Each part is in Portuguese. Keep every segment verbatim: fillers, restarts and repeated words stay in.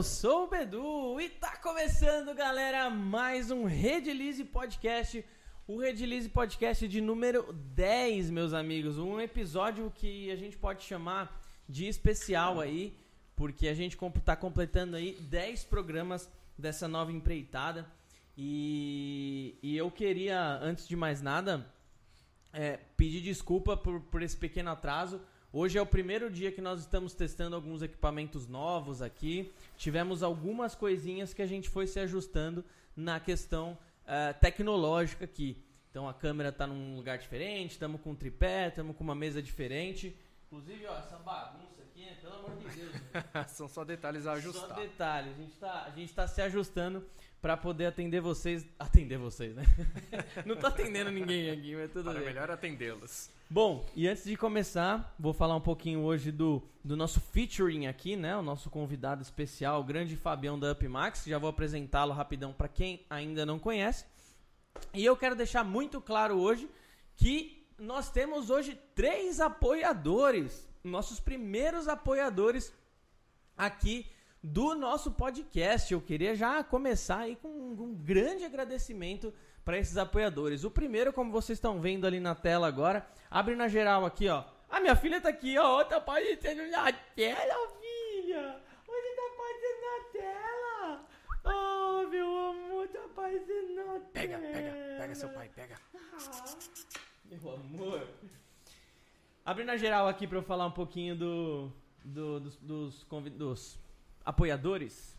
eu sou o Bedu e tá começando, galera, mais um Redilize Podcast, o Redilize Podcast de número dez, meus amigos, um episódio que a gente pode chamar de especial aí, porque a gente tá completando aí dez programas dessa nova empreitada e, e eu queria, antes de mais nada, é, pedir desculpa por, por esse pequeno atraso. Hoje é o primeiro dia que nós estamos testando alguns equipamentos novos aqui. Tivemos algumas coisinhas que a gente foi se ajustando na questão uh, tecnológica aqui. Então a câmera está num lugar diferente, estamos com um tripé, estamos com uma mesa diferente. Inclusive, ó, essa bagunça aqui, né? Pelo amor de Deus. Né? São só detalhes a ajustar. Só detalhes. A gente está a gente tá se ajustando para poder atender vocês. Atender vocês, né? Não tô atendendo ninguém aqui, mas tudo Para bem. melhor atendê-los. Bom, e antes de começar, vou falar um pouquinho hoje do, do nosso featuring aqui, né? O nosso convidado especial, o grande Fabião da UpMax. Já vou apresentá-lo rapidão para quem ainda não conhece. E eu quero deixar muito claro hoje que nós temos hoje três apoiadores. Nossos primeiros apoiadores aqui do nosso podcast. Eu queria já começar aí com um, um grande agradecimento para esses apoiadores. O primeiro, como vocês estão vendo ali na tela agora, abre na geral aqui, ó. Ah, minha filha tá aqui, ó. Tá aparecendo na tela, filha. Você tá aparecendo na tela. Oh, meu amor, tá aparecendo na tela. Pega, pega, pega seu pai, pega. Ah, meu amor. Abre na geral aqui para eu falar um pouquinho do, do, dos, dos, convid... dos apoiadores.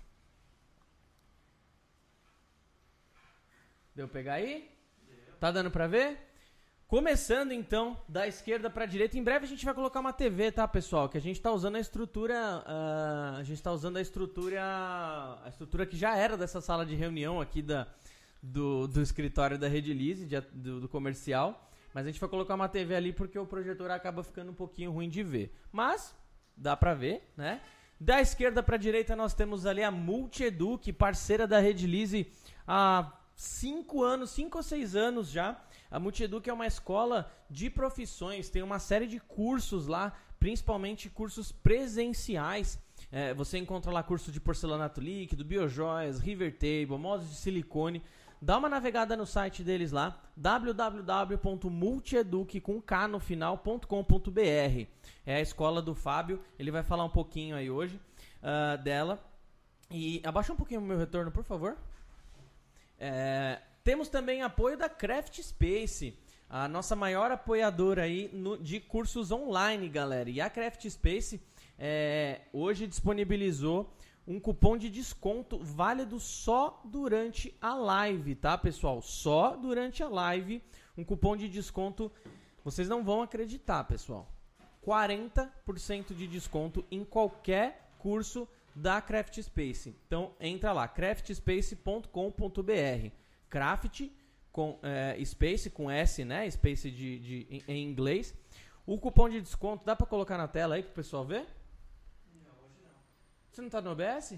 Deu pegar aí? Tá dando pra ver? Começando então da esquerda pra direita. Em breve a gente vai colocar uma T V, tá, pessoal? Que a gente tá usando a estrutura, uh, a gente tá usando a estrutura, a estrutura que já era dessa sala de reunião aqui da, do, do escritório da Redilize, de, do, do comercial. Mas a gente vai colocar uma T V ali porque o projetor acaba ficando um pouquinho ruim de ver. Mas dá pra ver, né? Da esquerda pra direita nós temos ali a Multieduc, parceira da Redilize há Cinco anos, cinco ou seis anos já. A Multieduc é uma escola de profissões, tem uma série de cursos lá, principalmente cursos presenciais. É, você encontra lá curso de porcelanato líquido, biojoias, river table, moldes de silicone. Dá uma navegada no site deles lá, w w w ponto multieduc com k no final ponto com ponto b r. É a escola do Fábio, ele vai falar um pouquinho aí hoje uh, dela. E abaixa um pouquinho o meu retorno, por favor. É, temos também apoio da Craft Space, a nossa maior apoiadora aí no, de cursos online, galera. E a Craft Space é, hoje disponibilizou um cupom de desconto válido só durante a live, tá, pessoal? Só durante a live, um cupom de desconto, vocês não vão acreditar, pessoal. quarenta por cento de desconto em qualquer curso da Craft Space. Então entra lá, craft space ponto com ponto b r. Craft com é, Space com S, né? Space de, de, em, em inglês. O cupom de desconto dá pra colocar na tela aí pro pessoal ver? Não, hoje não. Você não tá no O B S?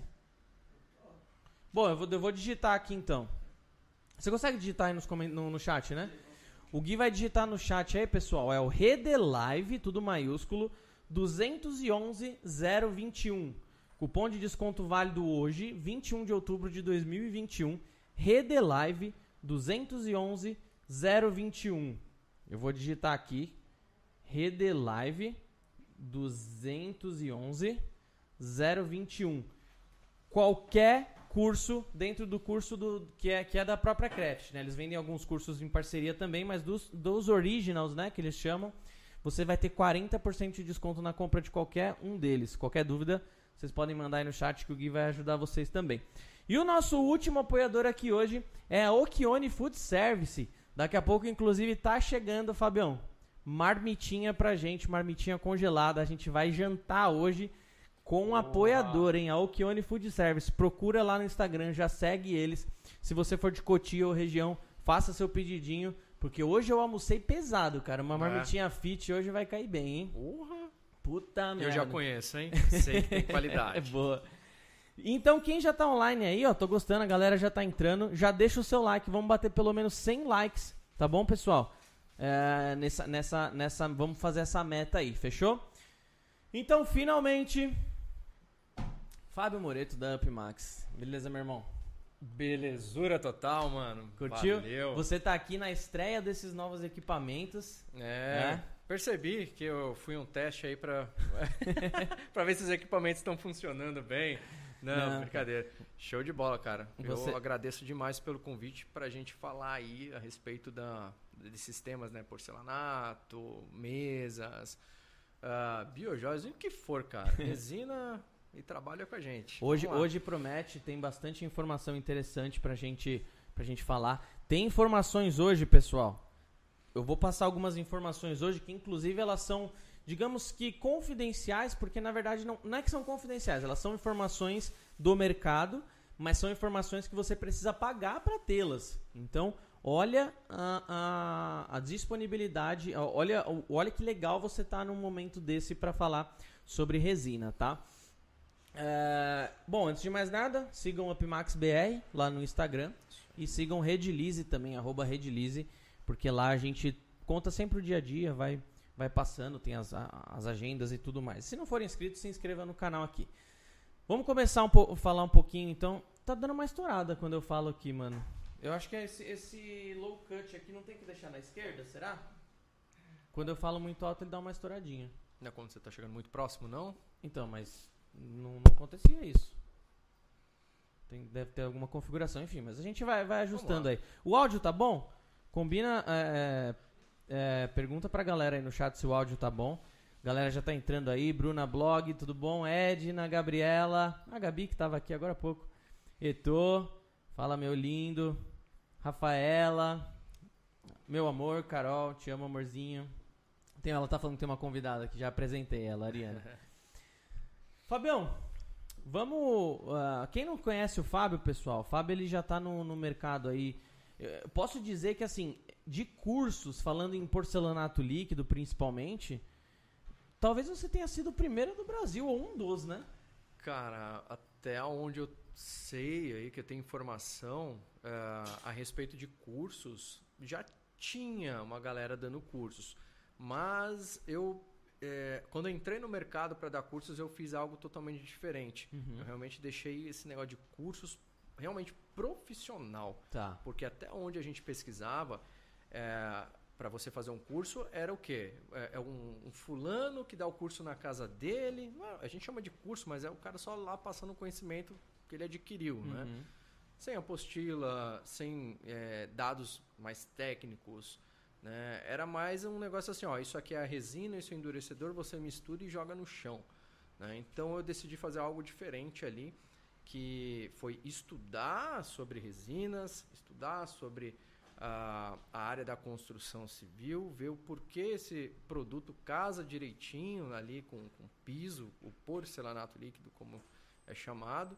Bom, eu vou, eu vou digitar aqui então. Você consegue digitar aí nos, no, no chat, né? O Gui vai digitar no chat aí, pessoal. É o Redelive, tudo maiúsculo, dois um um zero dois um. Cupom de desconto válido hoje, vinte e um de outubro de dois mil e vinte e um. Redelive dois um um zero dois um. Eu vou digitar aqui. Redelive dois um um zero dois um. Qualquer curso dentro do curso do, que, é, que é da própria Craft, né? Eles vendem alguns cursos em parceria também, mas dos, dos originals, né, que eles chamam, você vai ter quarenta por cento de desconto na compra de qualquer um deles. Qualquer dúvida, vocês podem mandar aí no chat que o Gui vai ajudar vocês também. E o nosso último apoiador aqui hoje é a Occhione Food Service. Daqui a pouco, inclusive, tá chegando, Fabião, marmitinha pra gente, marmitinha congelada. A gente vai jantar hoje com um apoiador, hein? A Occhione Food Service. Procura lá no Instagram, já segue eles. Se você for de Cotia ou região, faça seu pedidinho, porque hoje eu almocei pesado, cara. Uma marmitinha é. fit hoje vai cair bem, hein? Porra! Puta merda. Eu já conheço, hein? Sei que tem qualidade. É boa. Então, quem já tá online aí, ó, tô gostando, a galera já tá entrando, já deixa o seu like, vamos bater pelo menos cem likes, tá bom, pessoal? É, nessa, nessa, nessa, vamos fazer essa meta aí, fechou? Então, finalmente, Fábio Moreto da Upmax. Beleza, meu irmão? Belezura total, mano. Curtiu? Valeu. Você tá aqui na estreia desses novos equipamentos. É, né? Percebi que eu fui um teste aí pra, pra ver se os equipamentos estão funcionando bem. Não, Não, brincadeira. Show de bola, cara. Você- Eu agradeço demais pelo convite pra gente falar aí a respeito da, de sistemas, né? Porcelanato, mesas, uh, biojóias, e o que for, cara. Resina e trabalha com a gente. Hoje, Vamos lá. hoje promete, tem bastante informação interessante pra gente, pra gente falar. Tem informações hoje, pessoal. Eu vou passar algumas informações hoje que, inclusive, elas são, digamos que, confidenciais, porque, na verdade, não, não é que são confidenciais, elas são informações do mercado, mas são informações que você precisa pagar para tê-las. Então, olha a, a, a disponibilidade, olha, olha que legal você tá num momento desse para falar sobre resina, tá? É, bom, antes de mais nada, sigam o UpmaxBR lá no Instagram e sigam Redilize também, arroba Redilize, porque lá a gente conta sempre o dia a dia, vai, vai passando, tem as, as agendas e tudo mais. Se não for inscrito, se inscreva no canal aqui. Vamos começar a um falar um pouquinho, então. Tá dando uma estourada quando eu falo aqui, mano. Eu acho que esse, esse low cut aqui não tem que deixar na esquerda, será? Quando eu falo muito alto, ele dá uma estouradinha. Não é quando você tá chegando muito próximo, não? Então, mas não, não acontecia isso. Tem, deve ter alguma configuração, enfim, mas a gente vai, vai ajustando aí. O áudio tá bom? Combina, é, é, pergunta pra galera aí no chat se o áudio tá bom. Galera já tá entrando aí, Bruna Blog, tudo bom? Edna, Gabriela, a Gabi que tava aqui agora há pouco. Etô, fala meu lindo. Rafaela, meu amor, Carol, te amo, amorzinho. Tem, ela tá falando que tem uma convidada que já apresentei ela, Ariana. Fabião, vamos... Uh, quem não conhece o Fábio, pessoal, o Fábio ele já tá no, no mercado aí. Eu posso dizer que, assim, de cursos, falando em porcelanato líquido principalmente, talvez você tenha sido o primeiro do Brasil, ou um dos, né? Cara, até onde eu sei aí, que eu tenho informação uh, a respeito de cursos, já tinha uma galera dando cursos. Mas eu, é, quando eu entrei no mercado para dar cursos, eu fiz algo totalmente diferente. Uhum. Eu realmente deixei esse negócio de cursos realmente profissional. Tá. Porque até onde a gente pesquisava, é, para você fazer um curso, era o quê? É, é um, um fulano que dá o curso na casa dele. Não, a gente chama de curso, mas é o cara só lá passando o conhecimento que ele adquiriu, Uhum. né? Sem apostila, sem é, dados mais técnicos, né? Era mais um negócio assim, ó, isso aqui é a resina, isso é endurecedor, você mistura e joga no chão, né? Então eu decidi fazer algo diferente ali, que foi estudar sobre resinas, estudar sobre a, a área da construção civil, ver o porquê esse produto casa direitinho ali com, com piso, o porcelanato líquido, como é chamado,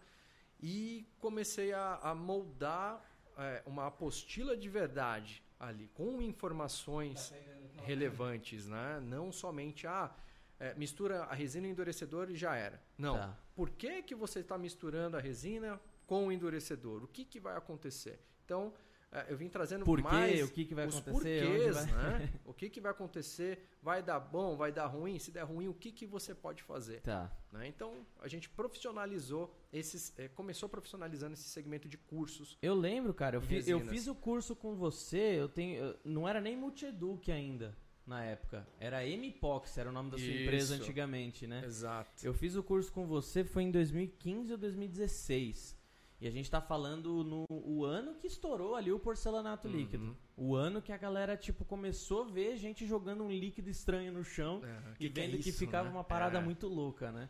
e comecei a, a moldar é, uma apostila de verdade ali, com informações relevantes, né? Não somente a é, mistura a resina e o endurecedor e já era. Não. Tá. Por que que você está misturando a resina com o endurecedor? O que que vai acontecer? Então, é, eu vim trazendo Por quê? mais O que que vai os acontecer? porquês, Onde vai? né? O que que vai acontecer? Vai dar bom? Vai dar ruim? Se der ruim, o que que você pode fazer? Tá. Né? Então, a gente profissionalizou esses, é, começou profissionalizando esse segmento de cursos. Eu lembro, cara, eu, E fiz, eu resinas. fiz o curso com você, eu tenho, eu- não era nem Multieduc ainda, na época. Era M-Pox, era o nome da sua empresa Isso. antigamente, né? Exato. Eu fiz o curso com você, foi em dois mil e quinze ou dois mil e dezesseis. E a gente tá falando no o ano que estourou ali o porcelanato Uhum. líquido. O ano que a galera, tipo, começou a ver gente jogando um líquido estranho no chão É, e que que é vendo que isso, ficava né? uma parada É. muito louca, né?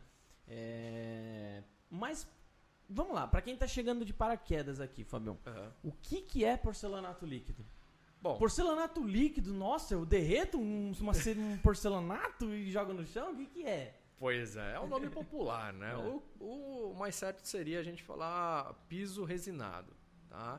É... Mas, vamos lá, pra quem tá chegando de paraquedas aqui, Fabião. Aham. O que que é porcelanato líquido? Bom, Porcelanato líquido, nossa, eu derreto um, uma, um porcelanato e jogo no chão? O que que é? pois é, é um nome popular, né? É. O, o mais certo seria a gente falar piso resinado, tá?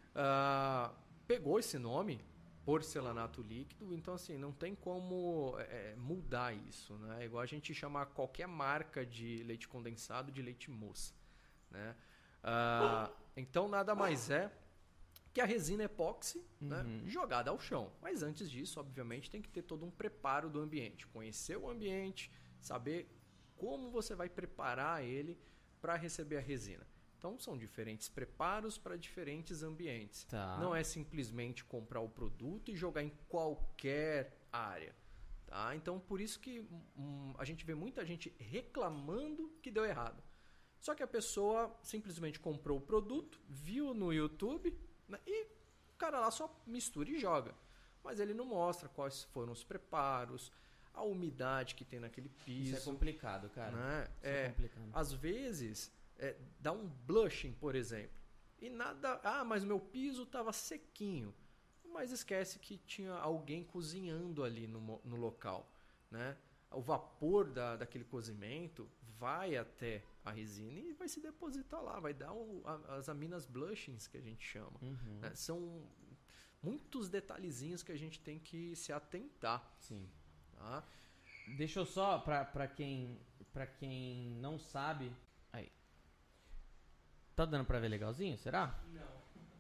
Ah, pegou esse nome, porcelanato líquido, então assim, não tem como é, mudar isso, né? É igual a gente chamar qualquer marca de leite condensado de leite moça, né? Ah, então nada mais é que a resina epóxi, né, Uhum. jogada ao chão. Mas antes disso, obviamente, tem que ter todo um preparo do ambiente. Conhecer o ambiente, saber como você vai preparar ele para receber a resina. Então são diferentes preparos para diferentes ambientes. Tá. Não é simplesmente comprar o produto e jogar em qualquer área. Tá? Então por isso que hum, a gente vê muita gente reclamando que deu errado. Só que a pessoa simplesmente comprou o produto, viu no YouTube, né, e o cara lá só mistura e joga. Mas ele não mostra quais foram os preparos, a umidade que tem naquele piso. Isso é complicado, cara. Né? Isso É, é complicado. Às vezes, é, dá um blushing, por exemplo. E nada... Ah, mas meu piso estava sequinho. Mas esquece que tinha alguém cozinhando ali no, mo- no local. Né? O vapor da, daquele cozimento vai até a resina e vai se depositar lá. Vai dar o, a, as aminas blushings, que a gente chama. Uhum. Né? São muitos detalhezinhos que a gente tem que se atentar. Sim. Tá? Deixa eu só, pra, pra, quem, pra quem não sabe... Aí. Tá dando pra ver legalzinho, será? Não.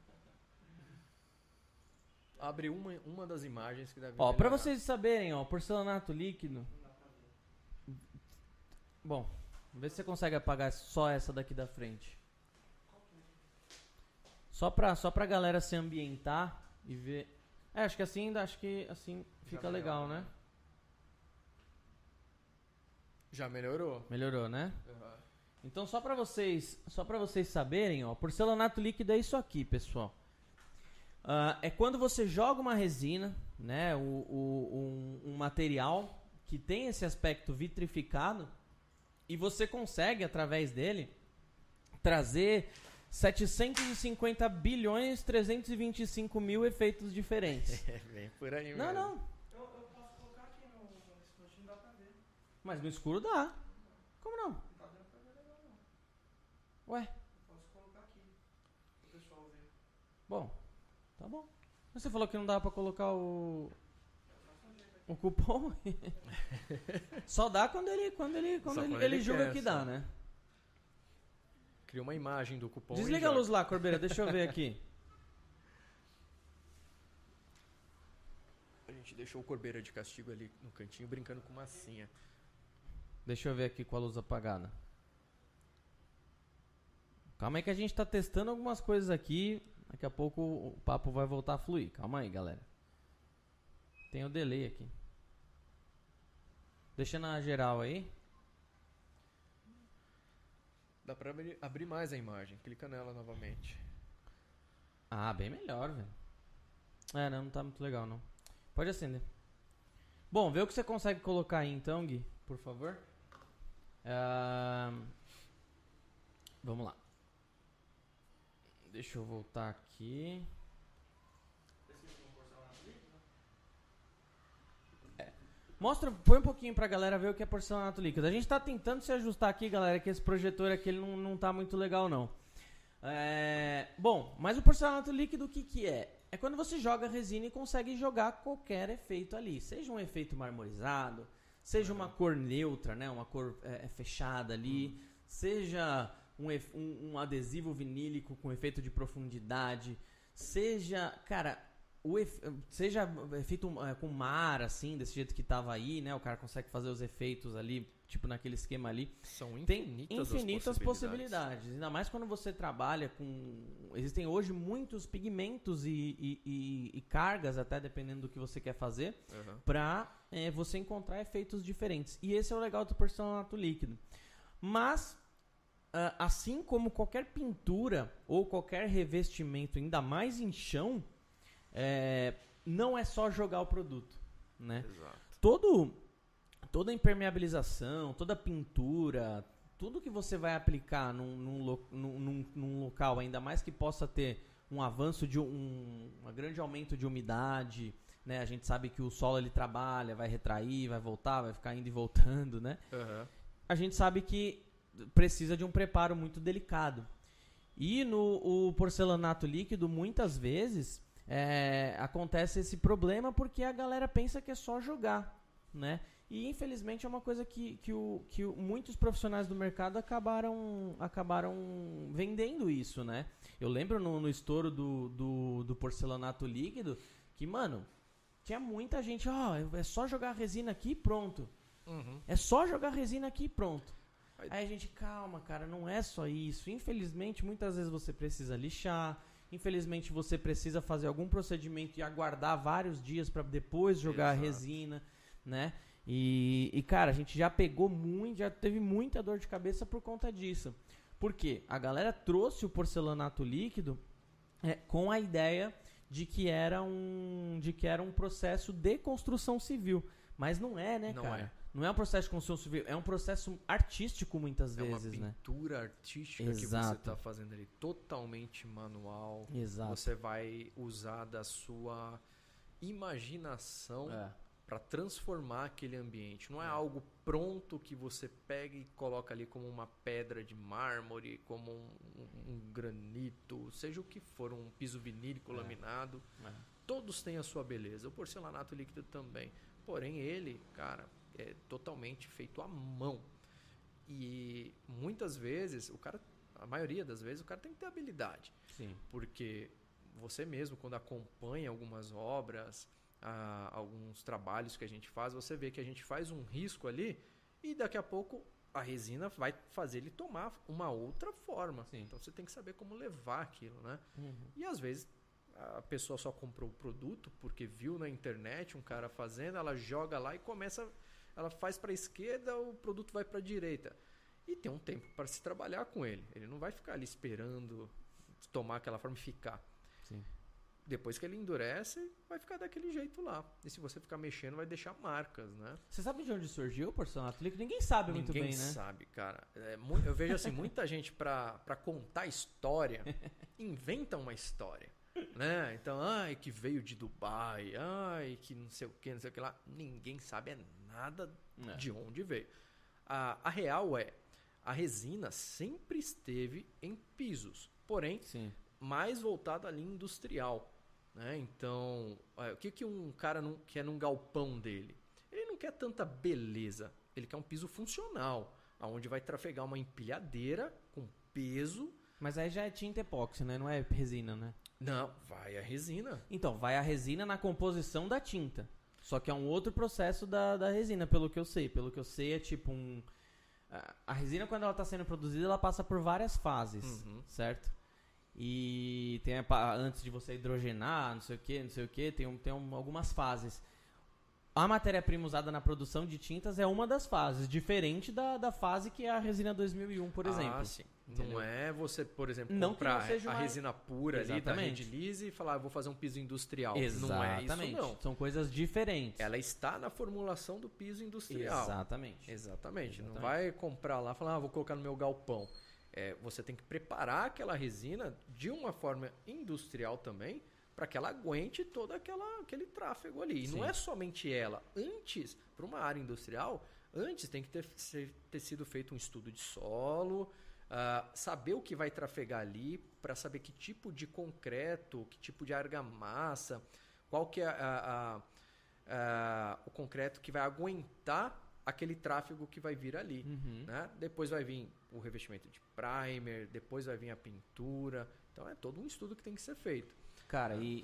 Abre uma, uma das imagens que deve Ó, pra melhorar. vocês saberem, ó, porcelanato líquido... Não dá pra ver. Bom, vê se você consegue apagar só essa daqui da frente. Só pra, só pra galera se ambientar e ver... É, acho que assim, acho que assim fica legal, melhora, né? Já melhorou? Melhorou, né? Uhum. Então só pra vocês, só para vocês saberem, ó, porcelanato líquido é isso aqui, pessoal. Ah, é quando você joga uma resina, né, o, o, um, um material que tem esse aspecto vitrificado e você consegue através dele trazer setecentos e cinquenta bilhões trezentos e vinte e cinco mil efeitos diferentes. É, vem por aí Não, mesmo. não. Eu, eu posso colocar aqui no, no dispositivo, não dá pra ver. Mas no escuro dá. Como não? Não tá dando pra ver legal, não. Ué, Eu posso colocar aqui, pro pessoal ver. bom, tá bom. Mas você falou que não dá pra colocar o o cupom. Só dá quando ele quando ele quando Só ele, quando ele ele julga quer, que só. dá, né? Cria uma imagem do cupom. Desliga e a joga. luz lá, Corbeira, deixa eu ver aqui. A gente deixou o Corbeira de castigo ali no cantinho brincando com massinha. Deixa eu ver aqui com a luz apagada. Calma aí que a gente tá testando algumas coisas aqui. Daqui a pouco o papo vai voltar a fluir. Calma aí, galera. Tem o delay aqui. Deixa na geral aí. Dá pra abrir, abrir mais a imagem. Clica nela novamente. Ah, bem melhor, velho. É, não, não tá muito legal, não. Pode acender. Bom, vê o que você consegue colocar aí então, Gui, por favor. Ah, vamos lá. Deixa eu voltar aqui. É. Mostra, põe um pouquinho pra galera ver o que é porcelanato líquido. A gente tá tentando se ajustar aqui, galera, que esse projetor aqui ele não, não tá muito legal, não. É, bom, mas o porcelanato líquido o que que é? É quando você joga resina e consegue jogar qualquer efeito ali. Seja um efeito marmorizado, seja uma cor neutra, né? Uma cor é, fechada ali, hum. seja um, um, um adesivo vinílico com efeito de profundidade, seja, cara, o efe, seja efeito é, com mar, assim, desse jeito que tava aí, né? O cara consegue fazer os efeitos ali, tipo naquele esquema ali. São infinitas, Tem infinitas as possibilidades. possibilidades. Ainda mais quando você trabalha com... Existem hoje muitos pigmentos e, e, e, e cargas, até dependendo do que você quer fazer, Uhum. pra é, você encontrar efeitos diferentes. E esse é o legal do porcelanato líquido. Mas, uh, assim como qualquer pintura ou qualquer revestimento, ainda mais em chão, é, não é só jogar o produto, né? Exato. Todo... Toda impermeabilização, toda pintura, tudo que você vai aplicar num, num, lo, num, num local, ainda mais que possa ter um avanço de um, um grande aumento de umidade, né? A gente sabe que o solo ele trabalha, vai retrair, vai voltar, vai ficar indo e voltando, né? Uhum. A gente sabe que precisa de um preparo muito delicado. E no o porcelanato líquido, muitas vezes, é, acontece esse problema porque a galera pensa que é só jogar, né? E infelizmente é uma coisa que, que, o, que o, muitos profissionais do mercado acabaram, acabaram vendendo isso, né? Eu lembro no, no estouro do, do, do porcelanato líquido que, mano, tinha muita gente, ó, oh, é só jogar resina aqui e pronto. Uhum. É só jogar resina aqui e pronto. Aí- Aí a gente, calma, cara, não é só isso. Infelizmente, muitas vezes você precisa lixar. Infelizmente, você precisa fazer algum procedimento e aguardar vários dias para depois jogar Exato. a resina, né? E, e, cara, a gente já pegou muito, já teve muita dor de cabeça por conta disso. Por quê? A galera trouxe o porcelanato líquido é, com a ideia de que era um, de que era um processo de construção civil. Mas não é, né, Não cara? é. Não é um processo de construção civil, é um processo artístico muitas É uma vezes, né? pintura artística que você Exato. está fazendo ali, totalmente manual. Exato. Você vai usar da sua imaginação É. para transformar aquele ambiente. Não é, É. algo pronto que você pega e coloca ali como uma pedra de mármore, como um, um- um granito, seja o que for, um piso vinílico É. laminado. É. Todos têm a sua beleza. O porcelanato líquido também. Porém, ele, cara, é totalmente feito à mão. E muitas vezes, o cara, a maioria das vezes, o cara tem que ter habilidade. Sim. Porque você mesmo, quando acompanha algumas obras, ah, alguns trabalhos que a gente faz, você vê que a gente faz um risco ali e daqui a pouco a resina vai fazer ele tomar uma outra forma. Sim. Então você tem que saber como levar aquilo, né? Uhum. E às vezes a pessoa só comprou o produto porque viu na internet um cara fazendo, ela joga lá e começa, ela faz para a esquerda, o produto vai para a direita. E tem um tempo para se trabalhar com ele. Ele não vai ficar ali esperando tomar aquela forma e ficar. Sim. Depois que ele endurece, vai ficar daquele jeito lá. E se você ficar mexendo, vai deixar marcas, né? Você sabe de onde surgiu o porcelanato líquido? Ninguém sabe muito Ninguém bem, né? sabe, cara. É mu- eu vejo assim, muita gente pra, pra contar história, inventa uma história. Né? Então, ai, que veio de Dubai, ai, que não sei o que, não sei o que lá. Ninguém sabe é nada É. de onde veio. A, a real é, a resina sempre esteve em pisos, porém, Sim. mais voltada ali industrial. Né? Então, é, o que, que um cara não quer num galpão dele? Ele não quer tanta beleza, ele quer um piso funcional, onde vai trafegar uma empilhadeira com peso. Mas aí já é tinta epóxi, né? Não é resina, né? Não, vai a resina. Então, vai a resina na composição da tinta. Só que é um outro processo da, da resina, pelo que eu sei. Pelo que eu sei, é tipo um... a- A resina, quando ela está sendo produzida, ela passa por várias fases, Uhum. certo? E tem a pa- antes de você hidrogenar, não sei o que, não sei o que, tem, um, tem um- algumas fases. A matéria-prima usada na produção de tintas é uma das fases, diferente da, da fase que é a resina dois mil e um, por exemplo. Ah, sim. Entendeu? Não é você, por exemplo, Não que comprar não seja a uma- resina pura ali da Exatamente. Redilize e falar, ah, vou fazer um piso industrial. Exatamente. Não é isso, não. São coisas diferentes. Ela está na formulação do piso industrial. Exatamente. Exatamente. Não Exatamente. vai comprar lá e falar, ah, vou colocar no meu galpão. É, você tem que preparar aquela resina de uma forma industrial também, para que ela aguente todo aquela, aquele tráfego ali. E Sim. não é somente ela. Antes, para uma área industrial, antes tem que ter, ser- ter sido feito um estudo de solo, ah, saber o que vai trafegar ali, para saber que tipo de concreto, que tipo de argamassa, qual que é a- a- a- o concreto que vai aguentar aquele tráfego que vai vir ali. Uhum. Né? Depois vai vir o revestimento de primer, depois vai vir a pintura. Então é todo um estudo que tem que ser feito. Cara, e,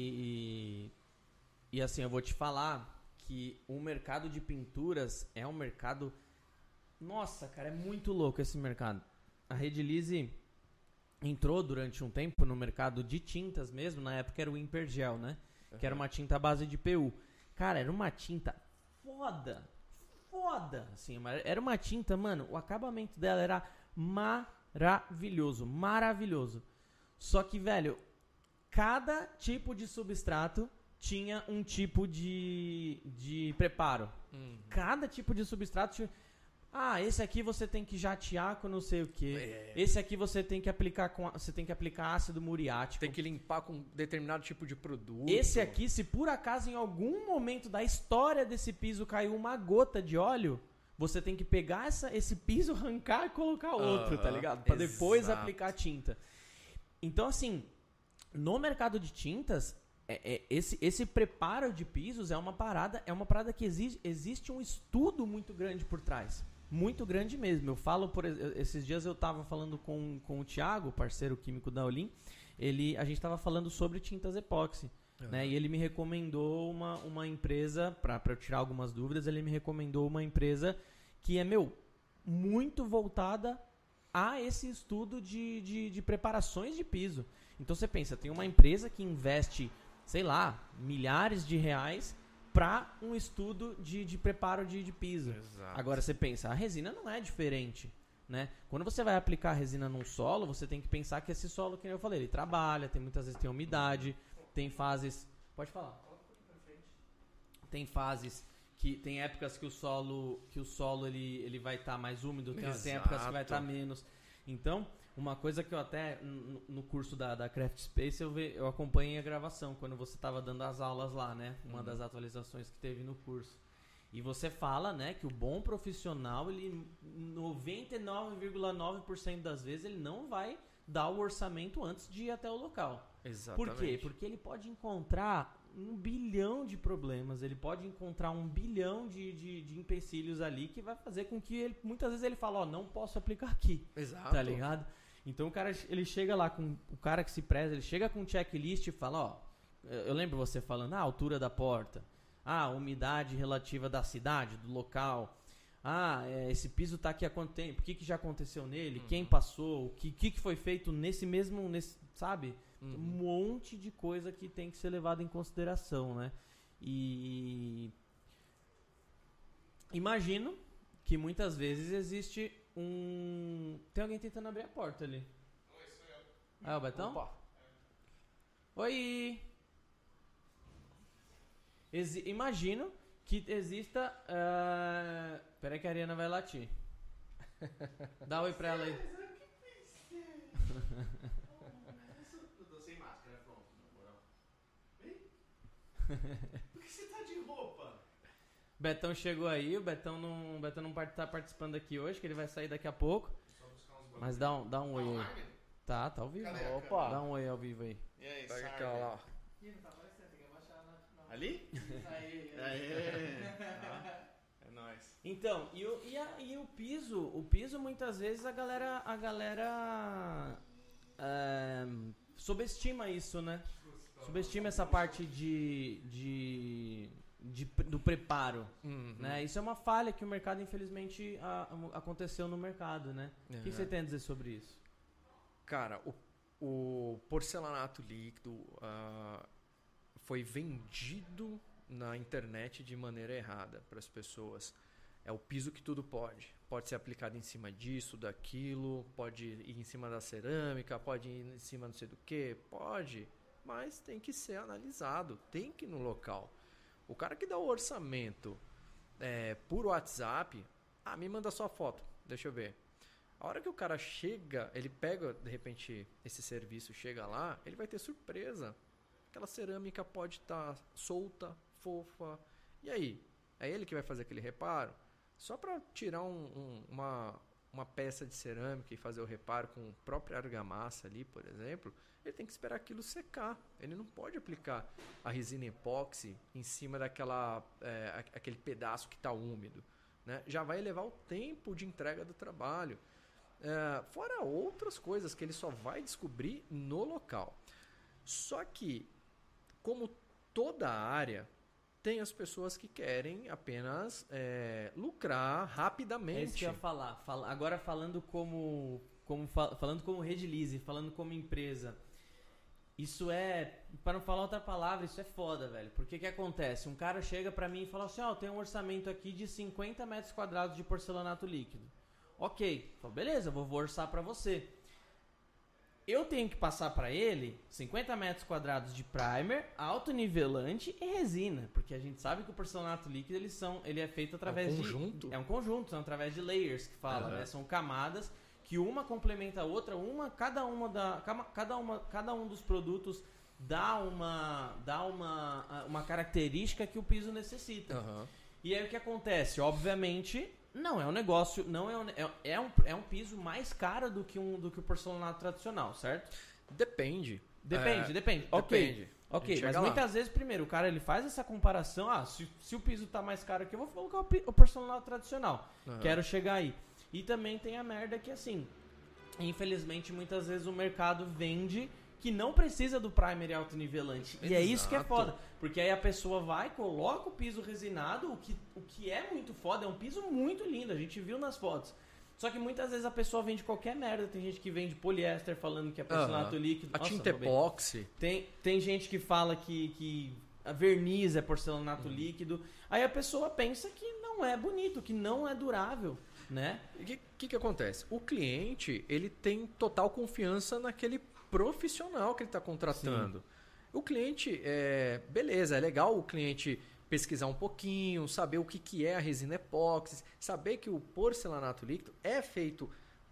e, e, e assim, eu vou te falar que o mercado de pinturas é um mercado... Nossa, cara, é muito louco esse mercado. A Redilize entrou durante um tempo no mercado de tintas mesmo, na época era o Impergel, né? Que era uma tinta à base de P U. Cara, era uma tinta foda, foda, assim, mas era uma tinta, mano, o acabamento dela era maravilhoso, maravilhoso. Só que, velho, cada tipo de substrato tinha um tipo de, de preparo. Cada tipo de substrato tinha... Ah, esse aqui você tem que jatear com não sei o que. É. Esse aqui você tem que aplicar com você tem que aplicar ácido muriático. Tem que limpar com determinado tipo de produto. Esse aqui, se por acaso em algum momento da história desse piso caiu uma gota de óleo, você tem que pegar essa, esse piso, arrancar e colocar outro, Aham, tá ligado? Pra depois exato. aplicar tinta. Então, assim, no mercado de tintas, é, é, esse, esse preparo de pisos é uma parada, é uma parada que exige, existe um estudo muito grande por trás. Muito grande mesmo. Eu falo, por ex- esses dias eu tava falando com, com o Thiago, parceiro químico da Olim, ele, a gente tava falando sobre tintas epóxi. Né? E ele me recomendou uma, uma empresa, para eu tirar algumas dúvidas, ele me recomendou uma empresa que é, meu, muito voltada a esse estudo de, de, de preparações de piso. Então você pensa, tem uma empresa que investe, sei lá, milhares de reais para um estudo de, de preparo de, de piso. Exato. Agora você pensa, a resina não é diferente, né? Quando você vai aplicar a resina num solo, você tem que pensar que esse solo, que eu falei, ele trabalha, tem, muitas vezes tem umidade, tem fases... Pode falar. Tem fases que... Tem épocas que o solo, que o solo ele, ele vai estar tá mais úmido, tem, tem épocas que vai estar tá menos. Então, uma coisa que eu até, no, no curso da, da Craft Space, eu, ve, eu acompanhei a gravação, quando você estava dando as aulas lá, né? Uma uhum. das atualizações que teve no curso. E você fala, né, que o bom profissional, ele noventa e nove vírgula nove por cento das vezes, ele não vai dar o orçamento antes de ir até o local. Exatamente. Por quê? Porque ele pode encontrar um bilhão de problemas, ele pode encontrar um bilhão de, de, de empecilhos ali que vai fazer com que ele, muitas vezes ele fala, ó, não posso aplicar aqui. Exato. Tá ligado? Então o cara, ele chega lá com, o cara que se preza, ele chega com um checklist e fala, ó, eu lembro você falando, ah, a altura da porta, ah, a umidade relativa da cidade, do local, ah, é, esse piso tá aqui há quanto tempo, o que, que já aconteceu nele, uhum. quem passou, o que, que, que foi feito nesse mesmo, nesse, sabe? Uhum. Um monte de coisa que tem que ser levado em consideração, né? E imagino que muitas vezes existe um... Tem alguém tentando abrir a porta ali. Oi, sou eu. Ah, é o Betão? Opa. É. Oi! Exi- imagino que exista... Uh... Peraí que a Ariana vai latir. Dá um oi pra ela aí. Eu tô sem máscara, pronto, na moral. Ei? Por que você tá de roupa? Betão chegou aí, o Betão não, o Betão não part- tá participando aqui hoje, que ele vai sair daqui a pouco. Só buscar uns Mas dá um, dá um Tá oi aí. online? Tá, tá ao vivo. Cadê a Opa. câmera? Dá um oi ao vivo aí. E aí, Pega Sarver? aquela lá. Ih, não tá aparecendo, tem que abaixar na... na... Ali? Aí, aí. Aê! Tá. É nóis. Então, e o, e, a, e o piso, o piso muitas vezes a galera, a galera é, subestima isso, né? Subestima essa parte de, de, de- do preparo, Uhum. né? Isso é uma falha que o mercado, infelizmente, a- a- aconteceu no mercado, né? O que Uhum. você tem a dizer sobre isso? Cara, o, o porcelanato líquido ah, foi vendido na internet de maneira errada para as pessoas. É o piso que tudo pode. Pode ser aplicado em cima disso, daquilo, pode ir em cima da cerâmica, pode ir em cima não sei do que, pode, mas tem que ser analisado, tem que ir no local. O cara que dá o orçamento é, por WhatsApp, ah, me manda sua foto, deixa eu ver. A hora que o cara chega, ele pega, de repente, esse serviço, chega lá, ele vai ter surpresa. Aquela cerâmica pode estar solta, fofa. E aí? É ele que vai fazer aquele reparo? Só para tirar um, um, uma, uma peça de cerâmica e fazer o reparo com a própria argamassa ali, por exemplo, ele tem que esperar aquilo secar. Ele não pode aplicar a resina epóxi em cima daquela, é, aquele pedaço que está úmido, né? Já vai levar o tempo de entrega do trabalho. É, fora outras coisas que ele só vai descobrir no local. Só que, como toda área, tem as pessoas que querem apenas é, lucrar rapidamente. É isso que eu ia falar. Fala- agora falando como, como fa- falando como Redilize, falando como empresa. Isso é, para não falar outra palavra, isso é foda, velho. Porque que acontece? Um cara chega pra mim e fala assim, ó, oh, tem um orçamento aqui de cinquenta metros quadrados de porcelanato líquido. Ok, falo, beleza, vou, vou orçar pra você. Eu tenho que passar pra ele cinquenta metros quadrados de primer, autonivelante e resina, porque a gente sabe que o porcelanato líquido eles são, ele é feito através É um conjunto? de é um conjunto, são através de layers que fala, Uhum. né? São camadas que uma complementa a outra, uma cada uma da cama- cada uma cada um dos produtos dá uma dá uma uma característica que o piso necessita. Aham. E aí o que acontece? Obviamente, não é um negócio, não é um, é, é um, é um piso mais caro do que, um, do que o porcelanato tradicional, certo? Depende. Depende, É, depende. Ok, Depende. A ok, gente mas chega lá. muitas vezes, primeiro, o cara ele faz essa comparação, ah, se, se o piso tá mais caro aqui, eu vou colocar o, pi- o porcelanato tradicional. Aham. Quero chegar aí. E também tem a merda que, assim, infelizmente, muitas vezes o mercado vende que não precisa do primer e autonivelante. E é isso que é Exato. foda. Porque aí a pessoa vai, coloca o piso resinado, o que, o que é muito foda, é um piso muito lindo, a gente viu nas fotos. Só que muitas vezes a pessoa vende qualquer merda. Tem gente que vende poliéster falando que é porcelanato Aham. líquido. A Nossa, tinta roubei. epóxi. Tem, tem gente que fala que, que a verniz é porcelanato Uhum. líquido. Aí a pessoa pensa que não é bonito, que não é durável, né? O que, que que acontece? O cliente, ele tem total confiança naquele profissional que ele está contratando. O cliente, é, beleza, é legal o cliente pesquisar um pouquinho, saber o que, que é a resina epóxi, saber que o porcelanato líquido é feito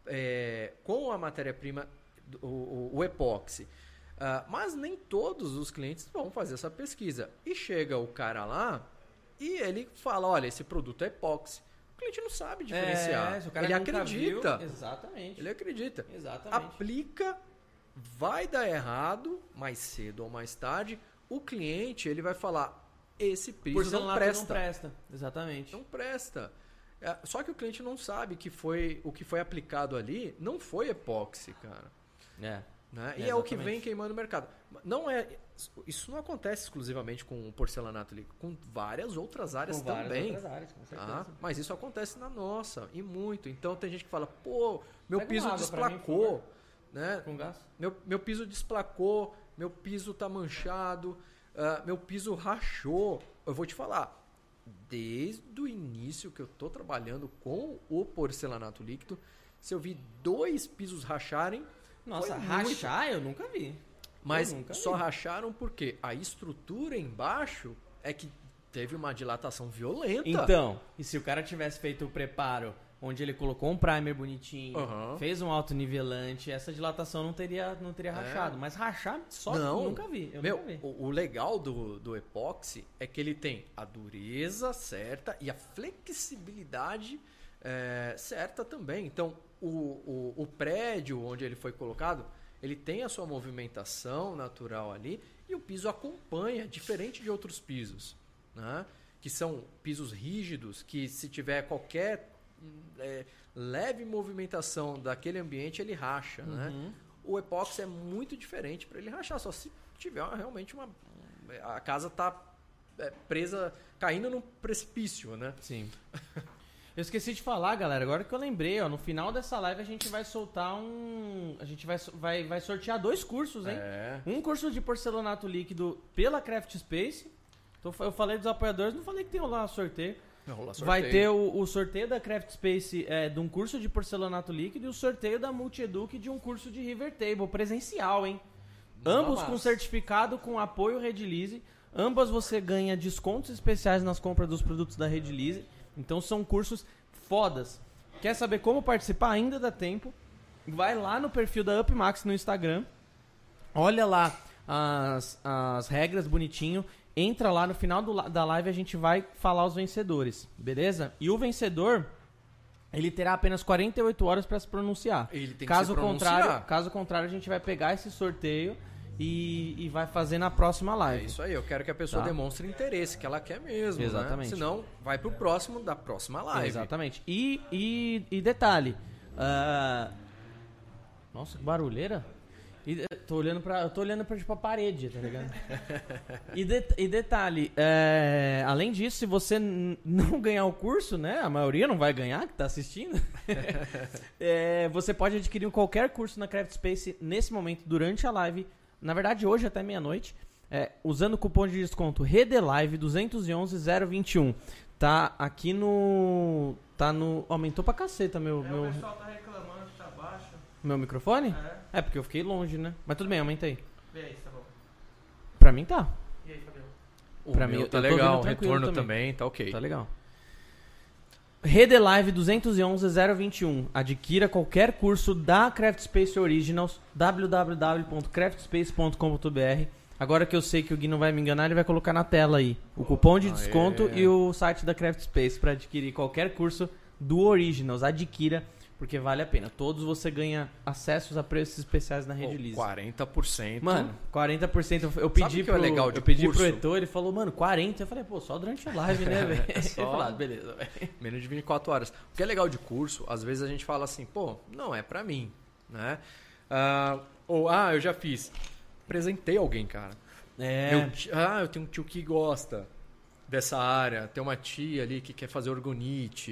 é, com a matéria-prima, o, o, o epóxi. Ah, mas nem todos os clientes vão fazer essa pesquisa. E chega o cara lá e ele fala, olha, esse produto é epóxi. O cliente não sabe diferenciar. É, se o cara ele nunca acredita. viu, exatamente. Ele acredita. Exatamente. Aplica, vai dar errado, mais cedo ou mais tarde. O cliente, ele vai falar, esse piso não Porcelanato presta. não presta. Exatamente. Não presta. É, só que o cliente não sabe que foi, o que foi aplicado ali não foi epóxi, cara. É. Né? E É, é o que exatamente. vem queimando o mercado. Não é, isso não acontece exclusivamente com o porcelanato líquido, com várias outras áreas Com várias também. outras áreas, com certeza. Tá? Mas isso acontece na nossa, e muito. Então tem gente que fala, pô, meu Pega piso uma água pra mim, por desplacou. Né? Com gás? Meu, meu piso desplacou, meu piso tá manchado, ah, meu piso rachou. Eu vou te falar, desde o início que eu tô trabalhando com o porcelanato líquido, se eu vi dois pisos racharem, Nossa, foi muito. rachar eu nunca vi. Mas Eu nunca só vi. racharam porque a estrutura embaixo é que teve uma dilatação violenta. Então, e se o cara tivesse feito o preparo, onde ele colocou um primer bonitinho, Aham. fez um autonivelante, essa dilatação não teria, não teria É. rachado. Mas rachar só Não. nunca vi. Eu Meu, nunca vi. o, o legal do, do epóxi é que ele tem a dureza certa e a flexibilidade é, certa também. Então, o, o, o prédio onde ele foi colocado, ele tem a sua movimentação natural ali e o piso acompanha, diferente de outros pisos, né? Que são pisos rígidos, que se tiver qualquer é, leve movimentação daquele ambiente, ele racha, né? Uhum. O epóxi é muito diferente para ele rachar, só se tiver uma- realmente uma... A casa tá é, presa, caindo num precipício, né? Sim. Eu esqueci de falar, galera, agora que eu lembrei, ó, no final dessa live a gente vai soltar um... A gente vai, so- vai, vai sortear dois cursos, hein? É. Um curso de porcelanato líquido pela Craft Space. Então, eu falei dos apoiadores, não falei que tem lá sorteio. Não, lá Vai sorteio. ter o, o sorteio da Craft Space é, de um curso de porcelanato líquido e o sorteio da Multieduc de um curso de River Table presencial, hein? Ambos Massa. com certificado com apoio Redilize. Ambas você ganha descontos especiais nas compras dos produtos da Redilize. Então são cursos fodas. Quer saber como participar? Ainda dá tempo. Vai lá no perfil da UpMax no Instagram. Olha lá as, as regras bonitinho. Entra lá no final do, la- da live, a gente vai falar os vencedores, beleza? E o vencedor, ele terá apenas quarenta e oito horas para se pronunciar. Ele tem que caso se pronunciar. contrário, caso contrário, a gente vai pegar esse sorteio e, e vai fazer na próxima É live. isso aí, eu quero que a pessoa Tá. demonstre interesse, que ela quer mesmo, Exatamente. né? Senão, vai pro próximo da próxima live. Exatamente. E, e, e detalhe, ah, nossa, que barulheira. E, eh, tô olhando pra, eu tô olhando pra, tipo, a parede, tá ligado? e, de- e detalhe, é, além disso, se você n- não ganhar o curso, né? A maioria não vai ganhar, que tá assistindo. é, você pode adquirir qualquer curso na Craft Space nesse momento, durante a live. Na verdade, hoje até meia-noite. É, usando o cupom de desconto REDELIVE dois um um zero dois um. Tá aqui no... Tá no... Aumentou pra caceta meu, É, meu, o pessoal tá reclamando que tá baixo. meu microfone? É. É, porque eu fiquei longe, né? Mas tudo bem, aumenta aí. Vê aí, se tá bom. Pra mim tá. E aí, Fabiano? O Pra meu mim, eu tá tô ouvindo legal, o tranquilo retorno também. também. tá ok. Tá legal. Redelive dois um um zero dois um. Adquira qualquer curso da Craft Space Originals. w w w ponto craft space ponto com ponto b r. Agora que eu sei que o Gui não vai me enganar, ele vai colocar na tela aí o cupom de Aê. desconto e o site da Craft Space para adquirir qualquer curso do Originals. Adquira, porque vale a pena. Todos você ganha acessos a preços especiais na Pô, Redilize. quarenta por cento. Mano, quarenta por cento eu- eu pedi o que pro, é legal de eu pedi curso? pro Heitor, ele falou, mano, quarenta. Eu falei, pô, só durante a live, né, velho? É só- Eu falei, ah, beleza, velho. menos de vinte e quatro horas. O que é legal de curso, às vezes a gente fala assim, pô, não é pra mim, né? Ah, ou, ah, eu já fiz. Apresentei alguém, cara. É, Meu ti- ah, eu tenho um tio que gosta dessa área. Tem uma tia ali que quer fazer orgonite,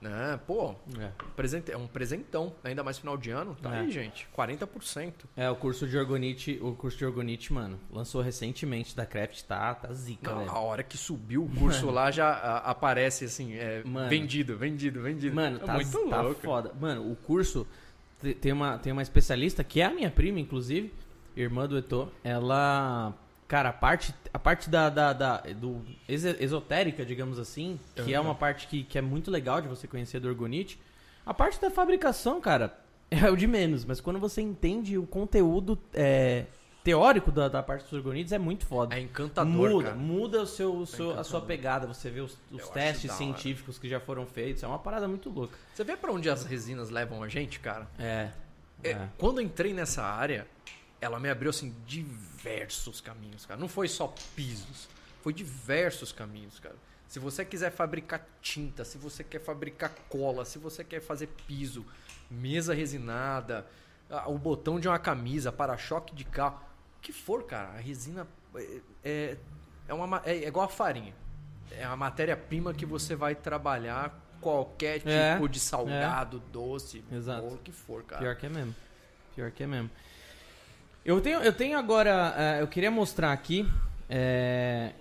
Né? Pô, É. presente, é um presentão. Ainda mais final de ano. Tá É. aí, gente. quarenta por cento. É, o curso de Orgonite, o curso de Orgonite, mano, lançou recentemente da Craft, tá, tá zica, Não, velho. a hora que subiu o curso lá já a, aparece assim, é, Mano. vendido, vendido, vendido. Mano, é tá, muito tá louco. foda. Mano, o curso te- tem uma, tem uma especialista, que é a minha prima, inclusive, irmã do Eto'o. Ela, cara, a parte, a parte da, da, da- do exe- esotérica, digamos assim, que é Uhum. uma parte que, que é muito legal de você conhecer do Orgonite. A parte da fabricação, cara, é o de menos. Mas quando você entende o conteúdo é, teórico da, da parte dos Orgonites, é muito foda. É encantador, Muda, cara. muda o seu, o seu- a encantador. sua pegada. Você vê os, os Eu acho testes da hora. científicos que já foram feitos. É uma parada muito louca. Você vê pra onde as resinas levam a gente, cara? É. É, é. Quando eu entrei nessa área, ela me abriu assim diversos caminhos, cara. Não foi só pisos, foi diversos caminhos, cara. Se você quiser fabricar tinta, se você quer fabricar cola, se você quer fazer piso, mesa resinada, ah, o botão de uma camisa, para-choque de carro, o que for, cara, a resina é, é, é, uma, ma- é igual a farinha. É a matéria-prima que você vai trabalhar qualquer tipo É, de salgado, doce, Exato. bolo, o que for, cara. Pior que é mesmo. Pior que é mesmo. Eu tenho, eu tenho agora. eh, eu queria mostrar aqui. eh,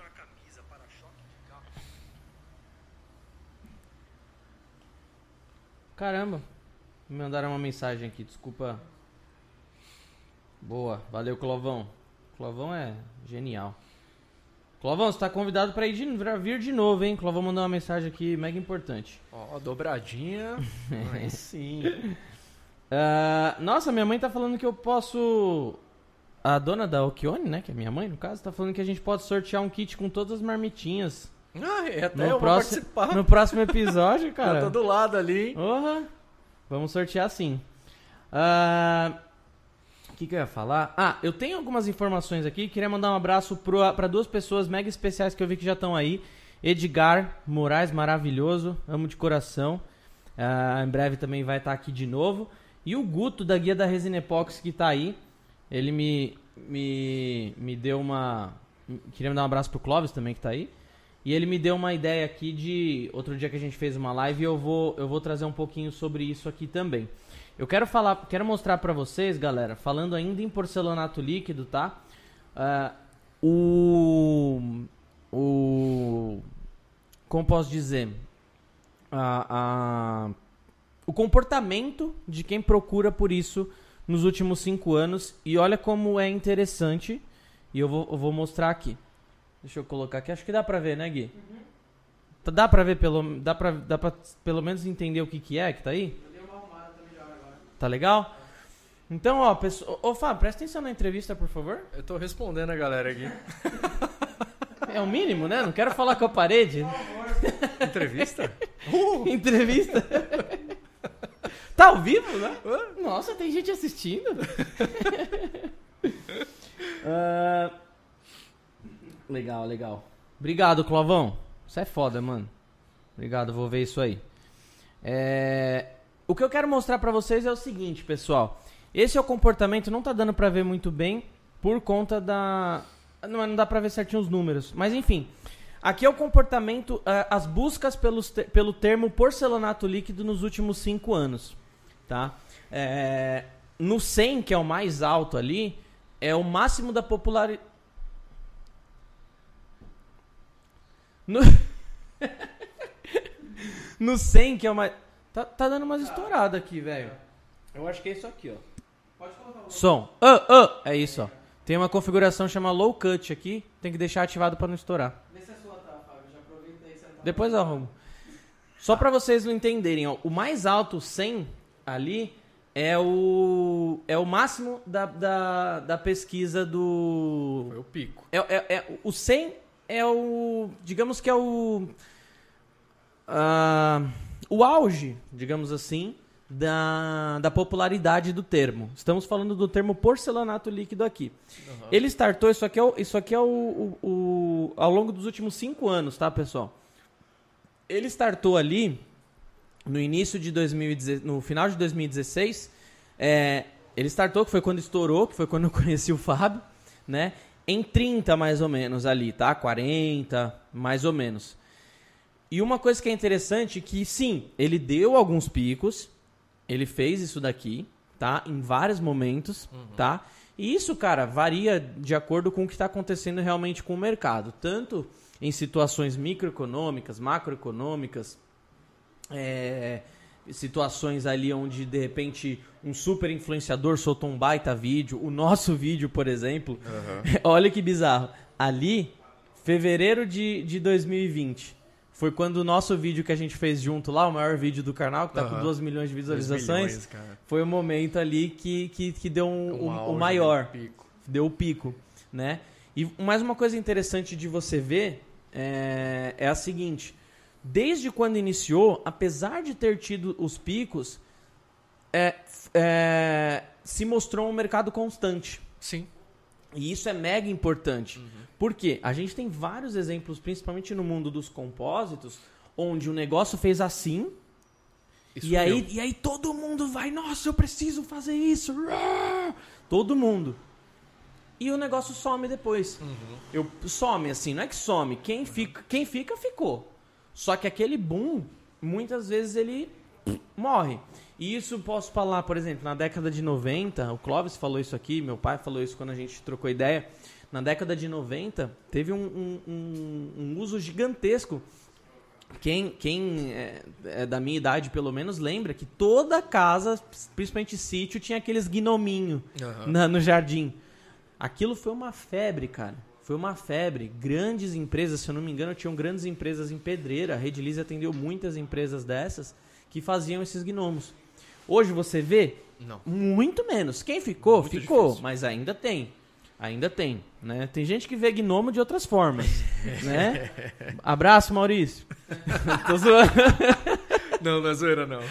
Caramba. Me mandaram uma mensagem aqui, desculpa. Boa, valeu, Clovão. Clovão é genial. Clovão, você tá convidado pra, ir de, pra vir de novo, hein? Clovão mandou uma mensagem aqui mega importante. Ó, dobradinha. Aí sim. Ah, nossa, minha mãe tá falando que eu posso. A dona da Okione, né? Que é minha mãe, no caso, tá falando que a gente pode sortear um kit com todas as marmitinhas. Ah, é, até No eu vou próximo, participar. no próximo episódio, cara. Eu tô do lado ali, hein? Porra. Vamos sortear sim. Ah, O que, que eu ia falar? Ah, eu tenho algumas informações aqui. Queria mandar um abraço para duas pessoas mega especiais que eu vi que já estão aí. Edgar Moraes, maravilhoso. Amo de coração. Ah, em breve também vai estar aqui de novo. E o Guto, da Guia da Resina Epox, que tá aí. Ele me, me, me deu uma... Queria mandar um abraço pro Clóvis também, que tá aí. E ele me deu uma ideia aqui de... Outro dia que a gente fez uma live, eu vou, eu vou trazer um pouquinho sobre isso aqui também. Eu quero falar, quero mostrar pra vocês, galera, falando ainda em porcelanato líquido, tá? Ah, o... O... Como posso dizer? A, a, o comportamento de quem procura por isso nos últimos cinco anos. E olha como é interessante. E eu vou, eu vou mostrar aqui. Deixa eu colocar aqui. Acho que dá pra ver, né, Gui? Uhum. Dá pra ver, pelo, dá pra, dá pra pelo menos entender o que, que é que tá aí? Eu dei uma arrumada, tá melhor agora. Tá legal? Então, ó, pessoal... Ô, Fábio, presta atenção na entrevista, por favor. Eu tô respondendo a galera aqui. É o mínimo, né? Não quero falar com a parede. Entrevista? Entrevista. Tá ao vivo, né? Nossa, tem gente assistindo. Ah, legal, legal. Obrigado, Clovão. Você é foda, mano. Obrigado, vou ver isso aí. É... O que eu quero mostrar pra vocês é o seguinte, pessoal. Esse é o comportamento, não tá dando pra ver muito bem por conta da... Não, não dá pra ver certinho os números. Mas enfim, aqui é o comportamento, ah, as buscas pelos te- pelo termo porcelanato líquido nos últimos cinco anos. Tá? É... No cem, que é o mais alto ali, é o máximo da popularidade. No... no cem, que é o mais... Tá, tá dando umas estouradas aqui, velho. Eu acho que é isso aqui, ó. Pode colocar o Som. Ah, ah. É isso, ó. Tem uma configuração chamada low cut aqui. Tem que deixar ativado pra não estourar. Vê se a sua tá, Fábio. Já aproveita aí, você não tá... Depois eu arrumo. Só pra vocês não entenderem, ó. O mais alto, cem, ali, é o... É o máximo da, da, da pesquisa do... Foi o pico. É, é, é, o cem é o... Digamos que é o... ah, o auge, digamos assim, da, da popularidade do termo. Estamos falando do termo porcelanato líquido aqui. Uhum. Ele startou, isso aqui é, o, isso aqui é o, o, o- ao longo dos últimos cinco anos, tá, pessoal? Ele startou ali no início de dois mil e dezesseis, no final de dois mil e dezesseis. É, ele startou, que foi quando estourou, que foi quando eu conheci o Fábio, né? Em trinta mais ou menos ali, tá? quarenta, mais ou menos. E uma coisa que é interessante que, sim, ele deu alguns picos, ele fez isso daqui, tá? Em vários momentos, uhum. tá? E isso, cara, varia de acordo com o que está acontecendo realmente com o mercado. Tanto em situações microeconômicas, macroeconômicas, é, situações ali onde, de repente, um super influenciador soltou um baita vídeo. O nosso vídeo, por exemplo, uhum. olha que bizarro. Ali, fevereiro de, de dois mil e vinte, foi quando o nosso vídeo que a gente fez junto lá, o maior vídeo do canal, que tá uhum. com dois milhões de visualizações, milhões, foi o momento ali que, que, que deu um, um, um, o maior. Pico. Deu o pico, né? E mais uma coisa interessante de você ver é, é a seguinte. Desde quando iniciou, apesar de ter tido os picos, é, é, se mostrou um mercado constante. Sim. E isso é mega importante. Uhum. Por quê? A gente tem vários exemplos, principalmente no mundo dos compósitos, onde o negócio fez assim, e aí, e aí todo mundo vai, nossa, eu preciso fazer isso. Todo mundo. E o negócio some depois. Uhum. Eu, some assim, não é que some. Quem, uhum. fica, quem fica, ficou. Só que aquele boom, muitas vezes ele morre. E isso posso falar, por exemplo, na década de noventa, o Clóvis falou isso aqui, meu pai falou isso quando a gente trocou ideia. Na década de noventa, teve um, um, um, um uso gigantesco. Quem, quem é, é da minha idade, pelo menos, lembra que toda casa, principalmente sítio, tinha aqueles gnominhos uhum. na, no jardim. Aquilo foi uma febre, cara. Foi uma febre. Grandes empresas, se eu não me engano, tinham grandes empresas em Pedreira. A Redilize atendeu muitas empresas dessas que faziam esses gnomos. Hoje você vê? Não. Muito menos. Quem ficou, Muito ficou. Difícil. Mas ainda tem. Ainda tem, né? Tem gente que vê gnomo de outras formas, né? Abraço, Maurício. Tô zoando. Não, não é zoeira, não.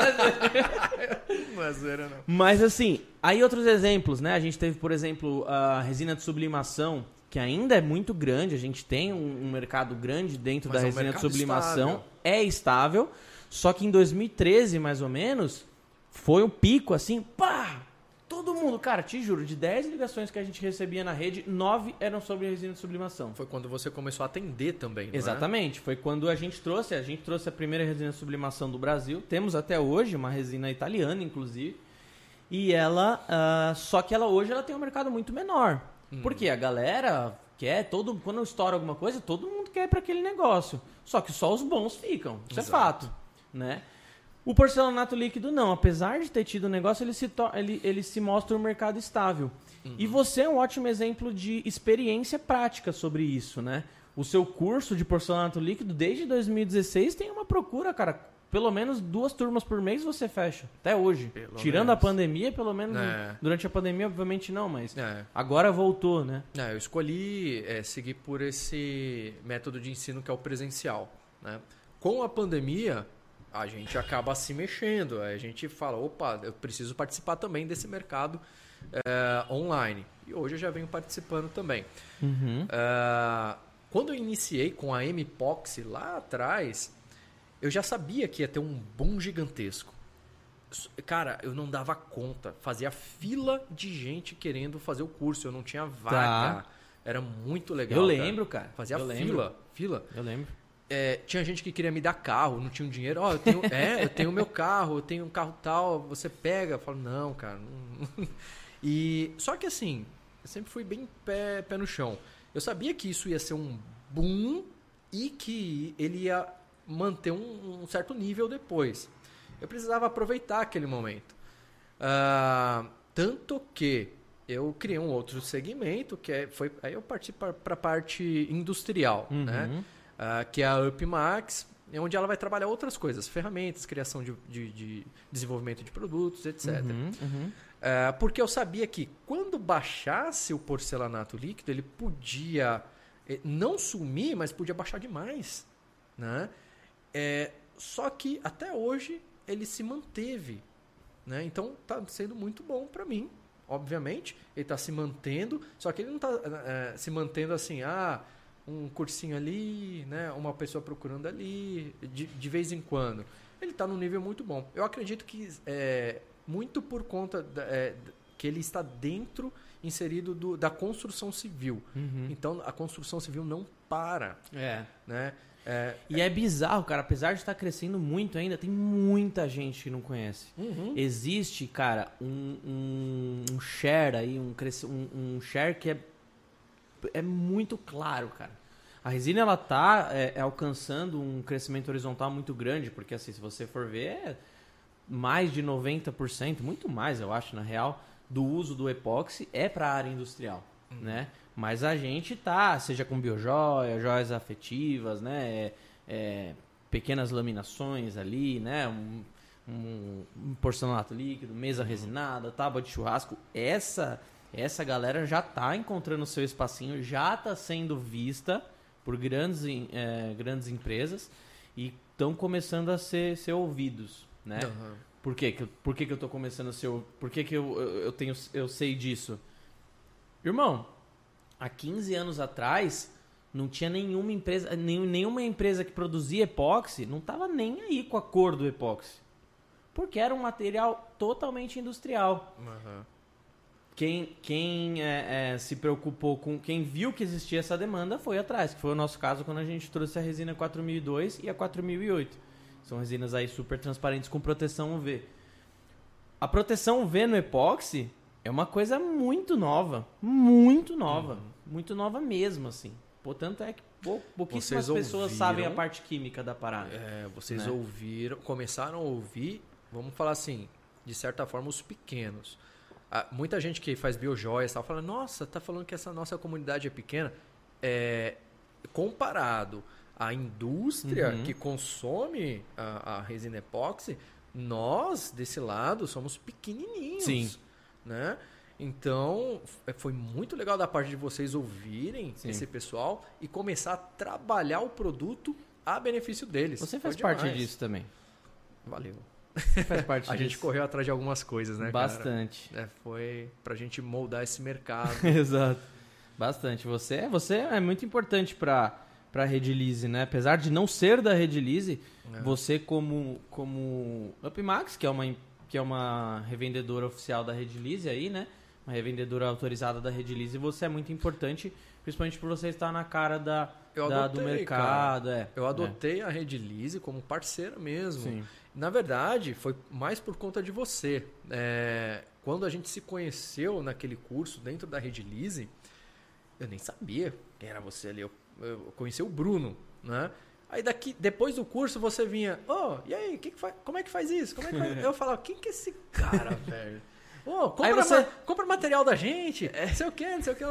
Não é zoeira, não. Mas assim, aí outros exemplos, né? A gente teve, por exemplo, a resina de sublimação, que ainda é muito grande. A gente tem um, um mercado grande dentro Mas da é um resina de sublimação. Estável. É estável. Só que em dois mil e treze, mais ou menos, foi um pico assim, pá! Todo mundo, cara, te juro, de dez ligações que a gente recebia na rede, nove eram sobre resina de sublimação. Foi quando você começou a atender também, não Exatamente. É? Foi quando a gente trouxe, a gente trouxe a primeira resina de sublimação do Brasil. Temos até hoje uma resina italiana, inclusive. E ela, uh, só que ela hoje ela tem um mercado muito menor. Hum. Porque a galera quer, todo, quando estoura alguma coisa, todo mundo quer para aquele negócio. Só que só os bons ficam. Isso Exato. É fato, né? O porcelanato líquido não, apesar de ter tido um negócio, ele se, to- ele, ele se mostra um mercado estável. Uhum. E você é um ótimo exemplo de experiência prática sobre isso, né? O seu curso de porcelanato líquido, desde dois mil e dezesseis, tem uma procura, cara. Pelo menos duas turmas por mês você fecha, até hoje. Pelo Tirando menos. a pandemia, pelo menos é. durante a pandemia, obviamente não, mas é. agora voltou, né? É, eu escolhi é, seguir por esse método de ensino que é o presencial, né? Com a pandemia, a gente acaba se mexendo, a gente fala, opa, eu preciso participar também desse mercado é, online. E hoje eu já venho participando também. Uhum. É, quando eu iniciei com a M-Poxy lá atrás, eu já sabia que ia ter um boom gigantesco. Cara, eu não dava conta. Fazia fila de gente querendo fazer o curso, eu não tinha vaga. Tá. Era muito legal. Eu lembro, cara. cara. Fazia eu fila, lembro. fila. Eu lembro. É, tinha gente que queria me dar carro, não tinha um dinheiro. Ó, oh, eu tenho, é, eu tenho meu carro, eu tenho um carro tal, você pega. Eu falo, não, cara. Não. E, só que assim, eu sempre fui bem pé, pé no chão. Eu sabia que isso ia ser um boom e que ele ia manter um, um certo nível depois. Eu precisava aproveitar aquele momento. Uh, tanto que eu criei um outro segmento, que é, foi, aí eu parti para a parte industrial, uhum. né? Uh, que é a UpMax, onde ela vai trabalhar outras coisas, ferramentas, criação de, de, de desenvolvimento de produtos, etcétera. Uhum, uhum. Uh, porque eu sabia que quando baixasse o porcelanato líquido, ele podia não sumir, mas podia baixar demais, né? É, só que até hoje ele se manteve, né? Então está sendo muito bom para mim, obviamente. Ele está se mantendo, só que ele não está é, se mantendo assim, ah, um cursinho ali, né? Uma pessoa procurando ali, de, de vez em quando. Ele está num nível muito bom. Eu acredito que é muito por conta da, é, que ele está dentro inserido do, da construção civil. Uhum. Então, a construção civil não para, É. né? É, E é bizarro, cara. Apesar de estar crescendo muito ainda, tem muita gente que não conhece. uhum. Existe, cara, um, um, um share aí, um, cresce- um, um share que é, é muito claro, cara. A resina, ela tá é, é alcançando um crescimento horizontal muito grande, porque assim, se você for ver, é mais de noventa por cento, muito mais, eu acho, na real, do uso do epóxi é para a área industrial, né? Mas a gente tá, seja com biojoia, joias afetivas, né? É, é, pequenas laminações ali, né? Um, um, um porcelanato líquido, mesa resinada, tábua de churrasco. Essa, essa galera já tá encontrando o seu espacinho, já tá sendo vista por grandes, em- é, grandes empresas e estão começando a ser, ser ouvidos, né? Uhum. Por quê? Que eu- Por que, que eu tô começando a ser... ou- Por que, que eu, eu, eu tenho, eu sei disso? Irmão, há quinze anos atrás, não tinha nenhuma empresa, nenhum- nenhuma empresa que produzia epóxi, não tava nem aí com a cor do epóxi. Porque era um material totalmente industrial. Uhum. Quem, quem é, é, se preocupou com... Quem viu que existia essa demanda foi atrás, que foi o nosso caso quando a gente trouxe a resina quatro mil e dois e a quatro mil e oito. São resinas aí super transparentes com proteção U V. A proteção U V no epóxi é uma coisa muito nova. Muito nova. Uhum. Muito nova mesmo, assim. Portanto, é que pou- pouquíssimas Vocês pessoas ouviram? sabem a parte química da parada. É, vocês Né? ouviram, começaram a ouvir, vamos falar assim, de certa forma, os pequenos. Ah, muita gente que faz biojoias tá falando, nossa, tá falando que essa nossa comunidade é pequena. É, comparado à indústria Uhum. que consome a, a resina epóxi, nós, desse lado, somos pequenininhos. Sim. Né? Então, f- foi muito legal da parte de vocês ouvirem Sim. esse pessoal e começar a trabalhar o produto a benefício deles. Você Foi faz parte demais. disso também. Valeu. Você faz parte A disso. gente correu atrás de algumas coisas, né, Bastante. cara? É, foi pra gente moldar esse mercado. Exato. Bastante. Você, você é muito importante para para a Redilize, né? Apesar de não ser da Redilize, É. você como como Upmax, que é uma que é uma revendedora oficial da Redilize aí, né? Uma revendedora autorizada da Redilize, você é muito importante, principalmente por você estar na cara da, Eu da- do adotei, mercado, é. Eu adotei a Redilize como parceira É. mesmo. Sim. Na verdade, foi mais por conta de você. É, quando a gente se conheceu naquele curso dentro da Redilize, eu nem sabia quem era você ali. Eu, eu conheci o Bruno, né? Aí daqui, depois do curso você vinha, ô, e aí, que que faz, como é que faz isso? Como é que faz? Eu falava, quem que é esse cara, velho? Ô, compra, Aí você- ma- compra material da gente, não sei o que, não sei o que.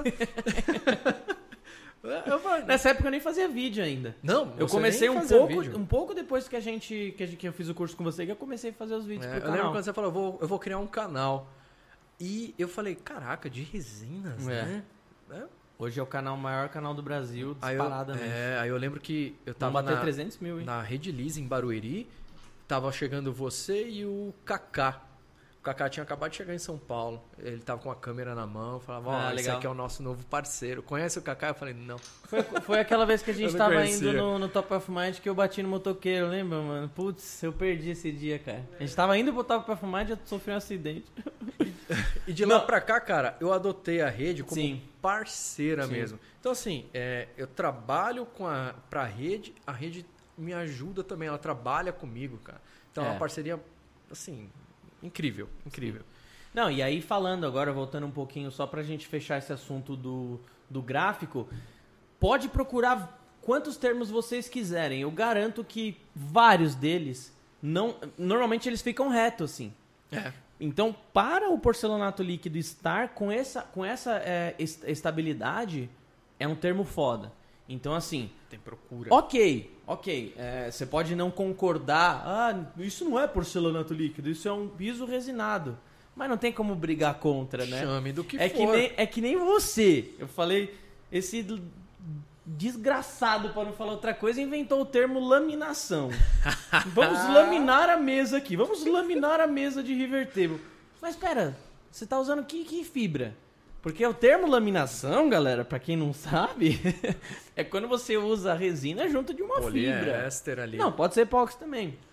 Eu falei, Nessa época eu nem fazia vídeo ainda. não, Eu você comecei nem um fazia pouco, vídeo. um pouco depois que a gente que, a gente, que eu fiz o curso com você, que eu comecei a fazer os vídeos É, pro eu lembro canal. quando você falou, eu vou, eu vou criar um canal. E eu falei, caraca, de resinas, É. né? É. Hoje é o canal o maior canal do Brasil, Aí eu, disparadamente. é, aí eu lembro que eu Vamos tava bater na, trezentos mil, hein? na Redilize, em Barueri. Tava chegando você e o Kaká. O Kaká tinha acabado de chegar em São Paulo. Ele tava com a câmera na mão. Eu falava, ó, Ah, esse legal. aqui é o nosso novo parceiro. Conhece o Kaká? Eu falei, não. Foi, foi aquela vez que a gente Eu não tava conhecia. indo no, no Top of Mind que eu bati no motoqueiro, lembra, mano? Putz, eu perdi esse dia, cara. A gente tava indo pro Top of Mind e eu sofri um acidente. E de lá Não. pra cá, cara, eu adotei a rede como Sim. parceira Sim. mesmo. Então, assim, é, eu trabalho com a, pra rede, a rede me ajuda também, ela trabalha comigo, cara. Então, é É. uma parceria, assim, incrível, incrível. Não, e aí falando agora, voltando um pouquinho só pra gente fechar esse assunto do, do gráfico, pode procurar quantos termos vocês quiserem. Eu garanto que vários deles, não, normalmente eles ficam retos, assim. É. Então, para o porcelanato líquido estar com essa, com essa é, est- estabilidade, é um termo foda. Então, assim, Tem procura. ok, ok, é, você pode não concordar, ah, isso não é porcelanato líquido, isso é um piso resinado. Mas não tem como brigar contra, né? Chame do que é, for. que nem, é que nem você. Eu falei, esse l- desgraçado, para não falar outra coisa, inventou o termo laminação. Vamos laminar a mesa aqui, vamos laminar a mesa de River Table. Mas pera, você tá usando que, que fibra? Porque o termo laminação, galera, pra quem não sabe, é quando você usa a resina junto de uma fibra. Poliéster ali. Não, pode ser epóxi também.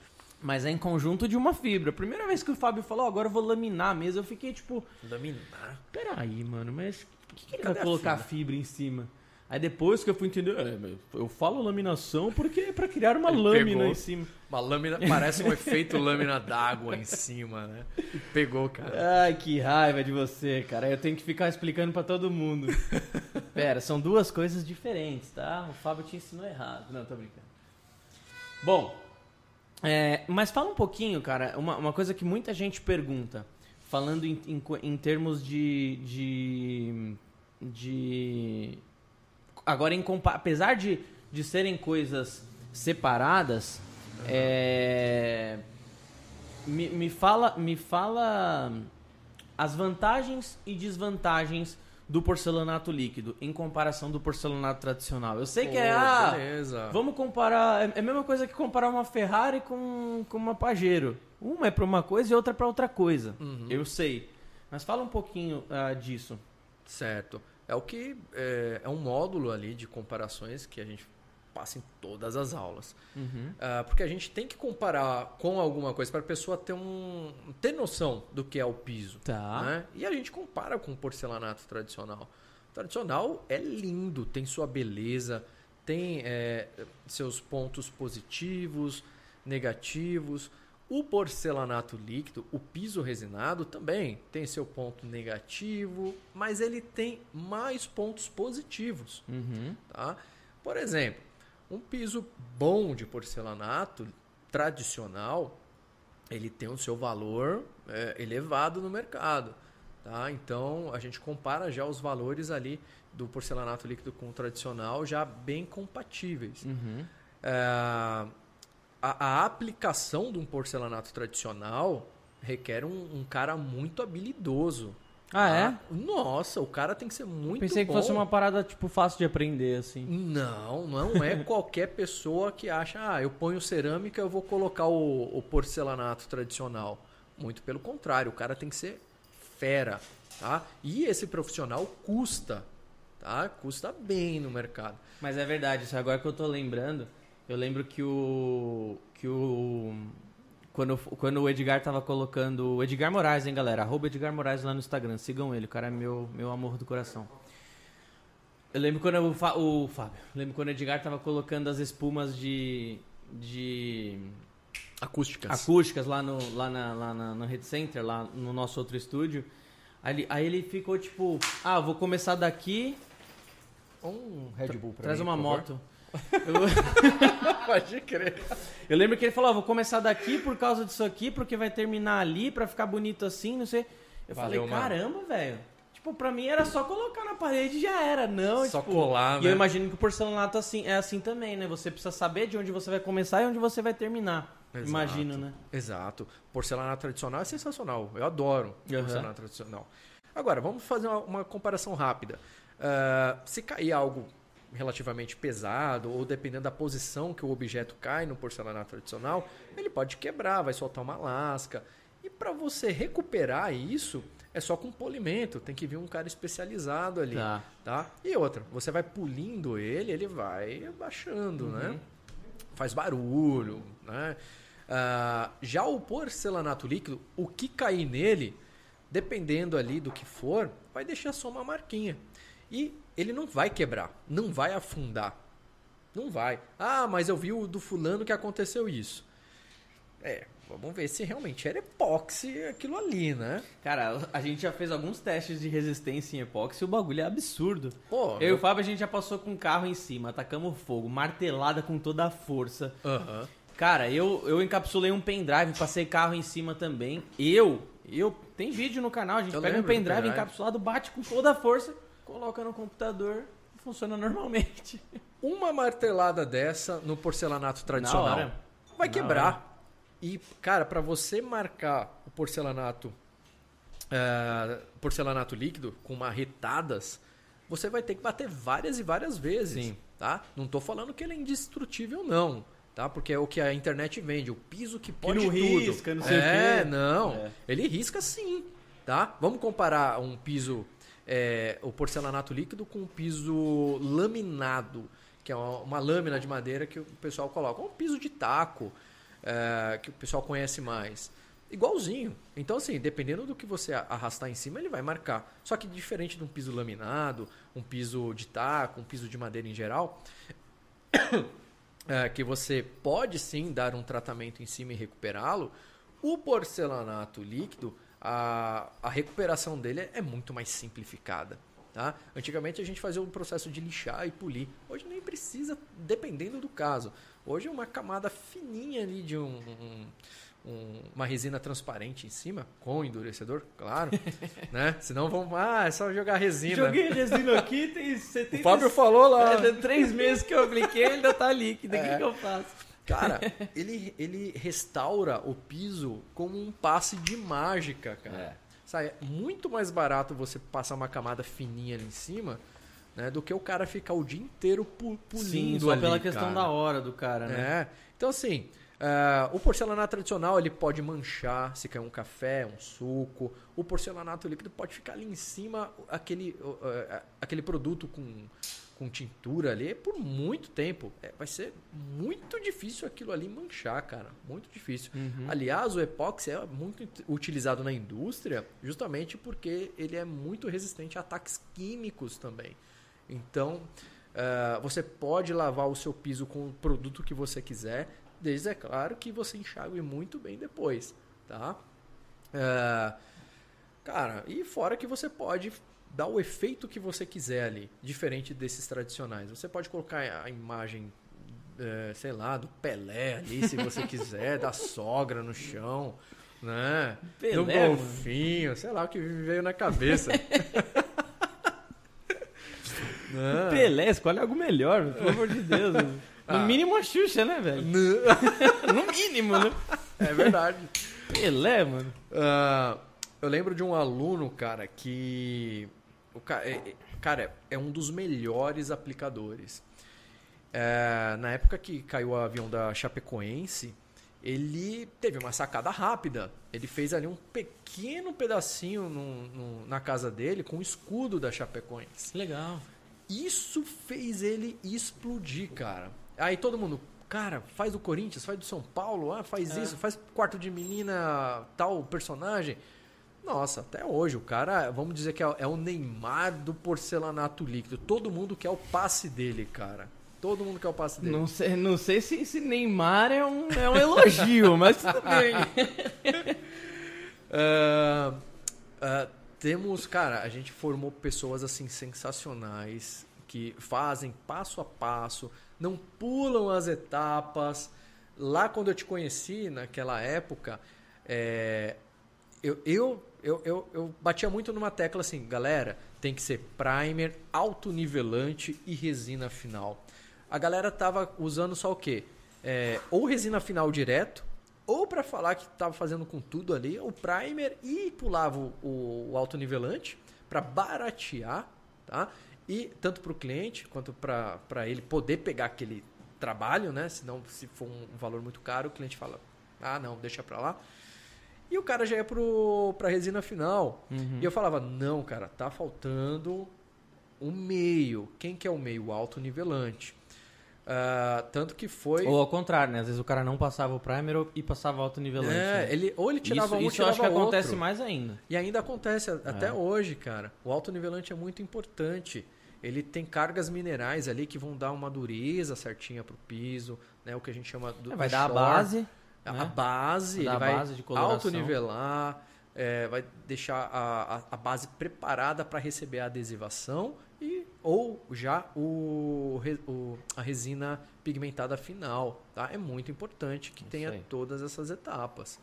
Mas é em conjunto de uma fibra. A primeira vez que o Fábio falou, agora eu vou laminar a mesa, eu fiquei tipo... Laminar? Peraí, mano, mas por que, que ele Cadê vai a colocar fibra? fibra em cima? Aí depois que eu fui entender, é, eu falo laminação porque é pra criar uma Ele lâmina pegou. em cima. Uma lâmina, parece um efeito lâmina d'água em cima, né? Pegou, cara. Ai, que raiva de você, cara. Eu tenho que ficar explicando pra todo mundo. Pera, são duas coisas diferentes, tá? O Fábio te ensinou errado. Não, tô brincando. Bom, é, mas fala um pouquinho, cara, uma, uma coisa que muita gente pergunta, falando em, em, em termos de... de, de agora, em, compa- apesar de, de serem coisas separadas, uhum. é, me, me, fala, me fala as vantagens e desvantagens do porcelanato líquido em comparação do porcelanato tradicional. Eu sei Pô, que é, ah, beleza. vamos comparar, é a mesma coisa que comparar uma Ferrari com, com uma Pajero. Uma é para uma coisa e outra é para outra coisa. Uhum. Eu sei. Mas fala um pouquinho uh, disso. Certo. É o que é, é um módulo ali de comparações que a gente passa em todas as aulas. Uhum. Uh, porque a gente tem que comparar com alguma coisa para a pessoa ter, um, ter noção do que é o piso. Tá. Né? E a gente compara com o porcelanato tradicional. O tradicional é lindo, tem sua beleza, tem é, seus pontos positivos, negativos. O porcelanato líquido, o piso resinado, também tem seu ponto negativo, mas ele tem mais pontos positivos. Uhum. Tá? Por exemplo, um piso bom de porcelanato tradicional, ele tem o seu valor é, elevado no mercado. Tá? Então, a gente compara já os valores ali do porcelanato líquido com o tradicional já bem compatíveis. Uhum. É, A, a aplicação de um porcelanato tradicional requer um, um cara muito habilidoso. Ah, tá? é? Nossa, o cara tem que ser muito Pensei bom. que fosse uma parada, tipo, fácil de aprender, assim. Não, não é qualquer pessoa que acha, ah, eu ponho cerâmica, eu vou colocar o, o porcelanato tradicional. Muito pelo contrário, o cara tem que ser fera, tá? E esse profissional custa, tá? Custa bem no mercado. Mas é verdade, isso agora que eu tô lembrando... Eu lembro que o... Que o quando, quando o Edgar tava colocando... O Edgar Moraes, hein, galera? Arroba Edgar Moraes lá no Instagram. Sigam ele, o cara é meu, meu amor do coração. Eu lembro quando o, Fa, o Fábio... Eu lembro quando o Edgar tava colocando as espumas de... de Acústicas. Acústicas lá no, lá na, lá na, no Red Center, lá no nosso outro estúdio. Aí, aí ele ficou tipo... Ah, eu vou começar daqui... Um Red Bull pra Traz mim, uma por moto. favor. Pode crer. Eu lembro que ele falou, ó, vou começar daqui por causa disso aqui, porque vai terminar ali pra ficar bonito assim, não sei. Eu Valeu, falei, mano. caramba, velho. Tipo, pra mim era só colocar na parede e já era, não. Só tipo, colar, E né? eu imagino que o porcelanato assim, é assim também, né? Você precisa saber de onde você vai começar e onde você vai terminar. Exato. Imagino, né? Exato. Porcelanato tradicional é sensacional. Eu adoro Uhum. porcelanato tradicional. Agora, vamos fazer uma, uma comparação rápida. Uh, se cair algo relativamente pesado ou dependendo da posição que o objeto cai no porcelanato tradicional, ele pode quebrar, vai soltar uma lasca. E para você recuperar isso, é só com polimento. Tem que vir um cara especializado ali. Tá. Tá? E outra, você vai polindo ele, ele vai baixando, Uhum. né? Faz barulho, né? Uh, já o porcelanato líquido, o que cair nele, dependendo ali do que for, vai deixar só uma marquinha. E ele não vai quebrar, não vai afundar. Não vai. Ah, mas eu vi o do fulano que aconteceu isso. É, vamos ver se realmente era epóxi aquilo ali, né? Cara, a gente já fez alguns testes de resistência em epóxi e o bagulho é absurdo. Pô, Eu e o Fábio, a gente já passou com o carro em cima, atacamos fogo, martelada com toda a força. Aham. Cara, eu, eu encapsulei um pendrive, passei carro em cima também. Eu, eu, tem vídeo no canal, a gente Eu pega um lembro do pendrive, pendrive. encapsulado, bate com toda a força, coloca no computador e funciona normalmente. Uma martelada dessa no porcelanato tradicional Na hora. vai Na quebrar. hora. E, cara, para você marcar o porcelanato eh, porcelanato líquido com marretadas, você vai ter que bater várias e várias vezes. Sim. Tá? Não tô falando que ele é indestrutível, não. Tá? Porque é o que a internet vende, o piso que pode não tudo. risca, não sei o é, quê. não. É. Ele risca sim. Tá? Vamos comparar um piso, é, o porcelanato líquido com um piso laminado, que é uma, uma lâmina de madeira que o pessoal coloca. Um piso de taco. é, que o pessoal conhece mais. Igualzinho. Então, assim, dependendo do que você arrastar em cima, ele vai marcar. Só que diferente de um piso laminado, um piso de taco, um piso de madeira em geral, é, que você pode sim dar um tratamento em cima e recuperá-lo, o porcelanato líquido, a, a recuperação dele é muito mais simplificada. Tá? Antigamente a gente fazia um processo de lixar e polir. Hoje nem precisa, dependendo do caso. Hoje é uma camada fininha ali de um... um Um, uma resina transparente em cima, com endurecedor, claro, né? Senão vamos, ah, é só jogar resina. Joguei resina aqui, tem setenta... O Fábio falou lá. É, três meses que eu apliquei, ele ainda tá líquido, o É. que, que eu faço? Cara, ele, ele restaura o piso como um passe de mágica, cara. É. Sabe, é muito mais barato você passar uma camada fininha ali em cima, né, do que o cara ficar o dia inteiro pu- pulindo Sim, só ali, pela questão cara. da hora do cara, né? É. Então, assim, uh, o porcelanato tradicional ele pode manchar se cair um café, um suco. O porcelanato líquido pode ficar ali em cima, aquele, uh, uh, aquele produto com, com tintura ali, por muito tempo. É, vai ser muito difícil aquilo ali manchar, cara. Muito difícil. Uhum. Aliás, o epóxi é muito utilizado na indústria justamente porque ele é muito resistente a ataques químicos também. Então, uh, você pode lavar o seu piso com o produto que você quiser, desde, é claro, que você enxague muito bem depois, tá? Uh, cara, e fora que você pode dar o efeito que você quiser ali, diferente desses tradicionais. Você pode colocar a imagem, uh, sei lá, do Pelé ali, se você quiser, da sogra no chão, né? Pelé, do mano. golfinho, sei lá o que veio na cabeça. Não. Pelé, escolhe algo melhor, velho, pelo amor de Deus. velho. No Ah. mínimo a Xuxa, né, velho? No mínimo, né? É verdade. Pelé, mano. Ah, eu lembro de um aluno, cara, que... O cara, é, é- cara, é um dos melhores aplicadores. É, na época que caiu o avião da Chapecoense, ele teve uma sacada rápida. Ele fez ali um pequeno pedacinho no- no- na casa dele com o escudo da Chapecoense. Legal. Isso fez ele explodir, cara. Aí todo mundo, cara, faz do Corinthians, faz do São Paulo, ah, faz É. isso, faz quarto de menina, tal personagem. Nossa, até hoje o cara, vamos dizer que é, é o Neymar do porcelanato líquido. Todo mundo quer o passe dele, cara. Todo mundo quer o passe dele. Não sei, não sei se esse Neymar é um, é um elogio, mas tudo bem. Ah, ah, temos, cara, a gente formou pessoas assim sensacionais que fazem passo a passo, não pulam as etapas. Lá quando eu te conheci, naquela época, é, eu, eu, eu, eu, eu batia muito numa tecla assim, galera, tem que ser primer, autonivelante e resina final. A galera tava usando só o quê? É, ou resina final direto, ou para falar que estava fazendo com tudo ali, o primer e pulava o, o, o autonivelante para baratear, tá? E tanto para o cliente quanto para ele poder pegar aquele trabalho, né? Senão, se for um, um valor muito caro, o cliente fala, ah, não, deixa para lá. E o cara já ia para a resina final. Uhum. E eu falava, não, cara, tá faltando o meio. Quem que é o meio? O autonivelante. Uh, tanto que foi... Ou ao contrário, né? Às vezes o cara não passava o primer e passava alto nivelante. É, né? ele, ou ele tirava isso, um, isso eu acho que tirava acontece outro. mais ainda. E ainda acontece a- até É. hoje, cara. O autonivelante é muito importante. Ele tem cargas minerais ali que vão dar uma dureza certinha pro piso, né? O que a gente chama do É, vai do dar a shore. base. A, né? a base, Vai dar ele a vai base de coloração. autonivelar, é, vai deixar a, a, a base preparada para receber a adesivação e, ou já o, re- o- a resina pigmentada final. Tá? É muito importante que Isso tenha aí. todas essas etapas.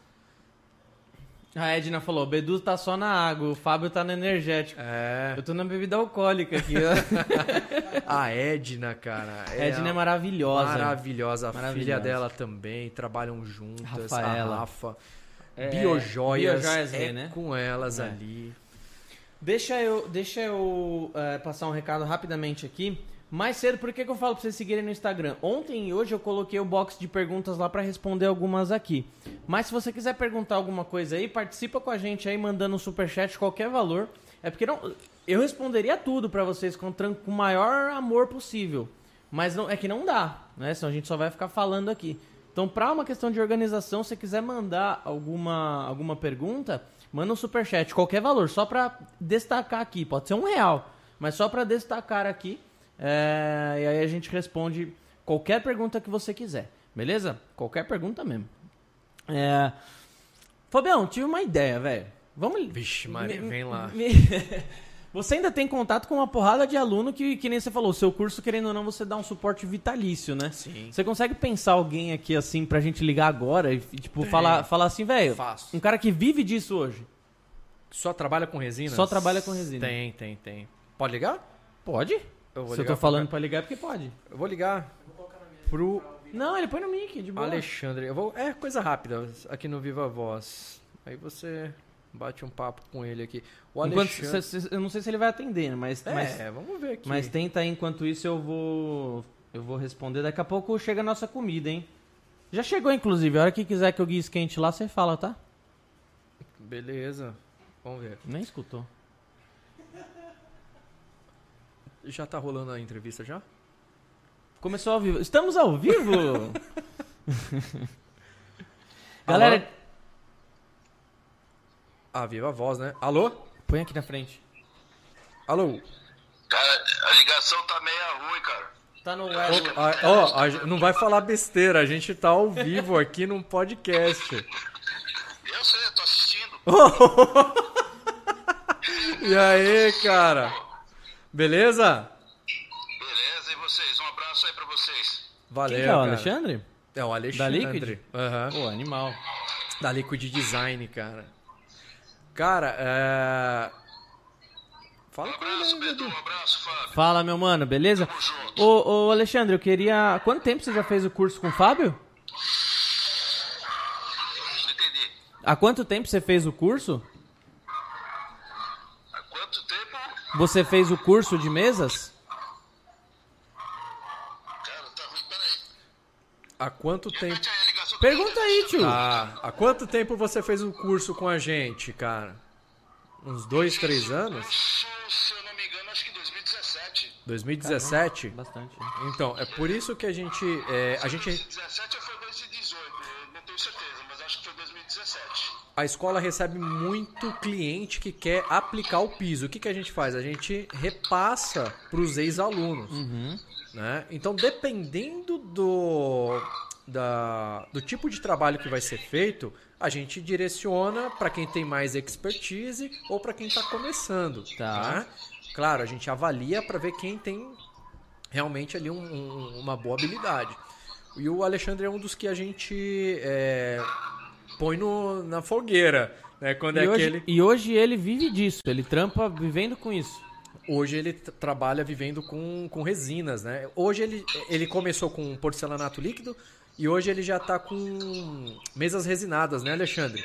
A Edna falou, o Bedu tá só na água, o Fábio tá no energético. É, Eu tô na bebida alcoólica aqui. ó. a Edna, cara. A Edna é maravilhosa. Maravilhosa. A filha Maravilhosa. dela também, trabalham juntas. Rafaela. A Rafa. É, Biojoias, Biojoias é V, né? com elas É. ali. Deixa eu, deixa eu eh, passar um recado rapidamente aqui. Mais cedo, por que, que eu falo pra vocês seguirem no Instagram? Ontem e hoje eu coloquei o box de perguntas lá pra responder algumas aqui. Mas se você quiser perguntar alguma coisa aí, participa com a gente aí, mandando um superchat, qualquer valor. É porque não, eu responderia tudo pra vocês com, tran- com o maior amor possível. Mas não, é que não dá, né? Senão a gente só vai ficar falando aqui. Então, para uma questão de organização, se você quiser mandar alguma, alguma pergunta, manda um superchat, qualquer valor, só para destacar aqui. Pode ser um real, mas só para destacar aqui. É, e aí a gente responde qualquer pergunta que você quiser, beleza? Qualquer pergunta mesmo. É... Fabião, tive uma ideia, velho. Vamos... Vixe, Maria, vem lá. Me... Você ainda tem contato com uma porrada de aluno que, que nem você falou, o seu curso, querendo ou não, você dá um suporte vitalício, né? Sim. Você consegue pensar alguém aqui, assim, pra gente ligar agora e, tipo, falar, falar assim, velho, Faço. um cara que vive disso hoje. Só trabalha com resina? Só trabalha com resina. Tem, tem, tem. Pode ligar? Pode? Eu vou Se eu ligar tô falando pro... pra ligar é porque pode. Eu vou ligar pro Não, ele põe no mic, de boa. Alexandre. Eu vou... É coisa rápida, aqui no Viva Voz. Aí você bate um papo com ele aqui. O Enquanto, Alexandre... cê, cê, eu não sei se ele vai atender, né? Mas, É, mas, vamos ver aqui. mas tenta aí, enquanto isso eu vou, eu vou responder. Daqui a pouco chega a nossa comida, hein? Já chegou, inclusive. A hora que quiser que eu guie esquente lá, você fala, tá? Beleza. Vamos ver. Nem escutou. Já tá rolando a entrevista já? Começou ao vivo. Estamos ao vivo? Galera, Alô? Ah, Viva Voz, né? Alô? põe aqui na frente. Alô? Cara, a ligação tá meio ruim, cara. Tá no web. Ah, Ó, a gen- não vai falar besteira, a gente tá ao vivo aqui num podcast. Eu sei, eu tô assistindo. E aí, cara? Beleza? Beleza, e vocês? Um abraço aí pra vocês. Valeu, Quem que é o cara. Alexandre? É o Alexandre. Da Liquid? Aham. Pô, animal. Da Liquid Design, cara. Cara, é... Um Fala com ele abraço, aí, Bedu. Bedu. Um abraço, Fábio. Fala, meu mano, beleza? Tamo junto. Ô, ô, Alexandre, eu queria... Quanto tempo você já fez o curso com o Fábio? Não entendi. Há quanto tempo você fez o curso? Há quanto tempo? Você fez o curso de mesas? Cara, tá ruim, peraí. Há quanto tempo... Repete aí a ligação. Pergunta aí, tio. Ah, há quanto tempo você fez o curso com a gente, cara? Uns dois, três anos? Curso, se eu não me engano, acho que em dois mil e dezessete. dois mil e dezessete? Bastante. Então, é por isso que a gente... É, a gente... dois mil e dezessete ou foi dois mil e dezoito? Eu não tenho certeza, mas acho que foi dois mil e dezessete. A escola recebe muito cliente que quer aplicar o piso. O que, que a gente faz? A gente repassa para os ex-alunos. Né? Então, dependendo do, da, do tipo de trabalho que vai ser feito, a gente direciona para quem tem mais expertise ou para quem está começando. Tá. Né? Claro, a gente avalia para ver quem tem realmente ali um- um- uma boa habilidade. E o Alexandre é um dos que a gente é, põe no, na fogueira, né? Quando é E hoje, aquele... e hoje ele vive disso, ele trampa vivendo com isso. Hoje ele t- trabalha vivendo com, com resinas, né? Hoje ele, ele começou com porcelanato líquido e hoje ele já tá com mesas resinadas, né, Alexandre?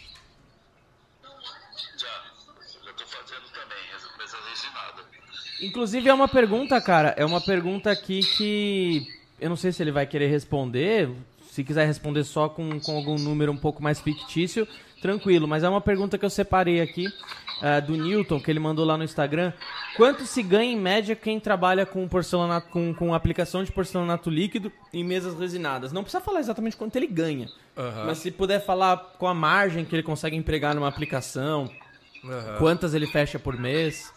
Já. Já tô fazendo também, essa mesa resinada. Inclusive é uma pergunta, cara, é uma pergunta aqui que eu não sei se ele vai querer responder, se quiser responder só com, com algum número um pouco mais fictício, tranquilo, mas é uma pergunta que eu separei aqui uh, do Newton, que ele mandou lá no Instagram. Quanto se ganha em média quem trabalha com porcelanato, com, com aplicação de porcelanato líquido em mesas resinadas? Não precisa falar exatamente quanto ele ganha, Aham. mas se puder falar com a margem que ele consegue empregar numa aplicação, Aham. quantas ele fecha por mês.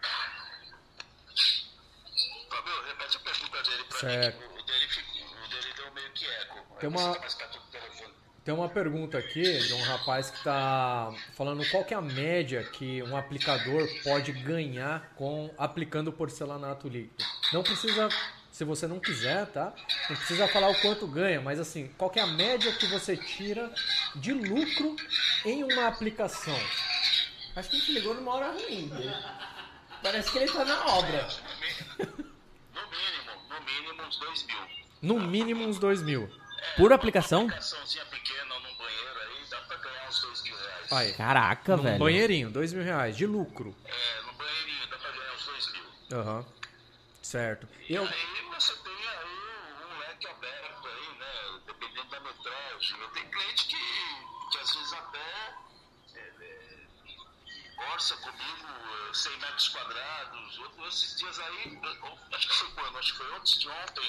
Fábio, repete a pergunta dele pra Certo. mim. que O dele, ficou, o dele deu meio que eco. Aí Tem você uma- tá mais perto do telefone. Tem uma pergunta aqui de um rapaz que tá falando qual que é a média que um aplicador pode ganhar com aplicando porcelanato líquido. Não precisa, se você não quiser, tá? Não precisa falar o quanto ganha, mas assim, qual que é a média que você tira de lucro em uma aplicação? Acho que a gente ligou numa hora ruim. Parece que ele tá na obra. No mínimo, no mínimo uns dois mil. No mínimo uns dois mil. Por aplicação? Aplicaçãozinha pequena num banheiro aí, dá pra ganhar uns dois mil reais. Aí, Caraca, num velho. banheirinho, dois mil reais de lucro. É, no banheirinho dá pra ganhar uns dois mil. Aham. Certo. E Eu, aí você tem aí um leque aberto aí, né? Dependendo da metragem. Eu tenho cliente que, que às vezes até é, é, orça comigo é, cem metros quadrados. Outros esses dias aí, eu- acho que foi quando? Acho que foi antes de ontem.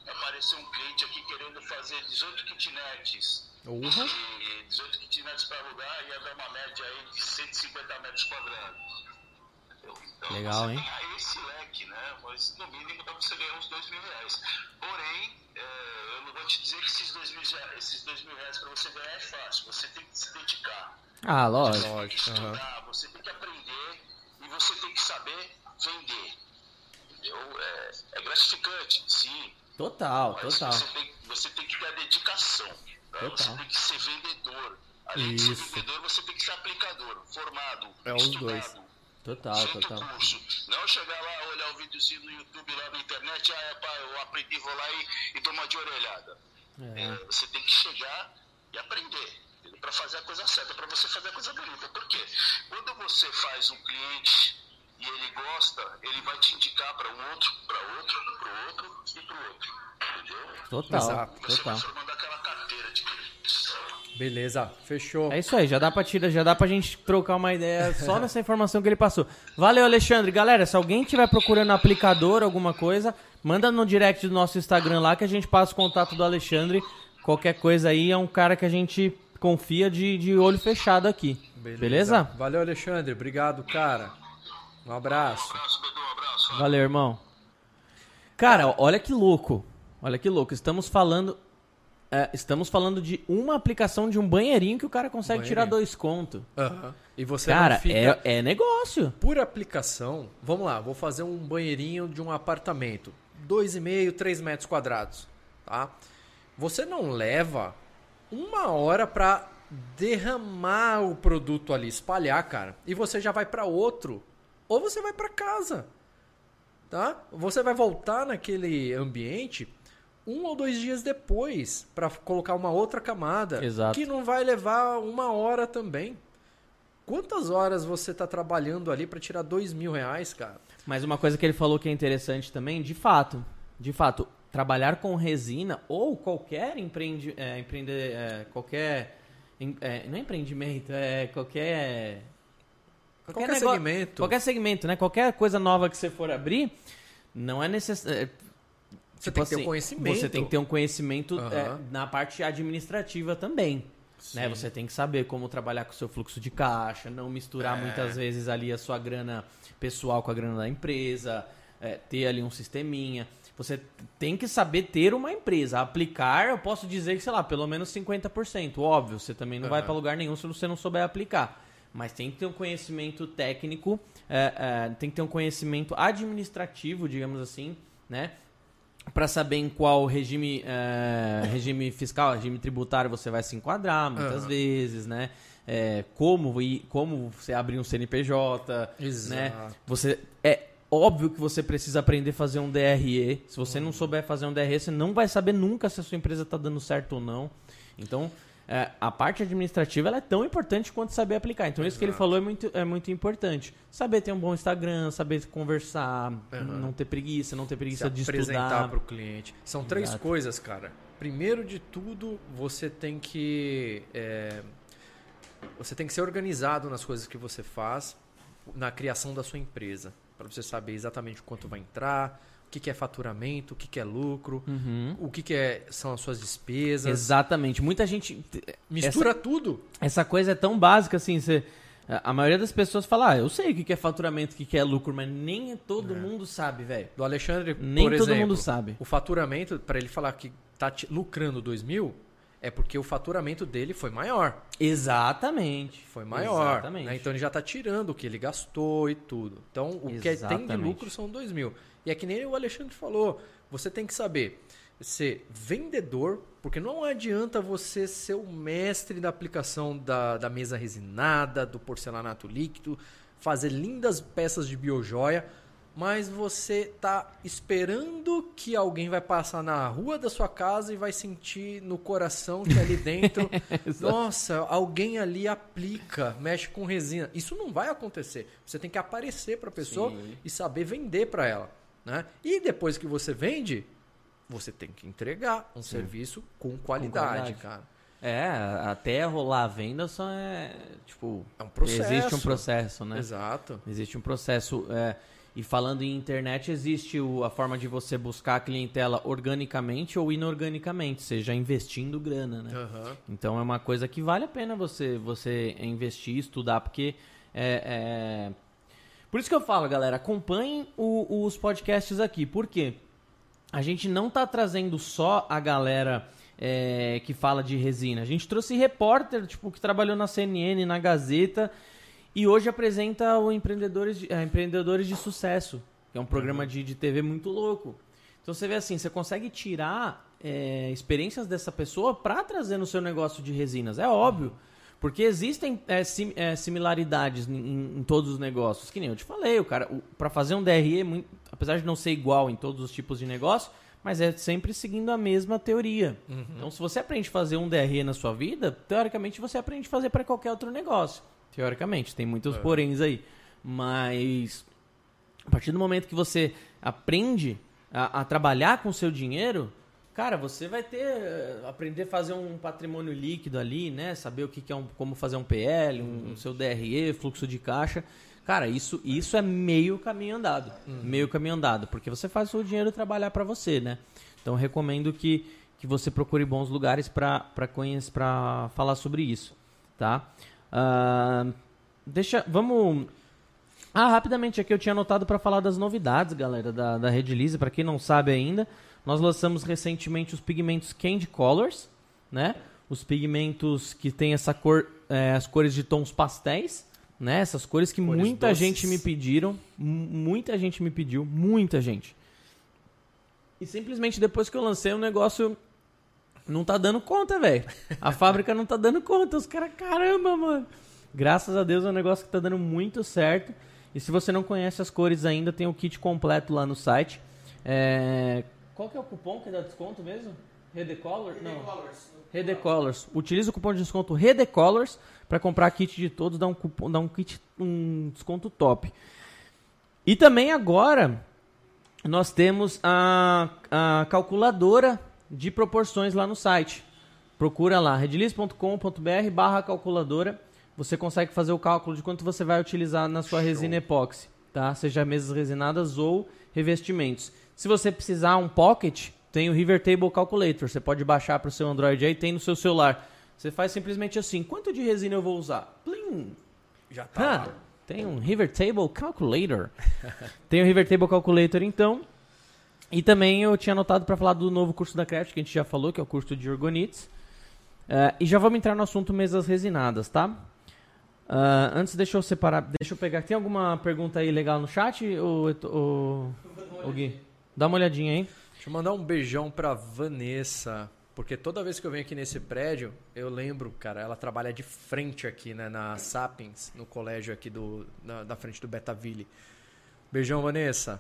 apareceu um cliente aqui querendo fazer dezoito kitnets. Uhum. E dezoito kitnets para alugar ia dar uma média aí de cento e cinquenta metros quadrados. Entendeu? Então, legal, você hein? ganha esse leque, né? Mas no mínimo dá para você ganhar uns dois mil reais. Porém, é, eu não vou te dizer que esses dois mil, esses dois mil reais para você ganhar é fácil. Você tem que se dedicar. Ah, lógico. Você tem que estudar, Uhum. você tem que aprender e você tem que saber vender. Entendeu? É, é gratificante, sim. Total, Mas total. Você, tem, você tem que ter a dedicação. Né? Total. Você tem que ser vendedor. Além Isso. de ser vendedor, você tem que ser aplicador, formado, É os estudado. dois. Total, Feito total. curso. Não chegar lá, olhar o videozinho no YouTube, lá na internet, ah, é, pá, eu aprendi, vou lá e, e dou uma de orelhada. É. É, você tem que chegar e aprender para fazer a coisa certa, para você fazer a coisa bonita. Por quê? Quando você faz um cliente e ele gosta, ele vai te indicar para um outro, para outro, para o outro e para o outro. Entendeu? Total, Exato. Você total. vai formando aquela carteira de clientes. Beleza, fechou. É isso aí, já dá pra tirar, já dá pra gente trocar uma ideia só nessa informação que ele passou. Valeu, Alexandre. Galera, se alguém estiver procurando aplicador, alguma coisa, manda no direct do nosso Instagram lá que a gente passa o contato do Alexandre. Qualquer coisa aí, é um cara que a gente confia de, de olho fechado aqui. Beleza. Beleza? Valeu, Alexandre. Obrigado, cara. Um abraço. Um abraço, Bedu, um abraço. Valeu, irmão. Cara, olha que louco. Olha que louco. Estamos falando... é, estamos falando de uma aplicação de um banheirinho que o cara consegue Banheirinho. tirar dois contos. Aham. E você Cara, não fica... é, é negócio. Por aplicação, vamos lá, vou fazer um banheirinho de um apartamento. dois e meio, três metros quadrados. Tá? Você não leva uma hora para derramar o produto ali, espalhar, cara. E você já vai para outro. Ou você vai para casa. Tá? Você vai voltar naquele ambiente um ou dois dias depois para colocar uma outra camada. Exato. Que não vai levar uma hora também. Quantas horas você está trabalhando ali para tirar dois mil reais, cara? Mas uma coisa que ele falou que é interessante também, de fato, de fato, trabalhar com resina ou qualquer empreende, é, empreender, é, qualquer, em- é, não é empreendimento, é qualquer, Qualquer negócio- segmento. qualquer segmento, né? Qualquer coisa nova que você for abrir, não é necessário. Você tem que ter um conhecimento. Você tem que ter um conhecimento Aham. é, na parte administrativa também. Né? Você tem que saber como trabalhar com o seu fluxo de caixa, não misturar É. muitas vezes ali a sua grana pessoal com a grana da empresa, é, ter ali um sisteminha. Você tem que saber ter uma empresa. Aplicar, eu posso dizer que, sei lá, pelo menos cinquenta por cento. Óbvio, você também não vai Aham. para lugar nenhum se você não souber aplicar. Mas tem que ter um conhecimento técnico, é, é, tem que ter um conhecimento administrativo, digamos assim, né? Para saber em qual regime, é, regime fiscal, regime tributário você vai se enquadrar muitas Aham. vezes, né? É, como, ir- como você abrir um C N P J, Exato. né? Você, é óbvio que você precisa aprender a fazer um D R E. Se você não souber fazer um D R E, você não vai saber nunca se a sua empresa está dando certo ou não. Então, é, a parte administrativa ela é tão importante quanto saber aplicar. Então, isso que ele Exato. falou é muito, é muito importante. Saber ter um bom Instagram, saber conversar, Aham. não ter preguiça, não ter Se preguiça de apresentar estudar. para o cliente. São três Exato. coisas, cara. Primeiro de tudo, você tem que é, você tem que ser organizado nas coisas que você faz na criação da sua empresa, para você saber exatamente quanto vai entrar, o que, que é faturamento, o que, que é lucro, Uhum. o que, que é, são as suas despesas. Exatamente. Muita gente... Mistura tudo. Essa coisa é tão básica, assim, você... A maioria das pessoas fala, ah, eu sei o que que é faturamento, o que que é lucro, mas nem todo mundo sabe, velho. Do Alexandre, Nem por todo exemplo, mundo sabe. o faturamento, para ele falar que está lucrando dois mil, é porque o faturamento dele foi maior. Exatamente. Foi maior. Exatamente. Né? Então ele já está tirando o que ele gastou e tudo. Então o que tem de Exatamente. lucro são dois mil. E é que nem o Alexandre falou, você tem que saber ser vendedor, porque não adianta você ser o mestre da aplicação da, da mesa resinada, do porcelanato líquido, fazer lindas peças de biojoia, mas você tá esperando que alguém vai passar na rua da sua casa e vai sentir no coração que ali dentro, nossa, alguém ali aplica, mexe com resina. Isso não vai acontecer. Você tem que aparecer para a pessoa Sim. e saber vender para ela, né? E depois que você vende, você tem que entregar um serviço com qualidade, qualidade. cara. É, até rolar a venda só é, tipo... É um processo. Existe um processo, né? Exato. Existe um processo. é, E falando em internet, existe o, a forma de você buscar a clientela organicamente ou inorganicamente, seja investindo grana, né? Aham. Então é uma coisa que vale a pena você, você investir, estudar, porque é, é... Por isso que eu falo, galera, acompanhem o- os podcasts aqui. Por quê? A gente não tá trazendo só a galera é, que fala de resina. A gente trouxe repórter, tipo, que trabalhou na C N N, na Gazeta, e hoje apresenta o Empreendedores de, é, Empreendedores de Sucesso, que é um programa de, de T V muito louco. Então você vê assim, você consegue tirar é, experiências dessa pessoa para trazer no seu negócio de resinas. É óbvio. Porque existem é, sim, é, similaridades em, em- em todos os negócios. Que nem eu te falei, o cara, para fazer um D R E, muito- apesar de não ser igual em todos os tipos de negócio, mas é sempre seguindo a mesma teoria. Então, se você aprende a fazer um D R E na sua vida, teoricamente você aprende a fazer para qualquer outro negócio. Teoricamente, tem muitos poréns aí. Mas a partir do momento que você aprende a, a trabalhar com o seu dinheiro, cara, você vai ter eh, aprender a fazer um patrimônio líquido ali, né? Saber o que, que é um, como fazer um P L, um, um seu D R E, fluxo de caixa. Cara, isso, isso é meio caminho andado. Meio caminho andado, porque você faz o seu dinheiro trabalhar para você, né? Então, eu recomendo que, que você procure bons lugares para conhecer, para falar sobre isso, tá? Ah, deixa, vamos... Ah, rapidamente aqui eu tinha anotado para falar das novidades, galera, da, da Redilize. Para quem não sabe ainda, nós lançamos recentemente os pigmentos Candy Colors, né? Os pigmentos que tem essa cor, é, as cores de tons pastéis, né? Essas cores que Cores muita doces. gente me pediram, mu- muita gente me pediu, muita gente. E simplesmente depois que eu lancei o negócio não tá dando conta, velho. A fábrica não tá dando conta. Os caras, caramba, mano. Graças a Deus é um negócio que tá dando muito certo. E se você não conhece as cores ainda, tem o kit completo lá no site. É... Qual que é o cupom que dá desconto mesmo? Redecolor? Não. Redecolors. Utiliza o cupom de desconto Redecolors para comprar kit de todos, dá um cupom, dá um kit, um desconto top. E também agora nós temos a, a calculadora de proporções lá no site. Procura lá, redilize ponto com ponto br barra calculadora. Você consegue fazer o cálculo de quanto você vai utilizar na sua resina epóxi, tá? Seja mesas resinadas ou revestimentos. Se você precisar um pocket, tem o River Table Calculator. Você pode baixar para o seu Android aí, tem no seu celular. Você faz simplesmente assim, quanto de resina eu vou usar? Plim! Já tá. Ah, tem um River Table Calculator. Tem o River Table Calculator, então. E também eu tinha anotado para falar do novo curso da Craft, que a gente já falou, que é o curso de Orgonites. Uh, e já vamos entrar no assunto mesas resinadas, tá? Uh, antes, deixa eu separar, deixa eu pegar. Tem alguma pergunta aí legal no chat, ô, ô, ô Gui? Dá uma olhadinha aí. Deixa eu mandar um beijão pra Vanessa, porque toda vez que eu venho aqui nesse prédio, eu lembro, cara, ela trabalha de frente aqui, né, na Sapiens, no colégio aqui do, na, da frente do Betaville. Beijão, Vanessa.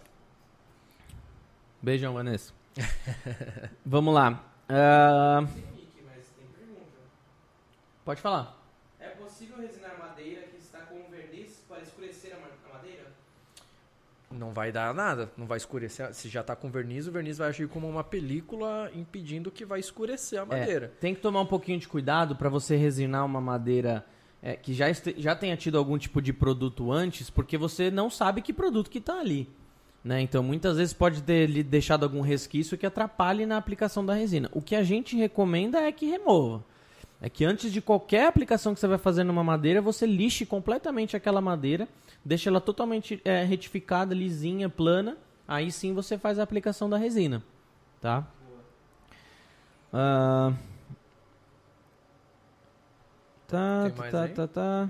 Beijão, Vanessa. Vamos lá. Uh, Nick, mas tem pergunta. pode falar. É possível resinar madeira que está com verniz para escurecer a ma- a madeira? Não vai dar nada, não vai escurecer. Se já tá com verniz, o verniz vai agir como uma película impedindo que vai escurecer a madeira. É, tem que tomar um pouquinho de cuidado para você resinar uma madeira é, que já, este, já tenha tido algum tipo de produto antes, porque você não sabe que produto que está ali. Né? Então, muitas vezes pode ter lhe deixado algum resquício que atrapalhe na aplicação da resina. O que a gente recomenda é que remova. É que antes de qualquer aplicação que você vai fazer numa madeira, você lixe completamente aquela madeira, deixa ela totalmente é, retificada, lisinha, plana. Aí sim você faz a aplicação da resina. Tá? Ah, tá, Tem mais tá, aí? tá, tá.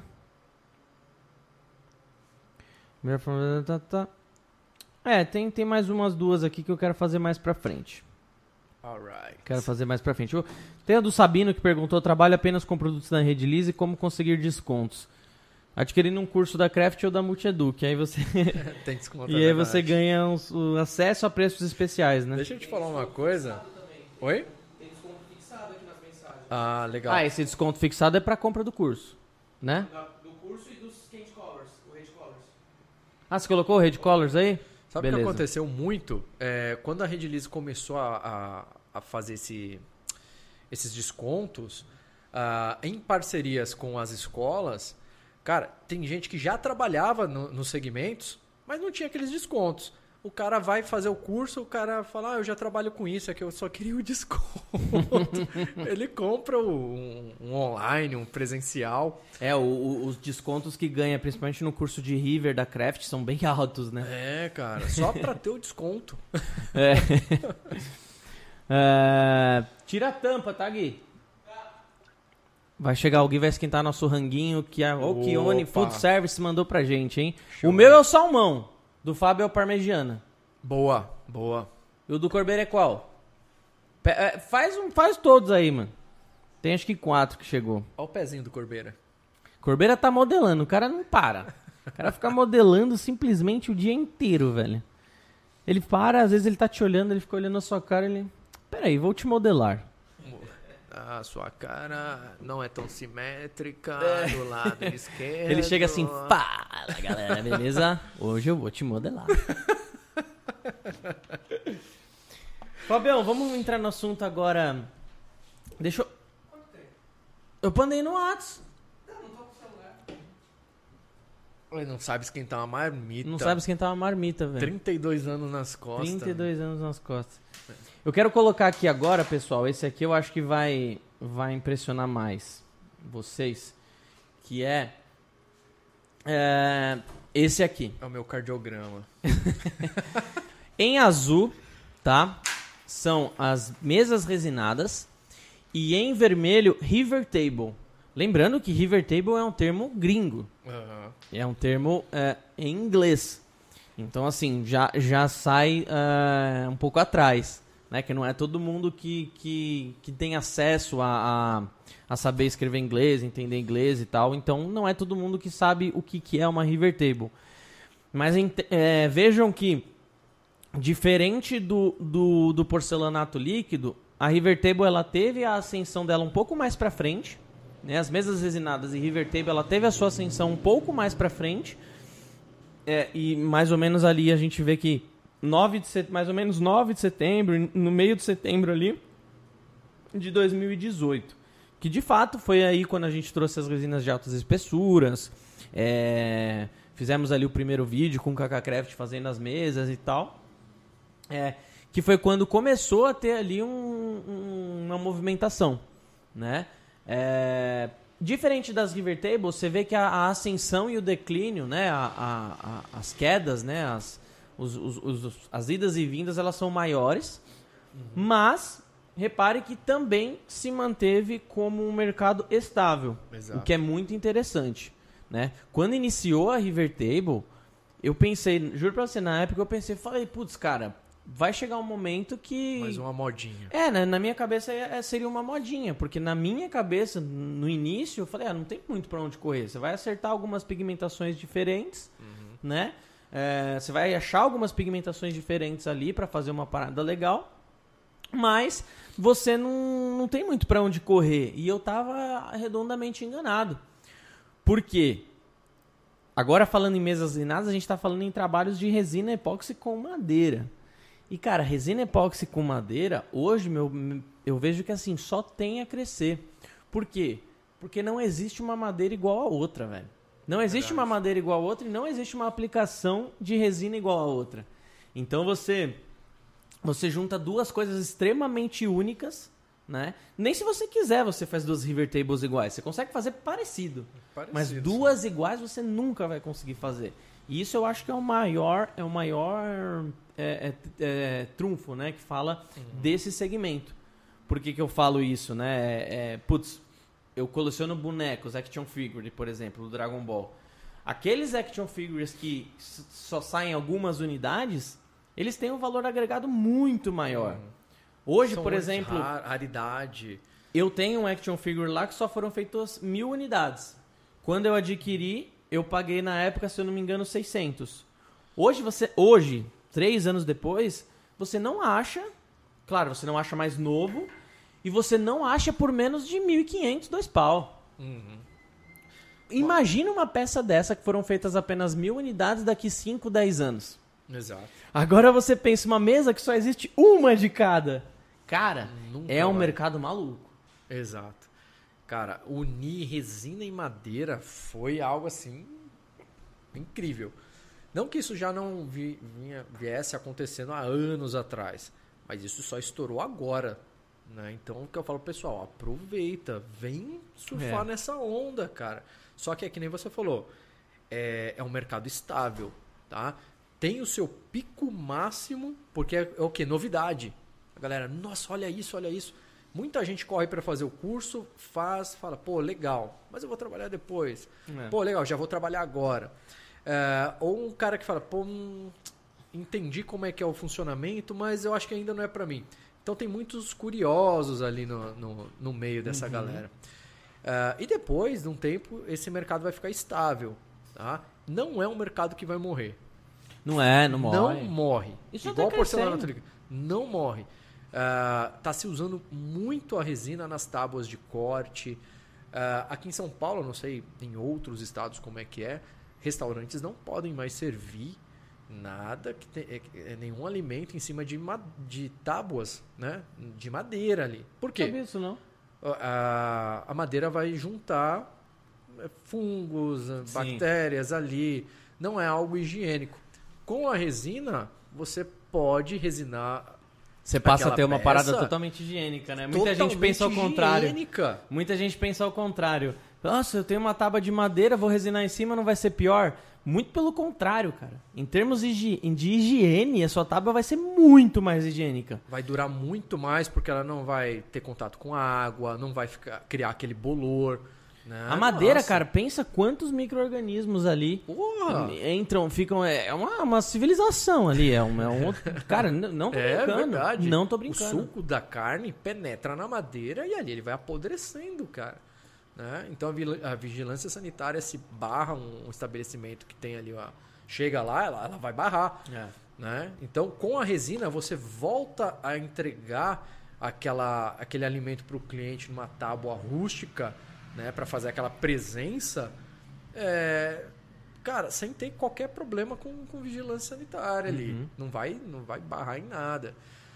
Melhor forma- tá, tá. É, tem, tem mais umas duas aqui que eu quero fazer mais pra frente. Alright. Quero fazer mais pra frente. Eu- Tem a do Sabino que perguntou: trabalho apenas com produtos da Redilize e como conseguir descontos? Adquirindo um curso da Craft ou da Multieduc. Aí você Tem desconto. e é aí você verdade. ganha uns- o acesso a preços especiais, né? Deixa eu te falar uma coisa. Oi? Tem desconto fixado aqui nas mensagens. Ah, legal. Ah, esse desconto fixado é pra compra do curso, né? Da- do curso e dos Candy Colors, o Red Colors. Ah, você colocou o Red Colors aí? Sabe o que Beleza. aconteceu muito? É, quando a Redilize começou a, a, a fazer esse, esses descontos, ah, em parcerias com as escolas, cara, tem gente que já trabalhava no- nos segmentos, mas Mas não tinha aqueles descontos. O cara vai fazer o curso, o cara fala, ah, eu já trabalho com isso, é que eu só queria o desconto. Ele compra um, um online, um presencial. É, o- o- os descontos que ganha, principalmente no curso de River da Craft, são bem altos, né? É, cara, só pra ter o desconto. É. É, tira a tampa, tá, Gui? Vai chegar alguém, vai esquentar nosso ranguinho que a o Kione Opa. Food Service mandou pra gente, hein? Show. O meu é o salmão, do Fábio é o parmegiana. Boa, boa. E o do Corbeiro é qual? Pe- é, faz, um, faz todos aí, mano. Tem acho que quatro que chegou. Olha o pezinho do Corbeira. Corbeira tá modelando, o cara não para. O cara fica modelando simplesmente o dia inteiro, velho. Ele para, às vezes ele tá te olhando, ele fica olhando a sua cara, ele... Peraí, vou te modelar. A sua cara não é tão simétrica do lado esquerdo. Ele chega assim, fala galera, beleza? Hoje eu vou te modelar. Fabião, vamos entrar no assunto agora. Deixa eu... Eu pandei no Whats. Ele não sabe esquentar uma marmita. Não sabe esquentar uma marmita, velho. trinta e dois anos nas costas. trinta e dois anos nas costas. Eu quero colocar aqui agora, pessoal, esse aqui eu acho que vai, vai impressionar mais vocês, que é, é esse aqui. É o meu cardiograma. Em azul, tá? São as mesas resinadas e em vermelho, River Table. Lembrando que River Table é um termo gringo. Aham. É um termo é, em inglês. Então, assim, já, já sai é, um pouco atrás. Né? Que não é todo mundo que, que, que tem acesso a, a, a saber escrever inglês, entender inglês e tal. Então, não é todo mundo que sabe o que, que é uma River Table. Mas é, vejam que, diferente do, do, do porcelanato líquido, a River Table ela teve a ascensão dela um pouco mais para frente. Né? As mesas resinadas e River Table ela teve a sua ascensão um pouco mais para frente. É, e mais ou menos ali a gente vê que nove de set... mais ou menos nove de setembro, no meio de setembro ali, de dois mil e dezoito. Que de fato foi aí quando a gente trouxe as resinas de altas espessuras. É... Fizemos ali o primeiro vídeo com o Kaká Craft fazendo as mesas e tal. É... Que foi quando começou a ter ali um... um... uma movimentação. Né? É... Diferente das River Tables, você vê que a, a ascensão e o declínio, né? a, a, a, as quedas, né? as, os, os, os, as idas e vindas, elas são maiores. Uhum. Mas, repare que também se manteve como um mercado estável. Exato. O que é muito interessante. Né? Quando iniciou a River Table, eu pensei, juro pra você, na época eu pensei, falei, putz, cara, vai chegar um momento que... Mais uma modinha. É, né? Na minha cabeça é, seria uma modinha, porque na minha cabeça, no início, eu falei, ah, não tem muito pra onde correr. Você vai acertar algumas pigmentações diferentes, uhum. né? É, você vai achar algumas pigmentações diferentes ali pra fazer uma parada legal, mas você não, não tem muito pra onde correr. E eu tava redondamente enganado. Por quê? Agora, falando em mesas resinadas, a gente tá falando em trabalhos de resina epóxi com madeira. E, cara, resina epóxi com madeira, hoje meu, eu vejo que assim, só tem a crescer. Por quê? Porque não existe uma madeira igual a outra, velho. Não existe Verdade. uma madeira igual a outra e não existe uma aplicação de resina igual a outra. Então você, você junta duas coisas extremamente únicas, né? Nem se você quiser você faz duas River Tables iguais. Você consegue fazer parecido. parecido mas duas sim. iguais você nunca vai conseguir fazer. E isso eu acho que é o maior, é o maior é, é, é, trunfo, né? Que fala uhum. desse segmento. Por que, que eu falo isso, né? É, é, putz, eu coleciono bonecos, action figure, por exemplo, do Dragon Ball. Aqueles action figures que só saem algumas unidades, eles têm um valor agregado muito maior. Uhum. Hoje, São por exemplo... Rar, raridade. Eu tenho um action figure lá que só foram feitas mil unidades. Quando eu adquiri... Eu paguei na época, se eu não me engano, seiscentos. Hoje, você, hoje, três anos depois, você não acha... Claro, você não acha mais novo. E você não acha por menos de mil e quinhentos, dois pau. Uhum. Imagina uma peça dessa que foram feitas apenas mil unidades daqui cinco, dez anos. Exato. Agora você pensa uma mesa que só existe uma de cada. Cara, Nunca é um vai. mercado maluco. Exato. Cara, unir resina e madeira foi algo assim incrível. Não que isso já não vi, vinha, viesse acontecendo há anos atrás, mas isso só estourou agora. Né? Então, o que eu falo, pessoal, aproveita, vem surfar É. nessa onda, cara. Só que é que nem você falou, é, é um mercado estável, tá? Tem o seu pico máximo, porque é, é o que? Novidade. A galera, nossa, olha isso, olha isso. Muita gente corre para fazer o curso, faz, fala, pô, legal, mas eu vou trabalhar depois. É. Pô, legal, já vou trabalhar agora. É, ou um cara que fala, pô, hum, entendi como é que é o funcionamento, mas eu acho que ainda não é para mim. Então tem muitos curiosos ali no, no, no meio dessa Uhum. galera. É, e depois de um tempo, esse mercado vai ficar estável. Tá? Não é um mercado que vai morrer. Não é, não morre. Não morre. Isso Igual tá porcelana crescendo. tríplica. Não morre. Está se usando muito a resina nas tábuas de corte. Uh, aqui em São Paulo, não sei em outros estados como é que é, restaurantes não podem mais servir nada, que tem, é, é, nenhum alimento em cima de, ma- de tábuas, né? De madeira ali. Por Não quê? sabia isso, não. A, a madeira vai juntar é, fungos, Sim. bactérias ali. Não é algo higiênico. Com a resina, você pode resinar. Você passa Aquela a ter uma peça parada totalmente higiênica, né? Muita gente totalmente pensa ao contrário. higiênica. Muita gente pensa ao contrário. Nossa, eu tenho uma tábua de madeira, vou resinar em cima, não vai ser pior? Muito pelo contrário, cara. Em termos de higie- de higiene, a sua tábua vai ser muito mais higiênica. Vai durar muito mais porque ela não vai ter contato com a água, não vai ficar, criar aquele bolor. Né? A madeira, Nossa. cara, pensa quantos micro-organismos ali Porra! entram, ficam... É é uma, uma civilização ali, é um, é um outro... Cara, n- não tô É brincando. verdade. Não tô O brincando. suco da carne penetra na madeira e ali ele vai apodrecendo, cara. Né? Então a vil- a vigilância sanitária se barra um, um estabelecimento que tem ali, ó, chega lá, ela, ela vai barrar. É. Né? Então, com a resina, você volta a entregar aquela, aquele alimento para o cliente numa tábua rústica, né? Para fazer aquela presença, é, cara, sem ter qualquer problema com, com vigilância sanitária ali. Uhum. Não vai, não vai barrar em nada.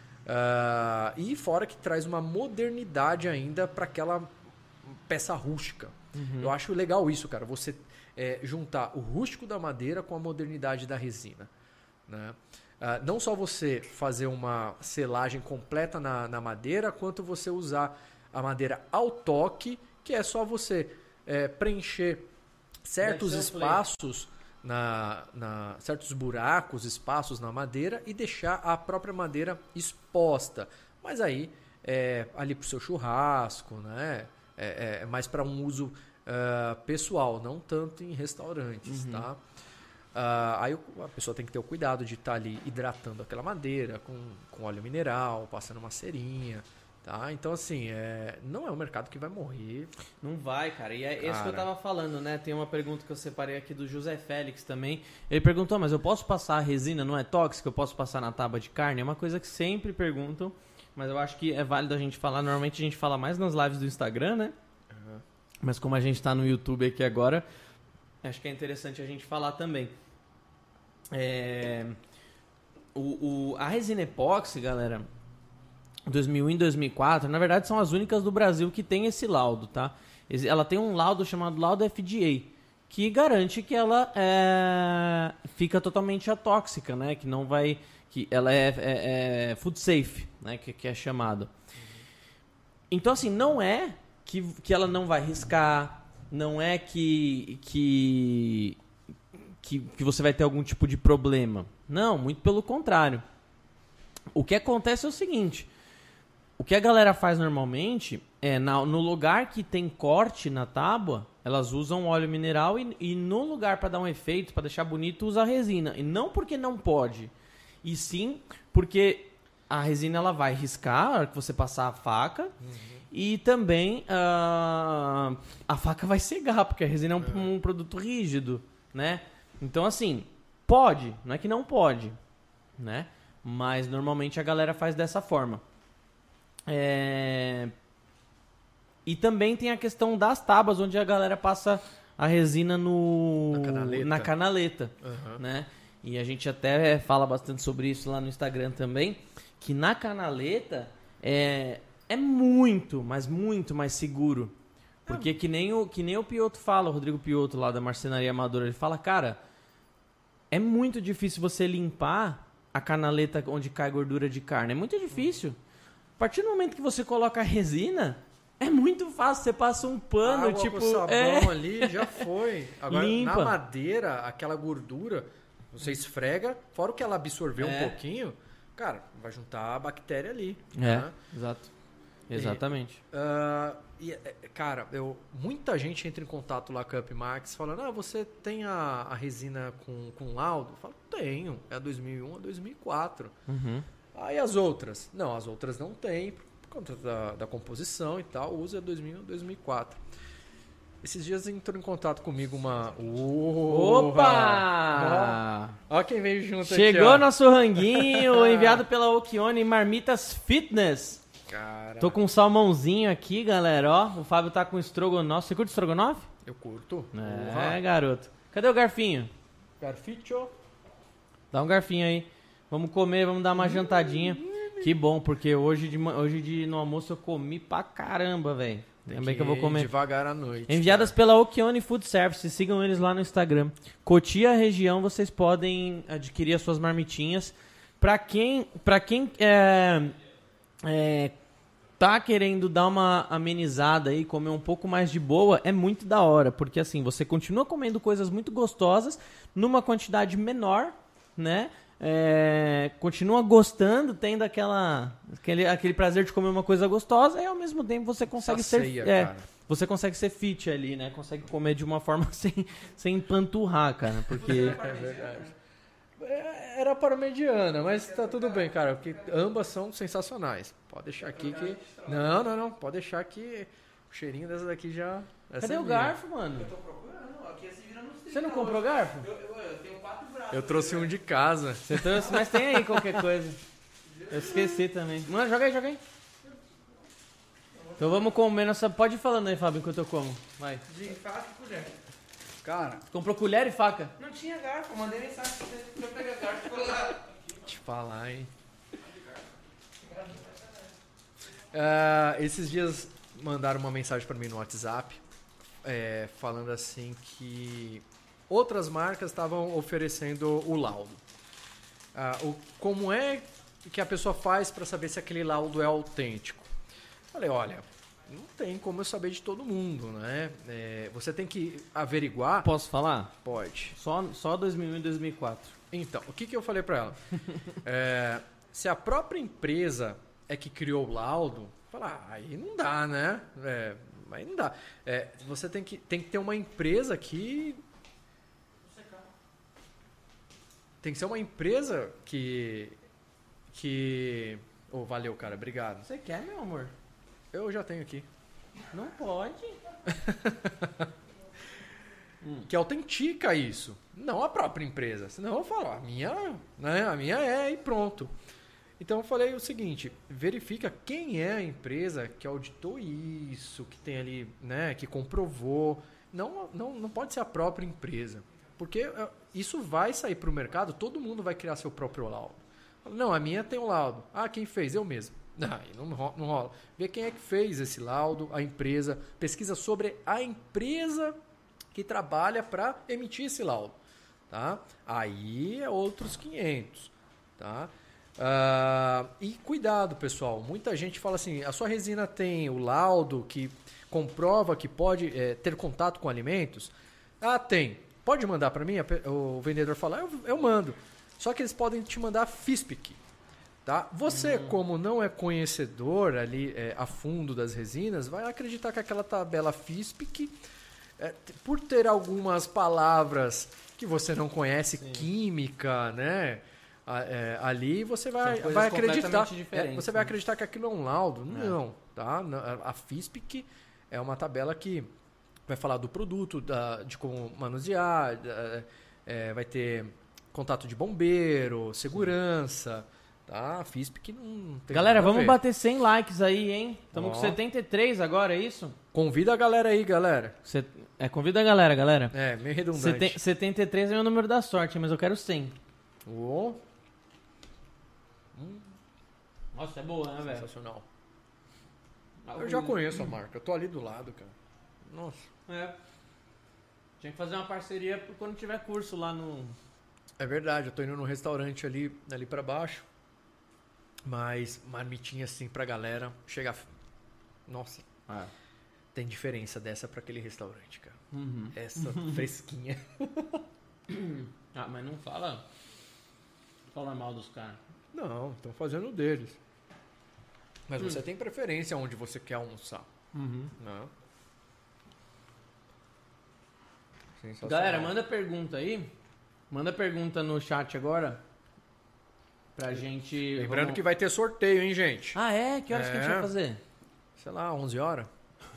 Ah, e fora que traz uma modernidade ainda para aquela peça rústica. Uhum. Eu acho legal isso, cara. Você é, juntar o rústico da madeira com a modernidade da resina. Né? Ah, não só você fazer uma selagem completa na, na madeira, quanto você usar a madeira ao toque, que é só você é, preencher certos Deve ser um espaços, na, na, certos buracos, espaços na madeira e deixar a própria madeira exposta. Mas aí, é, ali para o seu churrasco, né? é, é mais para um uso uh, pessoal, não tanto em restaurantes. Uhum. Tá? Uh, aí a pessoa tem que ter o cuidado de estar ali hidratando aquela madeira com, com óleo mineral, passando uma cerinha. Tá? Então, assim, é, não é um mercado que vai morrer. Não vai, cara. E é isso que eu Cara. tava falando, né? Tem uma pergunta que eu separei aqui do José Félix também. Ele perguntou, mas eu posso passar a resina, não é tóxica? Eu posso passar na tábua de carne? É uma coisa que sempre perguntam, mas eu acho que é válido a gente falar. Normalmente a gente fala mais nas lives do Instagram, né? Uhum. Mas como a gente tá no YouTube aqui agora, acho que é interessante a gente falar também. É... O, o... A resina epóxi, galera... dois mil e um e dois mil e quatro, na verdade são as únicas do Brasil que tem esse laudo, tá? Ela tem um laudo chamado laudo F D A, que garante que ela é, fica totalmente atóxica, né? Que não vai, que ela é, é, é food safe, né? Que, que é chamado. Então assim, não é que, que ela não vai riscar, não é que, que que que você vai ter algum tipo de problema. Não, muito pelo contrário. O que acontece é o seguinte. O que a galera faz normalmente é, na, no lugar que tem corte na tábua, elas usam óleo mineral e, e no lugar para dar um efeito, para deixar bonito, usa a resina. E não porque não pode, e sim porque a resina ela vai riscar na hora que você passar a faca, uhum. E também uh, a faca vai cegar, porque a resina é um, uhum. um produto rígido, né? Então assim, pode, não é que não pode, né? Mas normalmente a galera faz dessa forma. É... E também tem a questão das tábuas, onde a galera passa a resina no... na canaleta, na canaleta uhum. né? E a gente até fala bastante sobre isso lá no Instagram também, que na canaleta é, é muito, mas muito mais seguro. Porque que nem, o, que nem o Pioto fala, o Rodrigo Pioto lá da Marcenaria Amadora, ele fala, cara, é muito difícil você limpar a canaleta onde cai gordura de carne. É muito difícil. A partir do momento que você coloca a resina, é muito fácil. Você passa um pano, Água tipo... com sabão é... ali, já foi. Agora, Limpa. na madeira, aquela gordura, você esfrega, fora o que ela absorveu É. um pouquinho, cara, vai juntar a bactéria ali. É, né? exato. Exatamente. Ah, e, é, cara, eu, muita gente entra em contato lá com a Upmax falando, ah, você tem a, a resina com, com laudo? Eu falo, tenho, é a dois mil e um a dois mil e quatro. Uhum. Aí as outras? Não, as outras não tem, por conta da, da composição e tal, usa dois mil a dois mil e quatro. Esses dias entrou em contato comigo uma... Opa! Ó quem veio junto Chegou aqui, ó. nosso ranguinho, enviado pela Okione Marmitas Fitness. Cara, Tô com um salmãozinho aqui, galera, ó. O Fábio tá com estrogonofe. Você curte estrogonofe? eu curto. É, garoto. Cadê o garfinho? Garficho. Dá um garfinho aí. Vamos comer, vamos dar uma jantadinha. Que bom, porque hoje, de, ma- hoje de, no almoço eu comi pra caramba, velho. Também que eu vou comer. Devagar à noite. Enviadas pela Okione Food Service. Sigam eles lá no Instagram. Cotia região, vocês podem adquirir as suas marmitinhas. Pra quem, pra quem é, é, tá querendo dar uma amenizada aí, comer um pouco mais de boa, é muito da hora. Porque assim, você continua comendo coisas muito gostosas numa quantidade menor, né? É, continua gostando, tendo aquela, aquele, aquele prazer de comer uma coisa gostosa e ao mesmo tempo você consegue Sacia, ser é, cara. você consegue ser fit ali, né? Consegue comer de uma forma sem, sem empanturrar, cara, porque É verdade. É, Era para mediana, mas tá tudo bem, cara, porque ambas são sensacionais. Pode deixar aqui que... Não, não, não. Pode deixar que o cheirinho dessa daqui já... essa cadê é o minha. garfo, mano? Eu tô procurando, aqui se vira nos trinta. Você não comprou garfo? Eu, eu, eu tenho quatro braços. Eu trouxe um de casa. Você trouxe, mas tem aí qualquer coisa. Eu esqueci também. Mano, joga aí, joga aí. Então vamos comer nossa... Pode ir falando aí, Fábio, enquanto eu como. Vai. De faca e colher. Cara, Comprou colher e faca? Não tinha garfo, eu mandei mensagem pra você pra eu pegar garfo e colar. Te falar, hein? Ah, esses dias mandaram uma mensagem para mim no WhatsApp é, falando assim que outras marcas estavam oferecendo o laudo. Ah, o, como é que a pessoa faz para saber se aquele laudo é autêntico? Falei, olha, não tem como eu saber de todo mundo, né? É, você tem que averiguar. Posso falar? Pode. Só, só dois mil e um e dois mil e quatro. Então, o que, que eu falei para ela? É, se a própria empresa é que criou o laudo, falar, ah, aí não dá, né? É, aí não dá. É, você tem que, tem que ter uma empresa que... Tem que ser uma empresa que... que... Oh, valeu, cara. Obrigado. Você quer, meu amor? Eu já tenho aqui. Não pode. Que autentica isso. Não a própria empresa. Senão eu falo, a minha, né, a minha é e pronto. Então eu falei o seguinte, verifica quem é a empresa que auditou isso, que tem ali, né, que comprovou. Não, não, não pode ser a própria empresa. Porque é, isso vai sair para o mercado, todo mundo vai criar seu próprio laudo. Não, a minha tem um laudo. Ah, quem fez? Eu mesmo. Não, não, ro- não rola. Vê quem é que fez esse laudo, a empresa. Pesquisa sobre a empresa que trabalha para emitir esse laudo. Tá? Aí é outros quinhentos. Tá? Ah, e cuidado, pessoal. Muita gente fala assim, a sua resina tem o laudo que comprova que pode é, ter contato com alimentos? Ah, tem. Pode mandar para mim? A pe- O vendedor fala, eu, eu mando. Só que eles podem te mandar FISPIC. Tá? Você, como não é conhecedor ali é, a fundo das resinas, vai acreditar que aquela tabela FISPIC, é, t- por ter algumas palavras que você não conhece, química, né? A- é, ali você vai, São coisas vai acreditar. completamente é, diferentes, você vai né? acreditar que aquilo é um laudo? Não. Tá? Não, a- A FISPIC é uma tabela que vai falar do produto, da, de como manusear, da- é, vai ter contato de bombeiro, segurança. Tá, FISPIC não tem Galera, nada a vamos ver. bater cem likes aí, hein? Estamos Ó. com setenta e três agora, é isso? Convida a galera aí, galera. Cê- É, convida a galera, galera. É, meio redundante. Seten- setenta e três é o número da sorte, mas eu quero cem. Ô, Nossa, é boa, né, velho? sensacional. Eu já conheço a marca, eu tô ali do lado, cara. Nossa. É. Tinha que fazer uma parceria por quando tiver curso lá no, É verdade, eu tô indo num restaurante ali, ali pra baixo, mas marmitinha assim pra galera, chega... Nossa, Ah. tem diferença dessa pra aquele restaurante, cara. Uhum. Essa fresquinha. Ah, mas não fala... Fala mal dos caras. Não, estão fazendo deles. Mas você tem preferência onde você quer almoçar. Uhum. Não. Sensacional. Galera, manda pergunta aí. Manda pergunta no chat agora. Pra gente... Lembrando vamos- que vai ter sorteio, hein, gente? Ah, é? Que horas que a gente É. vai fazer? Sei lá, onze horas?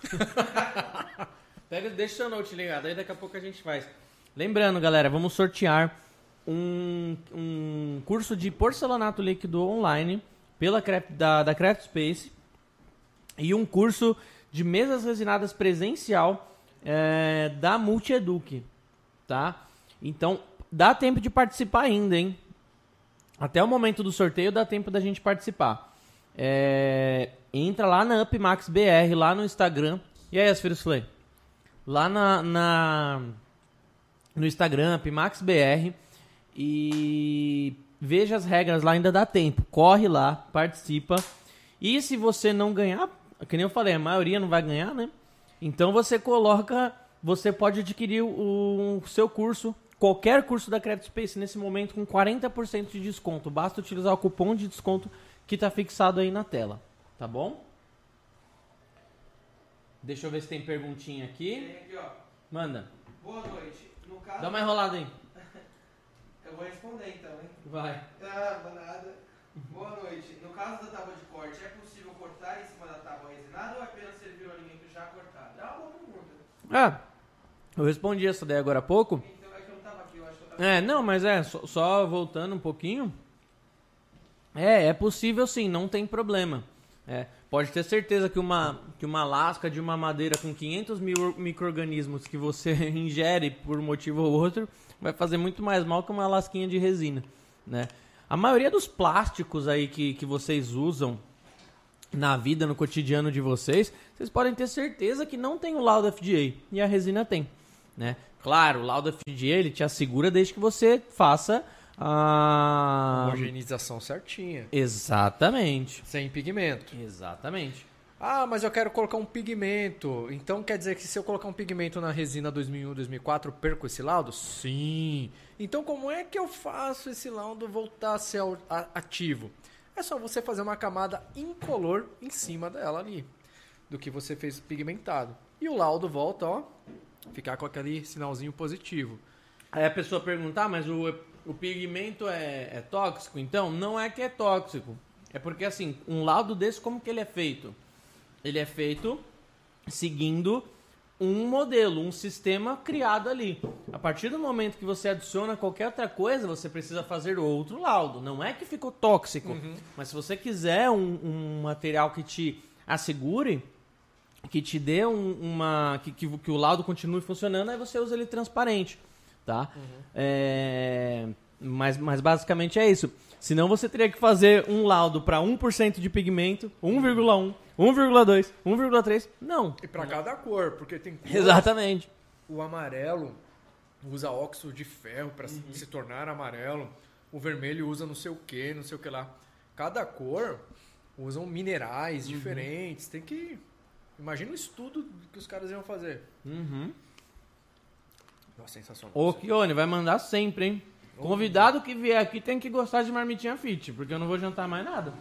Pega, deixa o seu note ligado, aí daqui a pouco a gente faz. Lembrando, galera, vamos sortear um, um curso de porcelanato líquido online pela Craft, da, da Craft Space e um curso de mesas resinadas presencial é, da Multieduc, tá? Então, dá tempo de participar ainda, hein? Até o momento do sorteio dá tempo da gente participar. É, entra lá na UpMax B R, lá no Instagram. E aí, Asferus Flay? Lá na, na, no Instagram, UpMax B R. E veja as regras lá, ainda dá tempo. Corre lá, participa. E se você não ganhar, que nem eu falei, a maioria não vai ganhar, né? Então você coloca, você pode adquirir o, o seu curso, qualquer curso da Craft Space nesse momento com quarenta por cento de desconto. Basta utilizar o cupom de desconto que está fixado aí na tela, tá bom? Deixa eu ver se tem perguntinha aqui. Tem aqui, ó. Manda. Boa noite. No caso... Dá uma enrolada aí. Eu vou responder então, hein? Vai. Ah, não nada. Boa noite. No caso da tábua de corte, é possível cortar em cima da tábua resinada ou é apenas servir o alimento já cortado? É uma boa pergunta. Ah, eu respondi essa daí agora há pouco. Então é que eu não tava aqui, eu acho que eu tava... É, não, mas é, só, só voltando um pouquinho. É, é possível sim, não tem problema. É, pode ter certeza que uma, que uma lasca de uma madeira com quinhentos mil micro-organismos que você ingere por um motivo ou outro vai fazer muito mais mal que uma lasquinha de resina, né? A maioria dos plásticos aí que, que vocês usam na vida, no cotidiano de vocês, vocês podem ter certeza que não tem o laudo F D A e a resina tem, né? Claro, o laudo F D A ele te assegura desde que você faça a... Homogeneização certinha. Exatamente. Sem pigmento. Exatamente. Ah, mas eu quero colocar um pigmento. Então quer dizer que se eu colocar um pigmento na resina dois mil e um, dois mil e quatro, eu perco esse laudo? Sim. Então como é que eu faço esse laudo voltar a ser ativo? É só você fazer uma camada incolor em cima dela ali, do que você fez pigmentado. E o laudo volta, ó, ficar com aquele sinalzinho positivo. Aí a pessoa pergunta, ah, mas o, o pigmento é, é tóxico? Então, não é que é tóxico. É porque, assim, um laudo desse, como que ele é feito? Ele é feito seguindo um modelo, um sistema criado ali. A partir do momento que você adiciona qualquer outra coisa, você precisa fazer outro laudo. Não é que ficou tóxico, Uhum. mas se você quiser um, um material que te assegure, que te dê um, uma... Que, que, que o laudo continue funcionando, aí você usa ele transparente, tá? Uhum. É, mas, mas basicamente é isso. Senão você teria que fazer um laudo para um por cento de pigmento, um vírgula um, um vírgula dois, um vírgula três. Não. E pra cada cor, porque tem cor, Exatamente. o amarelo usa óxido de ferro para Uhum. se tornar amarelo, o vermelho usa não sei o que, não sei o que lá. Cada cor usam minerais Uhum. diferentes, tem que... Imagina o estudo que os caras iam fazer. Uhum. Nossa, sensacional. Ô, Kione, vai mandar sempre, hein? Convidado que vier aqui tem que gostar de marmitinha fit, porque eu não vou jantar mais nada.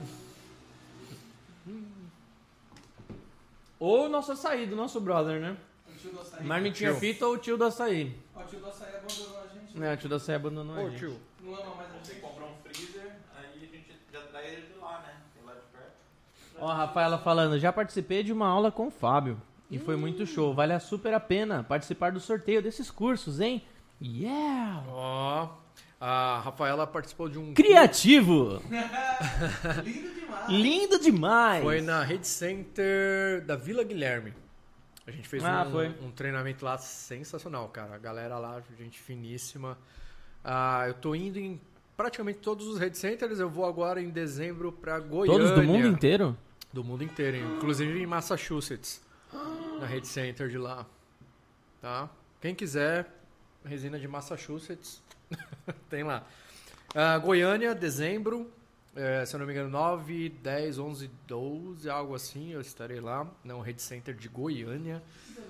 Ou o nosso açaí do nosso brother, né? O tio do açaí. Marmitinha Tio. fit ou o tio do açaí. Ó, o tio do açaí abandonou a gente. É, o tio do açaí abandonou a Ô, gente. tio, Não ama mais a Você gente. compra um freezer, aí a gente já traz ele de lá, né? Tem lá de perto. Ó, a Rafaela falando, já participei de uma aula com o Fábio. E foi muito show. Vale super a pena participar do sorteio desses cursos, hein? Yeah! ó, a Rafaela participou de um... Criativo! Lindo demais. Lindo demais! Foi na Rede Center da Vila Guilherme. A gente fez Ah, um, foi. um treinamento lá sensacional, cara. A galera lá, gente finíssima. Ah, eu tô indo em praticamente todos os Rede Centers. Eu vou agora em dezembro pra Goiânia. Todos do mundo inteiro? Do mundo inteiro, inclusive em Massachusetts. Na Rede Center de lá. Tá? Quem quiser, resina de Massachusetts. Tem lá. Uh, Goiânia, dezembro. É, se eu não me engano, nove, dez, onze, doze, algo assim. Eu estarei lá. No Rede Center de Goiânia.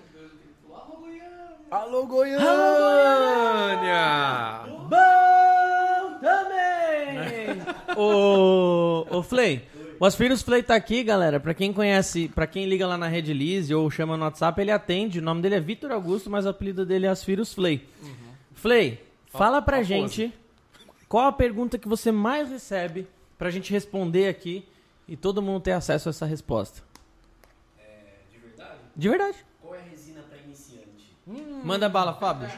Alô, Goiânia! Alô, Goiânia! Bom também! ô, ô, Flay, o Asfiros Flay tá aqui, galera. Pra quem conhece, pra quem liga lá na Red Lise ou chama no WhatsApp, ele atende. O nome dele é Vitor Augusto, mas o apelido dele é Asfiros Flay. Uhum. Flay, fala pra gente qual a pergunta que você mais recebe pra gente responder aqui e todo mundo ter acesso a essa resposta. É, de verdade? De verdade. Qual é a resina para iniciante? Hum. Manda bala, Fábio.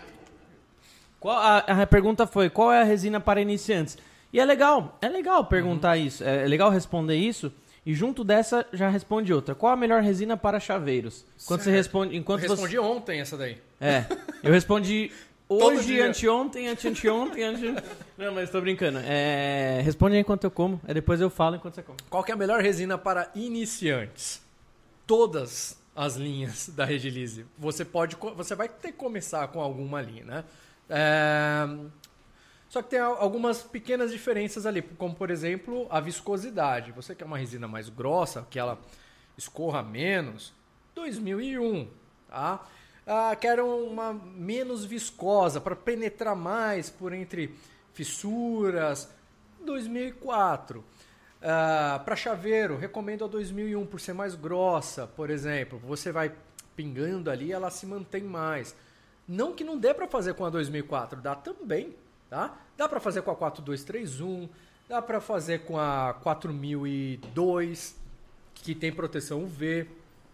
Qual a, a pergunta foi, qual é a resina para iniciantes? E é legal, é legal perguntar uhum. isso, é legal responder isso, e junto dessa já responde outra. Qual a melhor resina para chaveiros? Quando certo. você responde, enquanto eu respondi você... ontem essa daí. É, eu respondi hoje, anteontem, anteontem, ante... Não, mas tô brincando. É... Responde aí enquanto eu como, aí depois eu falo enquanto você come. Qual que é a melhor resina para iniciantes? Todas as linhas da Red Lise. Você pode, você vai ter que começar com alguma linha, né? É... Só que tem algumas pequenas diferenças ali, como por exemplo a viscosidade. Você quer uma resina mais grossa, que ela escorra menos, dois mil e um, tá? Ah, quero uma menos viscosa para penetrar mais por entre fissuras, dois mil e quatro. Uh, para chaveiro, recomendo a dois mil e um por ser mais grossa, por exemplo. Você vai pingando ali, ela se mantém mais. Não que não dê para fazer com a dois mil e quatro, dá também, tá? Dá para fazer com a quatro dois três um, dá para fazer com a quatro mil e dois, que tem proteção U V.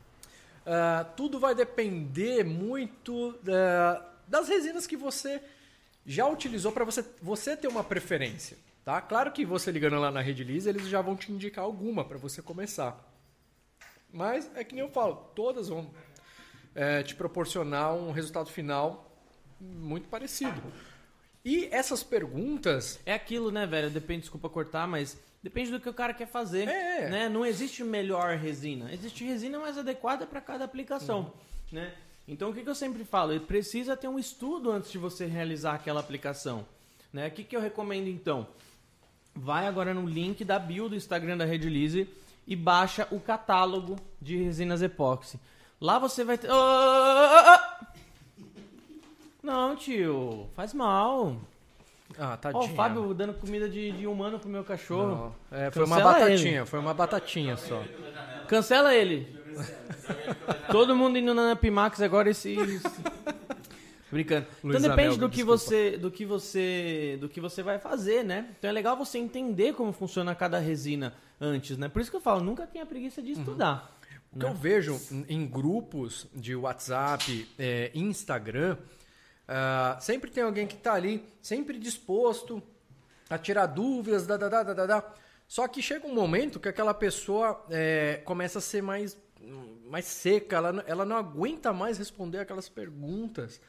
Uh, tudo vai depender muito uh, das resinas que você já utilizou para você, você ter uma preferência. Tá? Claro que você ligando lá na Red Lise, eles já vão te indicar alguma para você começar. Mas é que nem eu falo, todas vão é, te proporcionar um resultado final muito parecido. E essas perguntas... É aquilo, né, velho? Depende, desculpa cortar, mas depende do que o cara quer fazer. É. Né? Não existe melhor resina. Existe resina mais adequada para cada aplicação. Uhum. Né? Então, o que, que eu sempre falo? Ele precisa ter um estudo antes de você realizar aquela aplicação. Né? O que, que eu recomendo, então? Vai agora no link da bio do Instagram da Red Lise e baixa o catálogo de resinas epóxi. Lá você vai ter... Oh, oh, oh! Não, tio. Faz mal. Ah, tadinho. Ó, o Fábio dando comida de, de humano pro meu cachorro. É, foi uma batatinha. Ele. Foi uma batatinha só. Cancela ele. Todo mundo indo na Pimax agora esse... Brincando. Luiz então depende Amel, do que desculpa. você, do que você, do que você vai fazer, né? Então é legal você entender como funciona cada resina antes, né? Por isso que eu falo, nunca tenha preguiça de estudar. Uhum. O que né? eu vejo em grupos de WhatsApp, é, Instagram, uh, sempre tem alguém que está ali, sempre disposto a tirar dúvidas, da, da, da, da, da. Só que chega um momento que aquela pessoa é, começa a ser mais, mais seca, ela, ela não aguenta mais responder aquelas perguntas.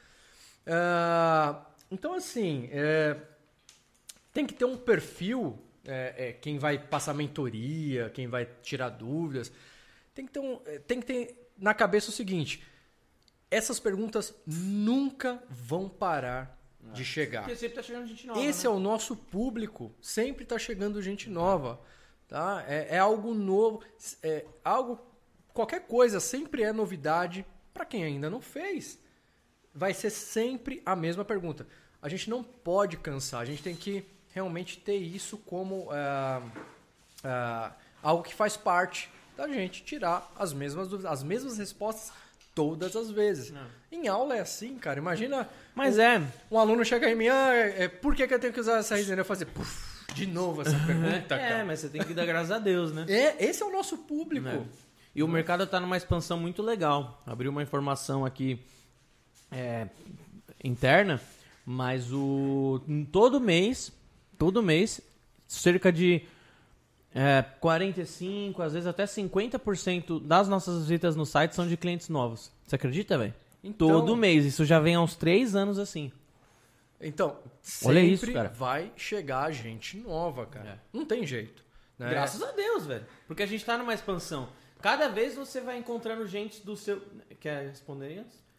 Uh, então, assim, é, tem que ter um perfil, é, é, quem vai passar mentoria, quem vai tirar dúvidas, tem que ter, um, tem que ter na cabeça o seguinte, essas perguntas nunca vão parar ah, de chegar. Porque sempre tá chegando gente nova. Esse né? é o nosso público, sempre está chegando gente nova, tá? É, é algo novo, é algo, qualquer coisa sempre é novidade para quem ainda não fez. Vai ser sempre a mesma pergunta. A gente não pode cansar, a gente tem que realmente ter isso como uh, uh, algo que faz parte da gente tirar as mesmas dúvidas, as mesmas respostas todas as vezes. Não. Em aula é assim, cara. Imagina Mas um, é. um aluno chega em mim, ah, é, por que, que eu tenho que usar essa resina? Eu fazer, puf, de novo essa pergunta, é, cara. É, mas você tem que dar graças a Deus, né? É, esse é o nosso público. É. E o mercado está numa expansão muito legal. Abriu uma informação aqui é, interna, mas o todo mês, todo mês, cerca de é, quarenta e cinco por cento, às vezes até cinquenta por cento das nossas visitas no site são de clientes novos. Você acredita, velho? Então, todo mês. Isso já vem há uns três anos assim. Então, olha sempre isso, cara. Vai chegar gente nova, cara. É. Não tem jeito. Né? Graças a Deus, velho. Porque a gente tá numa expansão. Cada vez você vai encontrando gente do seu... Quer responder antes?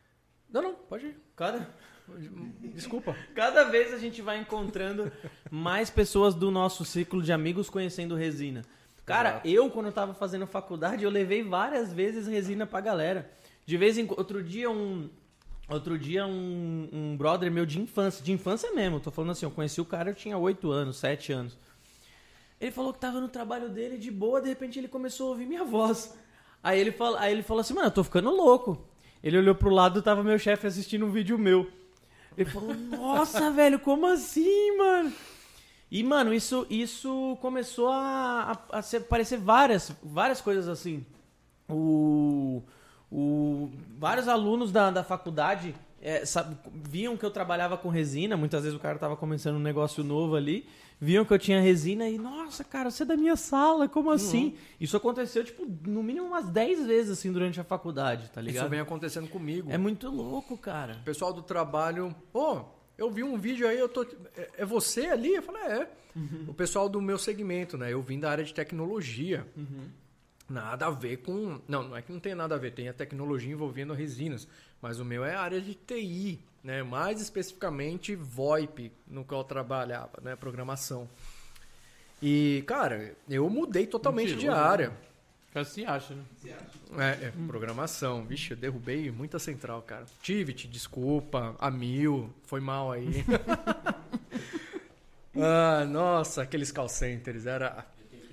Não, não, pode ir. Cada, Desculpa. cada vez a gente vai encontrando mais pessoas do nosso ciclo de amigos conhecendo resina. Cara, Exato. eu quando eu tava fazendo faculdade, eu levei várias vezes resina pra galera. De vez em quando, outro dia um... Outro dia um, um brother meu de infância, de infância mesmo, tô falando assim, eu conheci o cara, eu tinha oito anos, sete anos. Ele falou que tava no trabalho dele de boa, de repente ele começou a ouvir minha voz. Aí ele, fala, aí ele falou assim, mano, eu tô ficando louco. Ele olhou pro lado, tava meu chefe assistindo um vídeo meu. Ele falou, nossa, velho, como assim, mano? E, mano, isso, isso começou a, a, a ser, aparecer várias, várias coisas assim. O... O, vários alunos da, da faculdade é, sabe, viam que eu trabalhava com resina. Muitas vezes o cara tava começando um negócio novo ali, viam que eu tinha resina e, nossa, cara, você é da minha sala, como assim? Uhum. Isso aconteceu, tipo, no mínimo umas dez vezes, assim, durante a faculdade, tá ligado? Isso vem acontecendo comigo. É muito louco, cara. O pessoal do trabalho, pô, oh, eu vi um vídeo aí, eu tô... É, é você ali? Eu falei, é. Uhum. O pessoal do meu segmento, né? Eu vim da área de tecnologia. Uhum. Nada a ver com... Não, não é que não tem nada a ver. Tem a tecnologia envolvendo resinas. Mas o meu é a área de T I, né? Mais especificamente VoIP, no qual eu trabalhava, né? Programação. E, cara, eu mudei totalmente Mentiroso, de área. Né? Cara, se acha, né? Se acha? É, é hum. programação. Vixe, eu derrubei muita central, cara. Tive, te desculpa. A mil. Foi mal aí. ah, nossa, aqueles call centers. Era...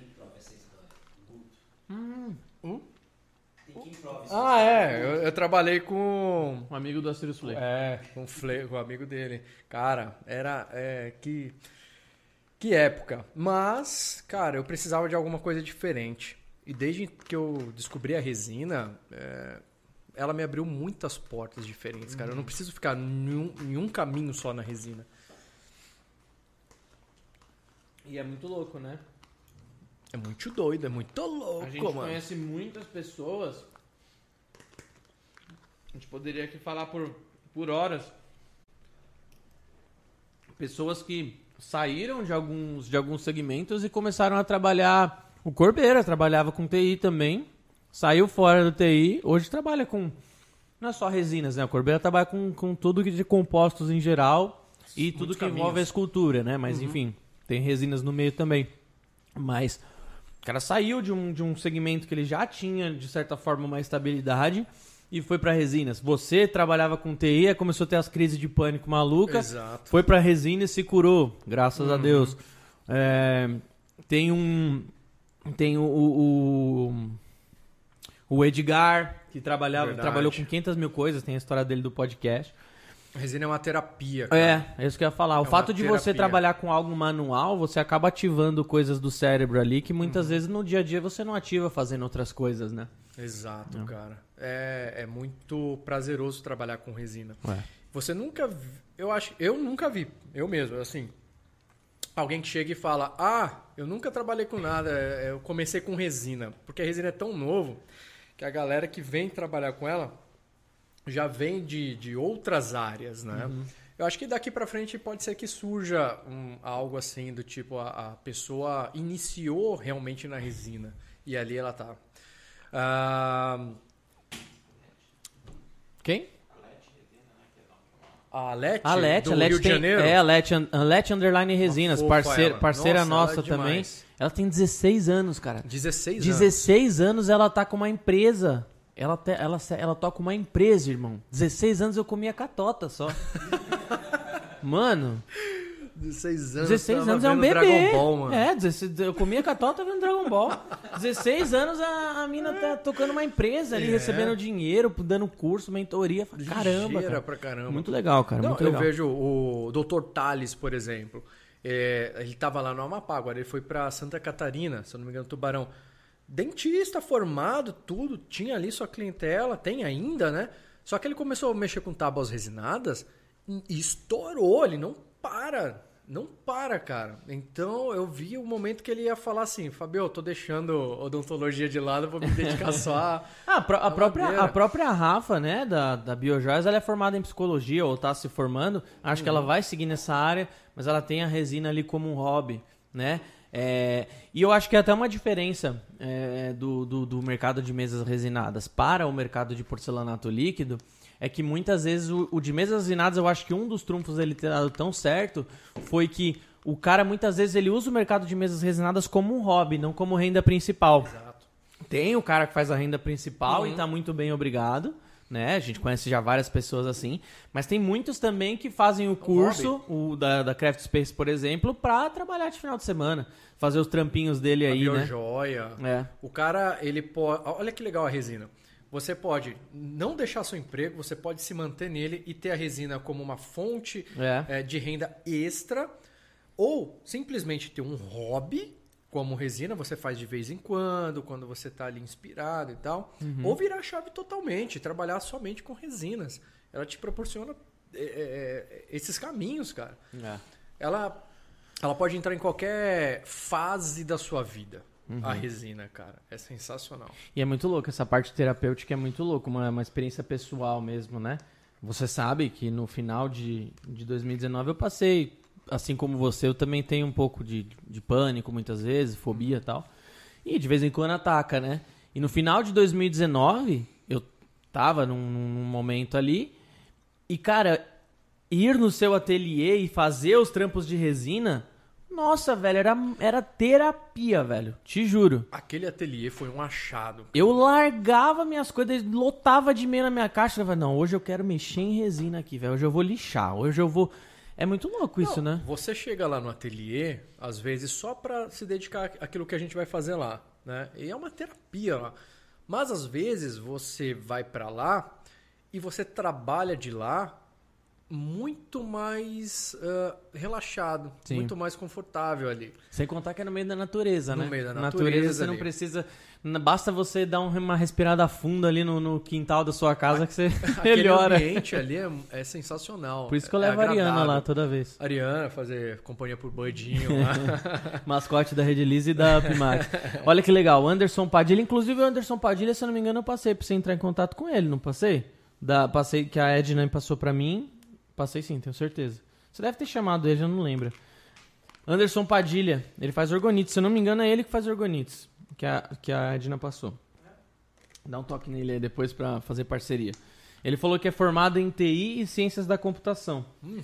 Hum. Hum? Ah, é. Eu, eu trabalhei com... Um amigo do Asturias Flay. É, com o Flay, com o amigo dele. Cara, era... É, que, que época. Mas, cara, eu precisava de alguma coisa diferente. E desde que eu descobri a resina, é, ela me abriu muitas portas diferentes, cara. Uhum. Eu não preciso ficar em um, em um caminho só na resina. E é muito louco, né? É muito doido, é muito louco, A gente mano. conhece muitas pessoas. A gente poderia aqui falar por, por horas. Pessoas que saíram de alguns, de alguns segmentos e começaram a trabalhar. O Corbeira trabalhava com T I também. Saiu fora do T I. Hoje trabalha com... Não é só resinas, né? O Corbeira trabalha com, com tudo de compostos em geral. E Muitos tudo que caminhos. envolve a escultura, né? Mas, uhum. enfim, tem resinas no meio também. Mas... O cara saiu de um, de um segmento que ele já tinha, de certa forma, uma estabilidade e foi para resinas. Você trabalhava com T I, começou a ter as crises de pânico malucas, Exato. Foi para resina e se curou, graças uhum. a Deus. É, tem um... Tem o, o, o Edgar, que trabalhava, trabalhou com quinhentas mil coisas, tem a história dele do podcast. A resina é uma terapia, cara. É, é isso que eu ia falar. É o fato de terapia. você trabalhar com algo manual, você acaba ativando coisas do cérebro ali que muitas uhum. vezes no dia a dia você não ativa fazendo outras coisas, né? Exato, é. cara. É, é muito prazeroso trabalhar com resina. É. Você nunca... Vi, eu acho, eu nunca vi, eu mesmo, assim... Alguém que chega e fala, ah, eu nunca trabalhei com nada, eu comecei com resina. Porque a resina é tão novo que a galera que vem trabalhar com ela... já vem de, de outras áreas, né? Uhum. Eu acho que daqui pra frente pode ser que surja um, algo assim do tipo a, a pessoa iniciou realmente na resina e ali ela tá. Ah, quem? A Lete, a Lete, do a Lete Rio tem, de Janeiro? É, a Lete, a Lete Underline Resinas, parceira, parceira nossa, nossa ela é também. demais. Ela tem dezesseis anos, cara. dezesseis anos? dezesseis anos ela tá com uma empresa. Ela, te, ela, ela toca uma empresa, irmão. dezesseis anos eu comia catota só. Mano. dezesseis anos, dezesseis anos é um bebê. Dragon Ball, mano. É, dezesseis, eu comia catota vendo Dragon Ball. dezesseis anos a, a mina tá tocando uma empresa ali, é. recebendo dinheiro, dando curso, mentoria. Caramba, cara. pra caramba. Muito legal, cara. Não, muito eu legal. vejo o doutor Tales, por exemplo. É, ele tava lá no Amapá, agora ele foi pra Santa Catarina, se eu não me engano, Tubarão. Dentista formado, tudo, tinha ali sua clientela, tem ainda, né? Só que ele começou a mexer com tábuas resinadas e estourou, ele não para, não para, cara. Então eu vi o momento que ele ia falar assim, Fabio, eu tô deixando odontologia de lado, vou me dedicar só a... ah, a, a, própria, a própria Rafa, né, da, da Biojoias, ela é formada em psicologia, ou tá se formando, acho uhum. que ela vai seguir nessa área, mas ela tem a resina ali como um hobby, né? É, e eu acho que é até uma diferença é, do, do, do mercado de mesas resinadas para o mercado de porcelanato líquido, é que muitas vezes o, o de mesas resinadas, eu acho que um dos trunfos dele ter dado tão certo foi que o cara muitas vezes ele usa o mercado de mesas resinadas como um hobby, não como renda principal. Exato. Tem o cara que faz a renda principal Uhum. e tá muito bem, obrigado. Né? A gente conhece já várias pessoas assim, mas tem muitos também que fazem o curso o da, da Craft Space, por exemplo, pra trabalhar de final de semana, fazer os trampinhos dele A aí, né? biojoia. É. O cara, ele pode... Olha que legal a resina. Você pode não deixar seu emprego, você pode se manter nele e ter a resina como uma fonte É. eh, de renda extra, ou simplesmente ter um hobby, como resina, você faz de vez em quando, quando você está ali inspirado e tal, Uhum. ou virar a chave totalmente, trabalhar somente com resinas. Ela te proporciona é, é, esses caminhos, cara. É. Ela, ela pode entrar em qualquer fase da sua vida, Uhum. a resina, cara. É sensacional. E é muito louco, essa parte terapêutica é muito louco, uma, uma experiência pessoal mesmo, né? Você sabe que no final de, de dois mil e dezenove eu passei, assim como você, eu também tenho um pouco de, de pânico muitas vezes, fobia e tal. E de vez em quando ataca, né? E no final de dois mil e dezenove, eu tava num, num momento ali, e cara, ir no seu ateliê e fazer os trampos de resina, nossa, velho, era, era terapia, velho, te juro. Aquele ateliê foi um achado. Eu largava minhas coisas, lotava de meia na minha caixa, eu falava, não, hoje eu quero mexer em resina aqui, velho, hoje eu vou lixar, hoje eu vou... É muito louco isso, Não, né? Você chega lá no ateliê, às vezes, só para se dedicar àquilo que a gente vai fazer lá, né? E é uma terapia lá. Mas, às vezes, você vai para lá e você trabalha de lá muito mais uh, relaxado, Sim. muito mais confortável ali. Sem contar que é no meio da natureza, No né? meio da Na natureza você não ali. precisa... Basta você dar um- uma respirada funda ali no, no quintal da sua casa que você Aquele melhora. ambiente ali é, é sensacional. Por isso que eu é levo a Ariana agradável. lá toda vez. Ariana, fazer companhia por Budinho lá. Mascote da Rede Liz e da Upmark. Olha que legal, o Anderson Padilha, inclusive o Anderson Padilha, se eu não me engano, eu passei pra você entrar em contato com ele, não passei? Da, passei que a Edna passou pra mim, passei sim, tenho certeza. Você deve ter chamado ele, eu não lembro. Anderson Padilha, ele faz orgonites, se eu não me engano é ele que faz orgonites, que a, que a Edna passou. Dá um toque nele aí depois pra fazer parceria. Ele falou que é formado em T I e Ciências da Computação. Hum.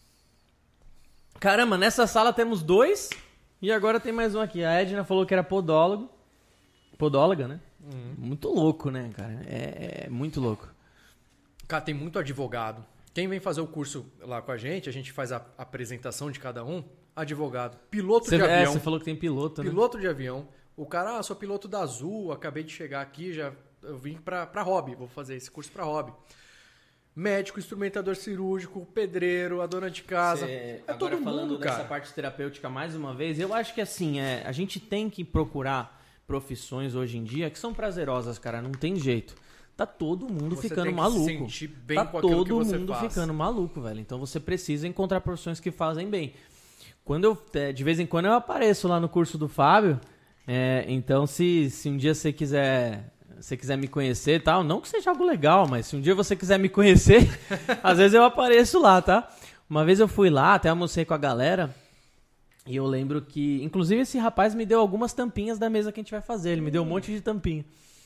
Caramba, nessa sala temos dois e agora tem mais um aqui. A Edna falou que era podólogo. Podóloga, né? Uhum. Muito louco, né, cara? É, é muito louco. Cara, tem muito advogado. Quem vem fazer o curso lá com a gente, a gente faz a apresentação de cada um. Advogado, piloto Você, de é, avião. você falou que tem piloto, né? Piloto de avião. O cara, ah, sou piloto da Azul, acabei de chegar aqui, já eu vim pra, pra hobby, vou fazer esse curso pra hobby. Médico, instrumentador cirúrgico, pedreiro, a dona de casa. Cê- é agora todo falando mundo, dessa cara. parte terapêutica mais uma vez, eu acho que assim, é, a gente tem que procurar profissões hoje em dia que são prazerosas, cara, não tem jeito. Tá todo mundo Você ficando tem que maluco. se sentir bem tá com aquilo todo que você mundo faz. ficando maluco, velho. Então você precisa encontrar profissões que fazem bem. Quando eu, é, de vez em quando eu apareço lá no curso do Fábio, é, então se, se um dia você quiser, você quiser me conhecer e tal, não que seja algo legal, mas se um dia você quiser me conhecer, às vezes eu apareço lá, tá? Uma vez eu fui lá, até almocei com a galera, e eu lembro que, inclusive esse rapaz me deu algumas tampinhas da mesa que a gente vai fazer, ele me deu um monte de tampinha.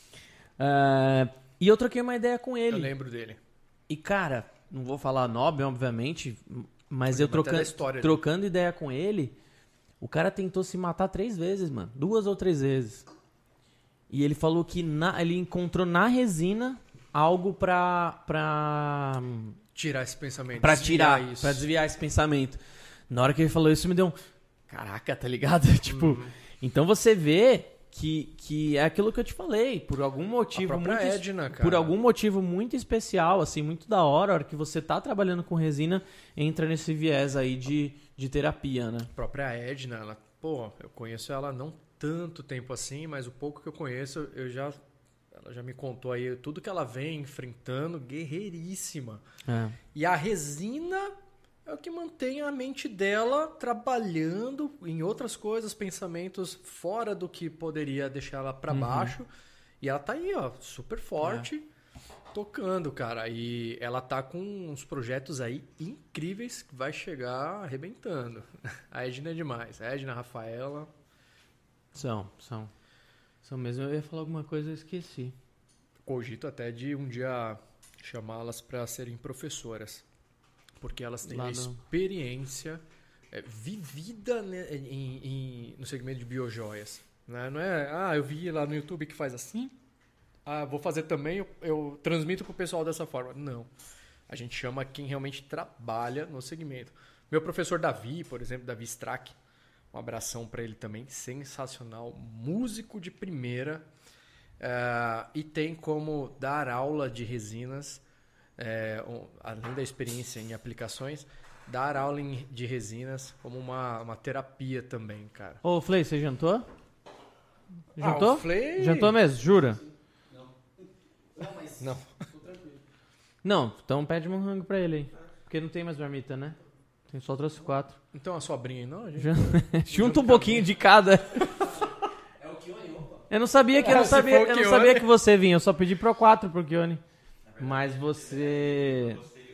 É, e eu troquei uma ideia com ele. Eu lembro dele. E, cara, não vou falar nome, obviamente, mas Eu eu lembro até trocando, da história trocando ideia com ele, o cara tentou se matar três vezes, mano. Duas ou três vezes. E ele falou que na- ele encontrou na resina algo pra, pra, Tirar esse pensamento. pra desviar tirar, isso. pra desviar esse pensamento. Na hora que ele falou isso, me deu um... Caraca, tá ligado? tipo, Uhum. então você vê que, que é aquilo que eu te falei, por algum motivo A própria muito es- Edna, cara. por algum motivo muito especial, assim, muito da hora, a hora que você tá trabalhando com resina, entra nesse viés aí de, de terapia, né? A própria Edna, ela, pô, eu conheço ela não tanto tempo assim, mas o pouco que eu conheço, eu já, ela já me contou aí tudo que ela vem enfrentando, guerreiríssima. É. E a resina é o que mantém a mente dela trabalhando em outras coisas, pensamentos fora do que poderia deixar ela pra Uhum. baixo. E ela tá aí, ó, super forte, tocando, cara. E ela tá com uns projetos aí incríveis que vai chegar arrebentando. A Edna é demais. A Edna, a Rafaela, São, são. São mesmo. Eu ia falar alguma coisa, eu esqueci. Cogito até de um dia chamá-las para serem professoras. Porque elas têm Lá a no- experiência é, vivida, né, em, em- no segmento de biojoias. Né? Não é, ah, eu vi lá no YouTube que faz assim, ah, vou fazer também, eu, eu transmito pro pessoal dessa forma. Não. A gente chama quem realmente trabalha no segmento. Meu professor Davi, por exemplo, Davi Strack, um abração para ele também, sensacional, músico de primeira, eh, e tem como dar aula de resinas, eh, um, além da experiência em aplicações, dar aula em- de resinas como uma, uma terapia também, cara. Ô, Flay, você jantou? Ah, Jantou? o Flay- Jantou mesmo, jura? Não, mas Não. tô tranquilo. Não, então pede um rango pra ele aí. Porque não tem mais marmita, né? Tem só trouxe quatro. Então a sobrinha, não? A gente... Já- Junta um pouquinho de cada. É o Kione, opa. Eu não sabia que eu não Ah, se sabia, for o eu não Kione. sabia que você vinha. Eu só pedi pro quatro pro Kione. Mas você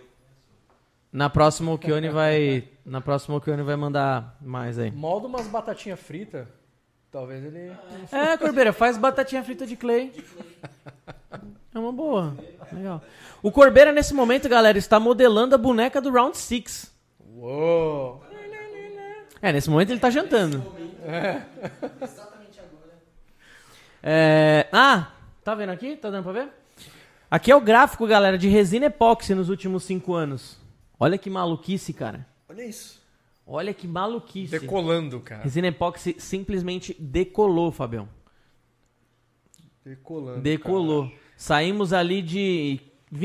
na próxima o Kione vai, na próxima o Kione vai mandar mais aí. Molda umas batatinhas fritas, talvez ele... É, Corbeira, faz batatinha frita de clay. É uma boa. Legal. O Corbeira nesse momento, galera, está modelando a boneca do Round six. Uou! É, nesse momento ele tá jantando. Exatamente agora. É... Ah, tá vendo aqui? Tá dando pra ver? Aqui é o gráfico, galera, de resina epóxi nos últimos cinco anos. Olha que maluquice, cara. Olha isso. Olha que maluquice. Decolando, cara. Resina epóxi simplesmente decolou, Fabião. Decolando. Decolou. Saímos ali de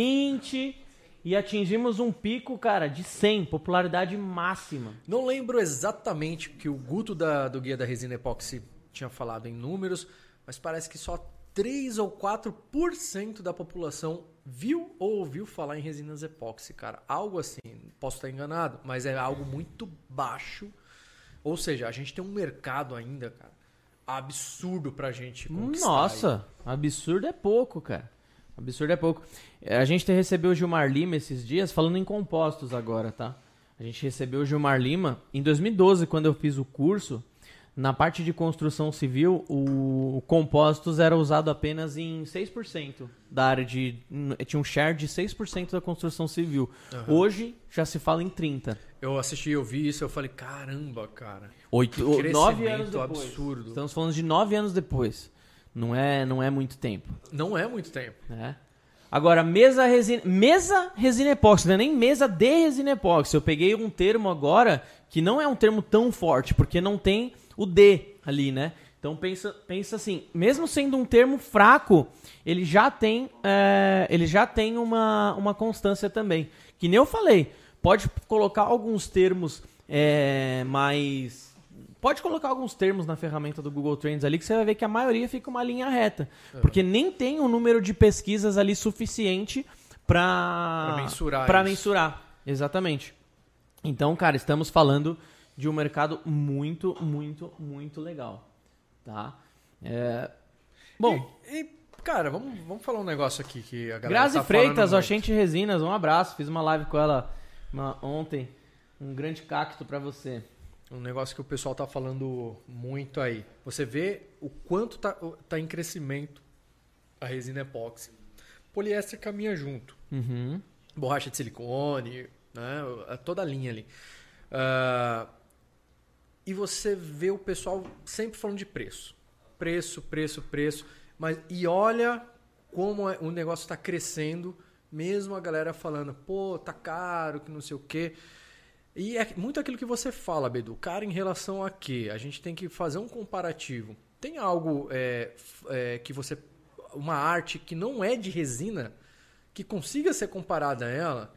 vinte e atingimos um pico, cara, de cem. Popularidade máxima. Não lembro exatamente o que o Guto da, do Guia da Resina Epóxi tinha falado em números, mas parece que só três ou quatro por cento da população viu ou ouviu falar em resinas epóxi, cara. Algo assim, posso estar enganado, mas é algo muito baixo. Ou seja, a gente tem um mercado ainda, cara, absurdo pra gente conquistar. Nossa, absurdo é pouco, cara. Absurdo é pouco. É, A gente recebeu o Gilmar Lima esses dias, falando em compostos agora, tá? A gente recebeu o Gilmar Lima em dois mil e doze, quando eu fiz o curso. Na parte de construção civil, o, o compostos era usado apenas em seis por cento da área de... Tinha um share de seis por cento da construção civil. Aham. Hoje já se fala em trinta por cento. Eu assisti, eu vi isso, eu falei, caramba, cara. Oito, Crescimento nove anos depois. absurdo. Estamos falando de nove anos depois. Não é, não é muito tempo. Não é muito tempo. Né? Agora, mesa resina, mesa resina epóxi, não é nem mesa de resina epóxi. Eu peguei um termo agora que não é um termo tão forte, porque não tem o D ali, né? Então pensa, pensa assim, mesmo sendo um termo fraco, ele já tem, é, ele já tem uma, uma constância também. Que nem eu falei, pode colocar alguns termos é, mais... Pode colocar alguns termos na ferramenta do Google Trends ali que você vai ver que a maioria fica uma linha reta. Porque nem tem um número de pesquisas ali suficiente para Pra mensurar pra isso. mensurar. Exatamente. Então, cara, estamos falando de um mercado muito, muito, muito legal. Tá? É... Bom, E, e, cara, vamos, vamos falar um negócio aqui que a galera Grazi tá Freitas, falando muito. Oxente Resinas, um abraço. Fiz uma live com ela uma- ontem. Um grande cacto pra você. Um negócio que o pessoal tá falando muito aí. Você vê o quanto tá, tá em crescimento a resina epóxi. Poliéster caminha junto. Uhum. Borracha de silicone, né? Toda a linha ali. Ah, e você vê o pessoal sempre falando de preço. Preço, preço, preço. Mas, e olha como é- o negócio está crescendo, mesmo a galera falando, pô, tá caro, que não sei o quê. E é muito aquilo que você fala, Bedu. Cara, em relação a quê? A gente tem que fazer um comparativo. Tem algo é, f- é, que você... Uma arte que não é de resina, que consiga ser comparada a ela?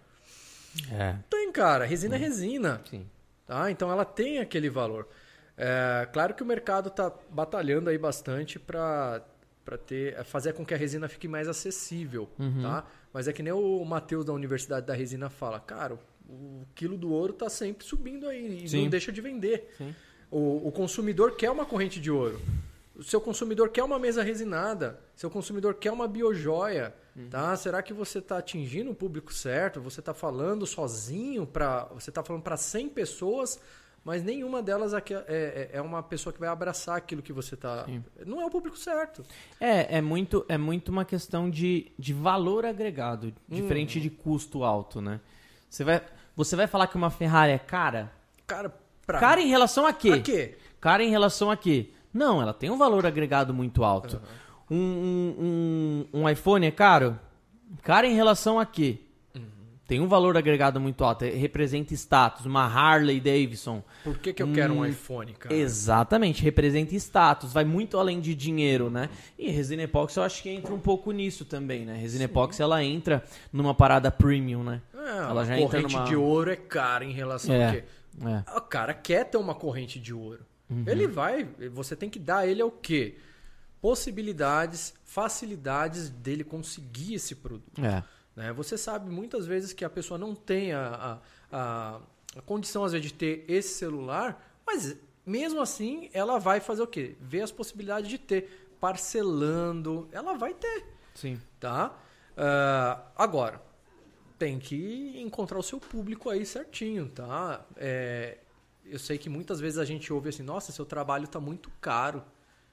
É. Tem, cara. Resina é resina. Sim. Tá? Então ela tem aquele valor. É, claro que o mercado está batalhando aí bastante para ter fazer com que a resina fique mais acessível. Uhum. Tá? Mas é que nem o Matheus da Universidade da Resina fala, cara, o quilo do ouro está sempre subindo aí e Sim. não deixa de vender. Sim. O, o consumidor quer uma corrente de ouro. O seu consumidor quer uma mesa resinada. Seu consumidor quer uma biojoia. Uhum. Tá? Será que você está atingindo o público certo? Você está falando sozinho para, você está falando para cem pessoas mas nenhuma delas aqui é, é, é uma pessoa que vai abraçar aquilo que você tá... Sim. Não é o público certo. É, é muito, é muito uma questão de, de valor agregado, Hum. diferente de custo alto, né? Você vai, você vai falar que uma Ferrari é cara? Cara, pra... Cara em relação a quê? A quê? Cara em relação a quê? Não, ela tem um valor agregado muito alto. Uhum. Um, um, um, um iPhone é caro? Cara em relação a quê? Uhum. Tem um valor agregado muito alto, representa status, uma Harley Davidson. Por que, que eu quero um Hum, iPhone, cara? Exatamente, representa status, vai muito além de dinheiro, né? E resina epóxi eu acho que entra um pouco nisso também, né? Resina epóxi ela entra numa parada premium, né? É, ela já a entra corrente numa... de ouro é cara em relação É, a quê? é. O cara quer ter uma corrente de ouro. Uhum. Ele vai... Você tem que dar ele o quê? Possibilidades, facilidades dele conseguir esse produto. É. Né? Você sabe muitas vezes que a pessoa não tem a, a, a, a condição, às vezes, de ter esse celular, mas mesmo assim ela vai fazer o quê? Ver as possibilidades de ter. Parcelando, ela vai ter. Sim. Tá? Uh, agora, tem que encontrar o seu público aí certinho, tá? É, eu sei que muitas vezes a gente ouve assim, nossa, seu trabalho tá muito caro.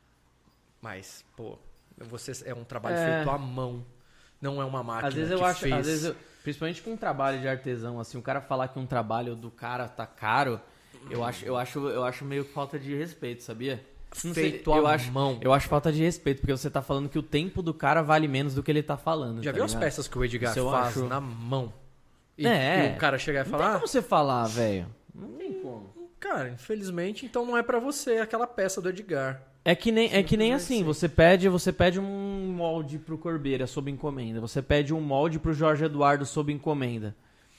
Mas, pô, você é um trabalho É. feito à mão. Não é uma máquina Às vezes eu que acho, fez. às vezes eu- principalmente com um trabalho de artesão, assim, o cara falar que um trabalho do cara tá caro, eu acho, eu acho, eu acho meio falta de respeito, sabia? Não sei, Feito eu à acho, mão. Eu acho falta de respeito, porque você tá falando que o tempo do cara vale menos do que ele tá falando. Já tá viu as ligado? peças que o Edgar Isso eu faz acho- na mão? E, É. e o cara chegar e Não falar, tem como você falar, velho. Não tem como. "Ah, cara, infelizmente, então não é pra você aquela peça do Edgar. É que nem, é que nem Simplesmente assim, sim. você pede, você pede um molde pro Corbeira sob encomenda, você pede um molde pro Jorge Eduardo sob encomenda.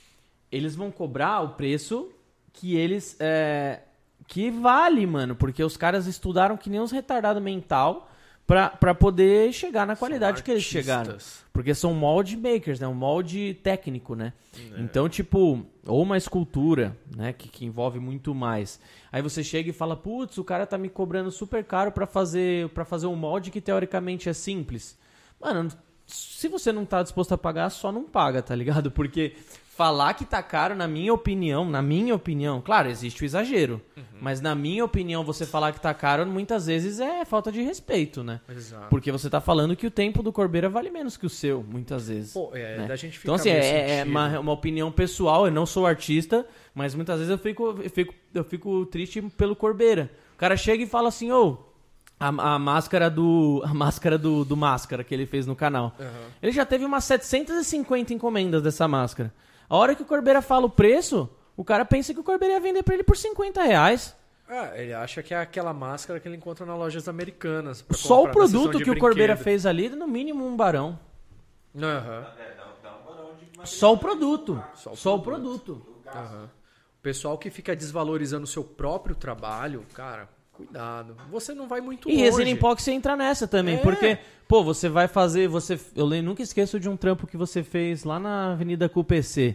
Eles vão cobrar o preço que eles é, que vale, mano, porque os caras estudaram que nem uns retardados mental pra, pra poder chegar na qualidade São que eles artistas. chegaram. Porque são mold makers, né? Um molde técnico, né? É. Então, tipo, ou uma escultura, né? Que, que envolve muito mais. Aí você chega e fala, putz, o cara tá me cobrando super caro pra fazer, pra fazer um molde que teoricamente é simples. Mano, se você não tá disposto a pagar, só não paga, tá ligado? Porque falar que tá caro, na minha opinião, na minha opinião, claro, existe o exagero. Uhum. Mas na minha opinião, você falar que tá caro, muitas vezes é falta de respeito, né? Exato. Porque você tá falando que o tempo do Corbeira vale menos que o seu, muitas vezes. Pô, é, né? da gente fica Então, assim, meio é, é sentido. uma, uma opinião pessoal, eu não sou artista, mas muitas vezes eu fico, eu fico, eu fico triste pelo Corbeira. O cara chega e fala assim, ô, a, a máscara do a máscara do, do Máscara que ele fez no canal. Uhum. Ele já teve umas setecentas e cinquenta encomendas dessa máscara. A hora que o Corbeira fala o preço, o cara pensa que o Corbeira ia vender pra ele por cinquenta reais. Ah, ele acha que é aquela máscara que ele encontra nas lojas americanas. pra Só o comprar na sessão produto de que o Corbeira brinquedo. fez ali, no mínimo um barão. Aham. É, dá, dá um barão de material. Só o produto. Só o Só o produto. Aham. O pessoal que fica desvalorizando o seu próprio trabalho, cara, cuidado. Você não vai muito E longe. resina epóxi entra nessa também, É. porque, pô, você vai fazer, você, eu le- nunca esqueço de um trampo que você fez lá na Avenida C U P C,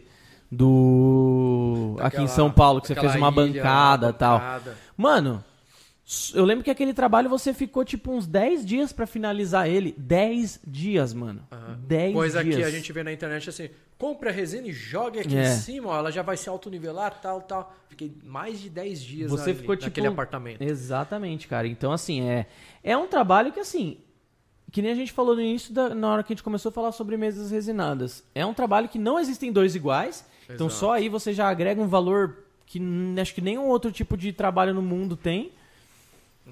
do aqui em Daquela- São Paulo, que você daquela fez uma ilha, bancada e tal. bancada. Mano, s- eu lembro que aquele trabalho você ficou tipo uns dez dias pra finalizar ele, dez dias, mano. Aham. dez Coisa dias. que a gente vê na internet assim, compre a resina e jogue aqui É. em cima, ó, ela já vai se autonivelar, tal, tal. Fiquei mais de dez dias Você ali, ficou tipo naquele apartamento. Exatamente, cara. Então assim, é é um trabalho que assim, que nem a gente falou no início da, na hora que a gente começou a falar sobre mesas resinadas. É um trabalho que não existem dois iguais. Então Exato. só aí você já agrega um valor que n- acho que nenhum outro tipo de trabalho no mundo tem. Uhum.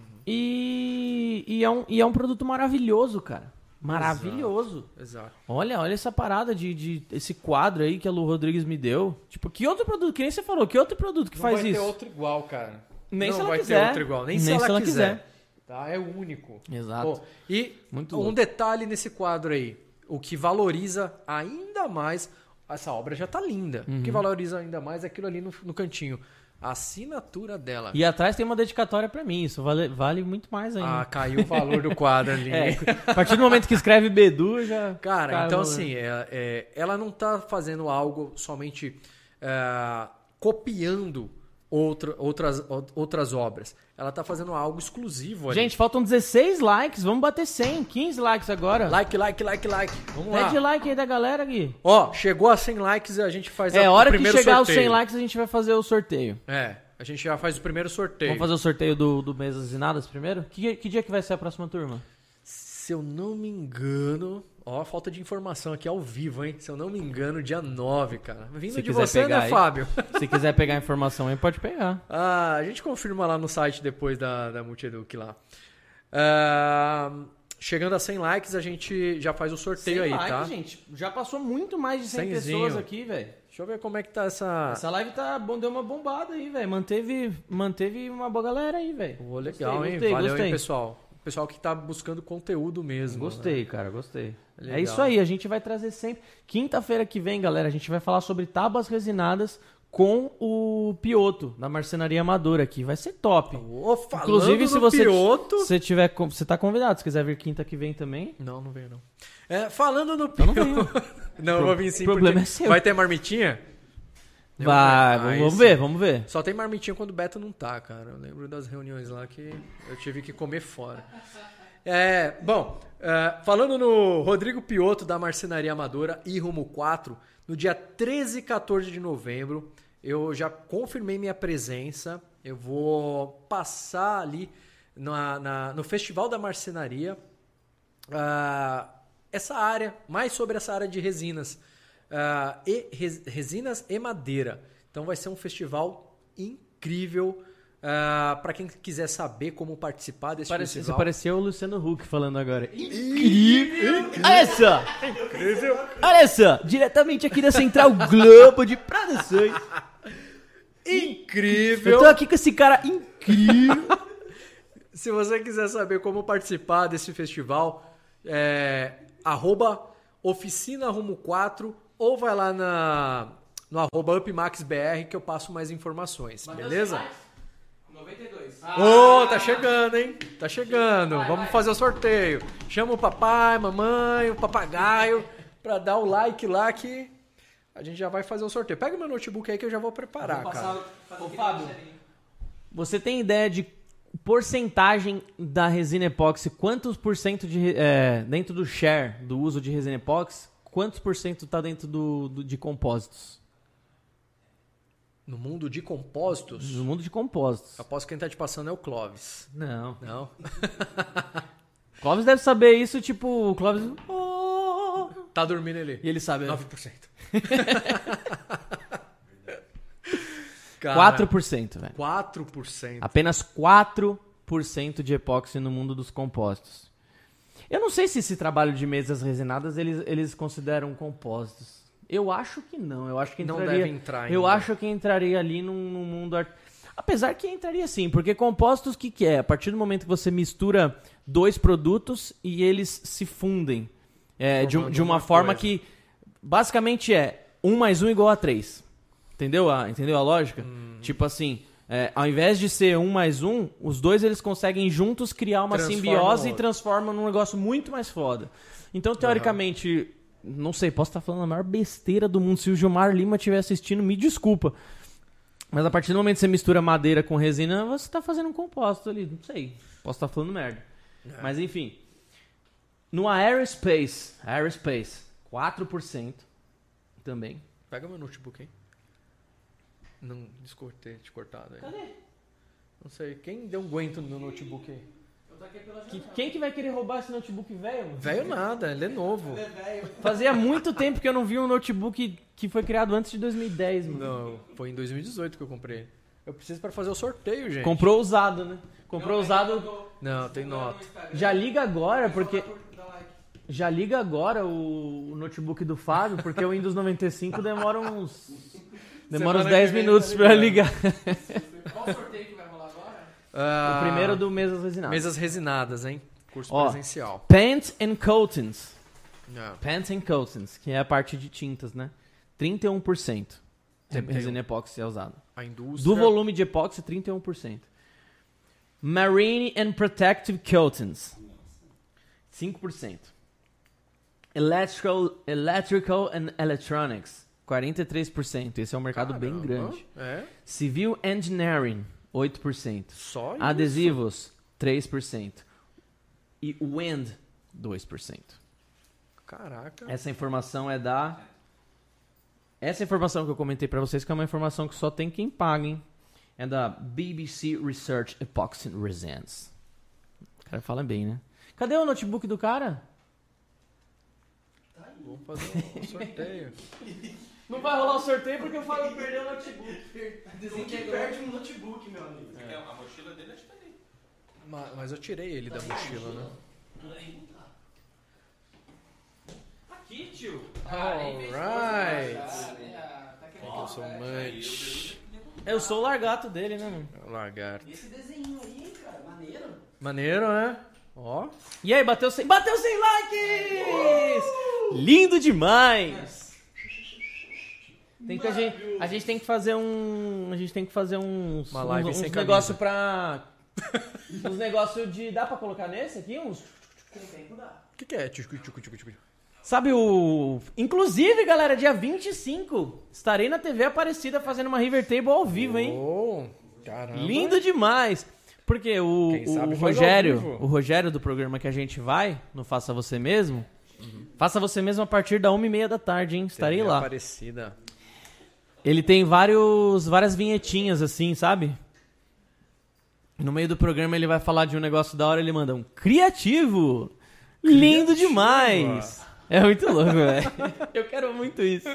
E, e, é um, e é um produto maravilhoso, cara. Maravilhoso. Exato. Olha, olha essa parada de, de esse quadro aí que a Lu Rodrigues me deu. Tipo, que outro produto, que nem você falou, que outro produto que Não faz vai isso? ter outro igual, cara. Nem não se ela vai quiser. ter outro igual, nem, se, ela quiser. Tá? É único. Exato. Pô, e Muito um louco. detalhe nesse quadro aí, o que valoriza ainda mais, essa obra já tá linda, Uhum. o que valoriza ainda mais é aquilo ali no, no cantinho, a assinatura dela. E atrás tem uma dedicatória pra mim, isso vale, vale muito mais ainda. Ah, caiu o valor do quadro ali. É, a partir do momento que escreve Bedu, já... Cara, cai o então valor. assim, é- é, ela não tá fazendo algo somente é, copiando outra, outras, ou- outras obras. Ela tá fazendo algo exclusivo ali. Gente, faltam dezesseis likes, vamos bater cem, quinze likes agora. like, like, like, like. Vamos lá. Pede like aí da galera, Gui. Ó, chegou a cem likes e a gente faz É, a, hora o que primeiro chegar aos sorteio. cem likes a gente vai fazer o sorteio. É, a A gente já faz o primeiro sorteio. Vamos fazer o sorteio do, do Mesas Resinadas primeiro? Que, que dia que vai ser a próxima turma? Se eu não me engano... Ó, a falta de informação aqui ao vivo, hein? Se eu não me engano, dia nove, cara. Vindo Se de quiser você, pegar né, aí. Fábio? Se quiser pegar a informação aí, pode pegar. Ah, a gente confirma lá no site depois da, da Multieduc lá. Ah, chegando a cem likes, a gente já faz o sorteio aí, like, tá? gente. Já passou muito mais de cem Cenzinho. pessoas aqui, velho. Deixa eu ver como é que tá essa... Essa live tá bom, deu uma bombada aí, velho. Manteve, manteve uma boa galera aí, velho. Pô, legal, Gostei, hein? gostei, Valeu, gostei. hein, pessoal? O pessoal que tá buscando conteúdo mesmo. Gostei, né? cara, gostei. Legal. É isso aí, a gente vai trazer sempre. Quinta-feira que vem, galera, a gente vai falar sobre tábuas resinadas com o Pioto, da Marcenaria Amadora aqui. Vai ser top. Ô, falando Inclusive, se no você, Pioto... você tiver, com- você tá convidado, se quiser vir quinta que vem também. Não, não veio, não. É, falando no Então não Pioto... venho. não, eu vou vir sim, O problema porque é seu. vai ter marmitinha? Eu Vai, vou- vamos, Aí vamos sim. ver, vamos ver. Só tem marmitinha quando o Beto não tá, cara. Eu lembro das reuniões lá que eu tive que comer fora. É, bom, é, falando no Rodrigo Pioto, da Marcenaria Amadora e Rumo quatro, no dia treze e quatorze de novembro, eu já confirmei minha presença. Eu vou passar ali na, na- no Festival da Marcenaria ah, essa área, mais sobre essa área de resinas. ah, e res- resinas e madeira. Então vai ser um festival incrível. Para quem quiser saber como participar desse Parece, você festival. parecia o Luciano Huck falando agora. Incrível! Olha só! Incrível! Olha só! Diretamente aqui da Central Globo de Produções. Incrível! Eu tô aqui com esse cara incrível. Se você quiser saber como participar desse festival, é arroba oficina rumo quatro ou vai lá na, no arroba upmaxbr que eu passo mais informações, beleza? noventa e dois. Ô, tá chegando, hein? Tá chegando. Vamos fazer o sorteio. Chama o papai, mamãe, o papagaio pra dar o like lá que a gente já vai fazer o sorteio. Pega meu notebook aí que eu já vou preparar, cara. Ô, Fábio, você tem ideia de porcentagem da resina epóxi? Quantos por cento de, re- é, dentro do share do uso de resina epóxi, quantos por cento tá dentro do, do- de compósitos? No mundo de compósitos, No mundo de compósitos. aposto que quem tá te passando é o Clóvis. Não. Não? Clóvis deve saber isso, tipo, o Clóvis... "Oh", Tá dormindo ali. e ele sabe. nove por cento. Cara, quatro por cento, velho. quatro por cento. Apenas quatro por cento de epóxi no mundo dos compostos. Eu não sei se esse trabalho de mesas resinadas eles, eles consideram compósitos. Eu acho que não. Eu acho que Não entraria, deve entrar Eu ainda. acho que entraria ali num, num mundo... Art... Apesar que entraria sim, porque compostos o que, que é? A partir do momento que você mistura dois produtos e eles se fundem. É, de, um- Formando de uma uma forma coisa. que basicamente é um mais um igual a três. Entendeu a, entendeu a lógica? Hum. Tipo assim, é, ao invés de ser um mais um, os dois eles conseguem juntos criar uma Transformam simbiose e outro. transformam num negócio muito mais foda. Então, teoricamente, não sei, posso estar falando a maior besteira do mundo. Se o Gilmar Lima estiver assistindo, me desculpa. Mas a partir do momento que você mistura madeira com resina, você está fazendo um composto ali. Não sei, posso estar falando merda. Mas enfim. No Aerospace, Aerospace, quatro por cento também. Pega meu notebook aí. Não descortei, te cortado aí. Cadê? Não sei, quem deu um guento no notebook aí? Que- quem que vai querer roubar esse notebook velho, mano? Velho nada, ele é novo. Fazia muito tempo que eu não vi um notebook que foi criado antes de dois mil e dez, mano. Não, foi em dois mil e dezoito que eu comprei. Eu preciso para fazer o sorteio, gente. Comprou usado, né? Comprou usado. Não, tem nota. Já liga agora, porque. Já liga agora o, o notebook do Fábio, porque o Windows noventa e cinco demora uns. Demora uns Semana dez que vem minutos tá pra ligado. ligar. Qual sorteio que vai rolar agora? Ah, O primeiro do Mesas Resinadas. Mesas resinadas, hein? Curso Ó. presencial. Paint and Coatings. Não. Paint and Coatings, que é a parte de tintas, né? trinta e um por cento. de trinta e um. resina epóxi é usada. A indústria. Do volume de epóxi, trinta e um por cento. Marine and Protective Coatings, cinco por cento. Electrical, electrical and Electronics, quarenta e três por cento. Esse é um mercado bem Caramba, grande. É, Civil Engineering, oito por cento. só isso. Adesivos, três por cento. E Wind, dois por cento. Caraca. Essa informação é da... Essa informação que eu comentei pra vocês, que é uma informação que só tem quem paga, hein? and the B B C Research Epoxy Resins. O cara fala bem, né? Cadê o notebook do cara? Vamos fazer um sorteio. Não vai rolar o sorteio porque eu falo que perdeu o notebook. Dizem que perde um notebook, meu amigo. É. A mochila dele acho que tá ali. Ma- Mas eu tirei ele da mochila, né? Aqui, tio. Alright. Nossa, Eu sou Munch. Eu sou o largato dele, né, mano? Lagarto. esse desenho aí, cara, maneiro. Maneiro, né? Ó. E aí, bateu cem, bateu cem likes! Lindo demais! Tem que a gente, a gente tem que fazer um, a gente tem que fazer uns, Uma live uns, sem uns camisa. negócio pra, uns negócio de, dá pra colocar nesse aqui, uns, Com o tempo dá. O que, que é? Tchucu, tchucu, tchucu, tchucu. sabe o, inclusive, galera, dia vinte e cinco, estarei na T V Aparecida fazendo uma River Table ao vivo, hein? Oh, caramba. Lindo demais! Porque o, Quem sabe o faz ao Rogério, vivo. o Rogério do programa que a gente vai, no Faça Você Mesmo, Faça Você Mesmo a partir da uma e meia da tarde, hein? Estarei T V lá. Aparecida. Ele tem vários, várias vinhetinhas assim, sabe? No meio do programa ele vai falar de um negócio da hora, ele manda um criativo! Lindo demais! É muito louco, velho. Eu quero muito isso.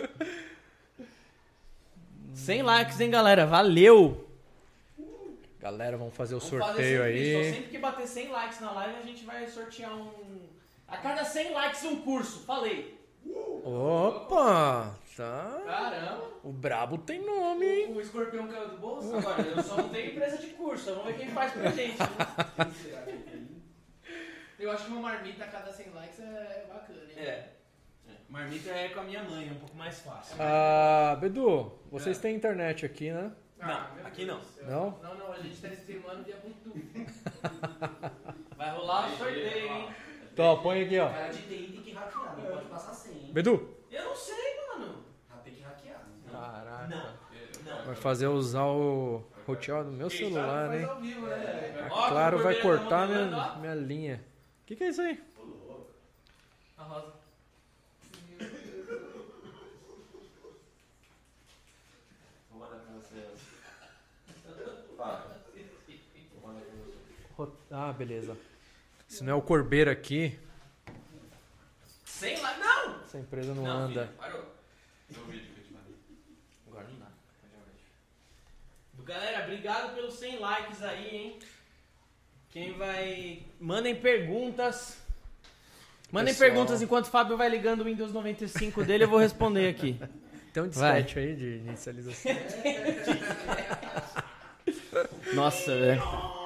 cem likes, hein, galera? Valeu! Galera, vamos fazer o Vamos fazer sorteio sempre isso, ó. aí. Sempre que bater cem likes na live, a gente vai sortear um... A cada cem likes um curso, falei. Opa! Tá. Caramba. O brabo tem nome, hein? O escorpião caiu do bolso? Agora, eu só não tenho empresa de curso. Vamos ver quem faz pra gente. Né? Eu acho que uma marmita a cada cem likes é bacana, hein? É. Marmita é com a minha mãe, é um pouco mais fácil. Ah, Bedu, vocês É. têm internet aqui, né? Não, meu aqui Deus não. do céu. Não? Não, não, a gente tá streamando via Bluetooth. Vai rolar o sorteio, hein? Então, põe aqui, ó. Cara de T I tem que hackear, não pode passar sem, hein? Bedu. Eu não sei, mano. Tem que hackear. Caraca. Não, não. Vai fazer usar o rotear do meu celular, hein? Ao vivo, né? Ó, Claro, que o vai Corbeira tá cortar mandando, minha, ó. minha linha. O que, que é isso aí? A rosa. Vou mandar pra vocês. Vou mandar pra vocês. Ro- Ah, beleza. Se não é o Corbeira aqui, cem likes? Não! essa empresa não, anda. filho, parou. Esse é o vídeo que eu te mandei. Agora não dá. Galera, obrigado pelos cem likes aí, hein? Quem vai... Mandem perguntas. Mandem Pessoal. perguntas enquanto o Fábio vai ligando o Windows noventa e cinco dele, eu vou responder aqui. Tem um disquete aí de inicialização. Nossa, velho.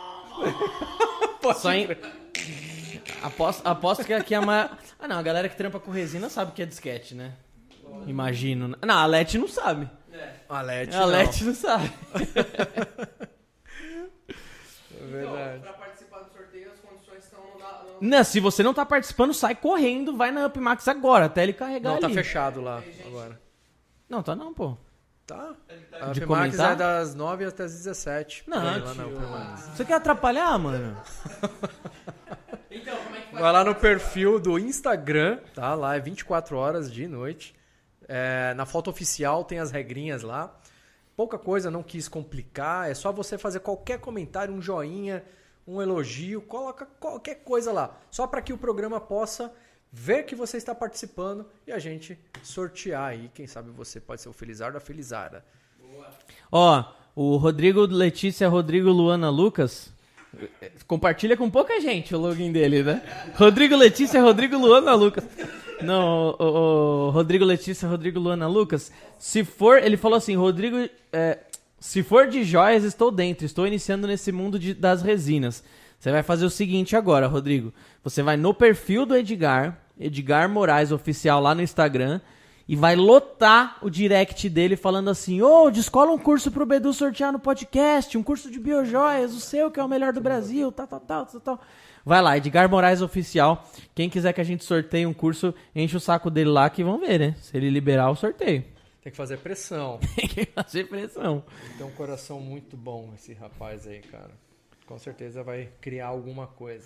Só em... aposto, aposto que aqui a maior... Ah, não, a galera que trampa com resina sabe o que é disquete, né? Imagino. Não, a Leti não sabe. A Leti A não. Leti não sabe. É verdade. Então, pra participar do sorteio, as condições estão no... no... Não, se você não tá participando, sai correndo, vai na Upmax agora, até ele carregar Não, tá ali. fechado lá agora. Não, tá não, pô. Tá. De A Upmax comentar? é das nove até as dezessete. Não, Por aí, lá na tio. Upmax. Você quer atrapalhar, mano? Então, como é que faz? Vai lá no perfil do Instagram, tá? Lá é vinte e quatro horas de noite. É, na foto oficial tem as regrinhas lá. Pouca coisa, não quis complicar. É só você fazer qualquer comentário, um joinha, um elogio, coloca qualquer coisa lá. Só para que o programa possa ver que você está participando e a gente sortear aí. Quem sabe você pode ser o Felizardo ou a Felizarda. Ó, o Rodrigo Letícia, Rodrigo Luana Lucas, compartilha com pouca gente o login dele, né? Rodrigo Letícia, Rodrigo Luana Lucas. Não, o, o Rodrigo Letícia, Rodrigo Luana Lucas, se for, ele falou assim, Rodrigo, é, se for de joias, estou dentro, estou iniciando nesse mundo de- das resinas. Você vai fazer o seguinte agora, Rodrigo, você vai no perfil do Edgar, Edgar Moraes Oficial lá no Instagram, e vai lotar o direct dele falando assim, ô, descola um curso pro Bedu sortear no podcast, um curso de biojoias, o seu que é o melhor do Brasil, tal, tal, tal, tal, tal. Vai lá, Edgar Moraes Oficial. Quem quiser que a gente sorteie um curso, enche o saco dele lá que vão ver, né? Se ele liberar o sorteio. Tem que fazer pressão. Tem que fazer pressão. Tem um coração muito bom esse rapaz aí, cara. Com certeza vai criar alguma coisa.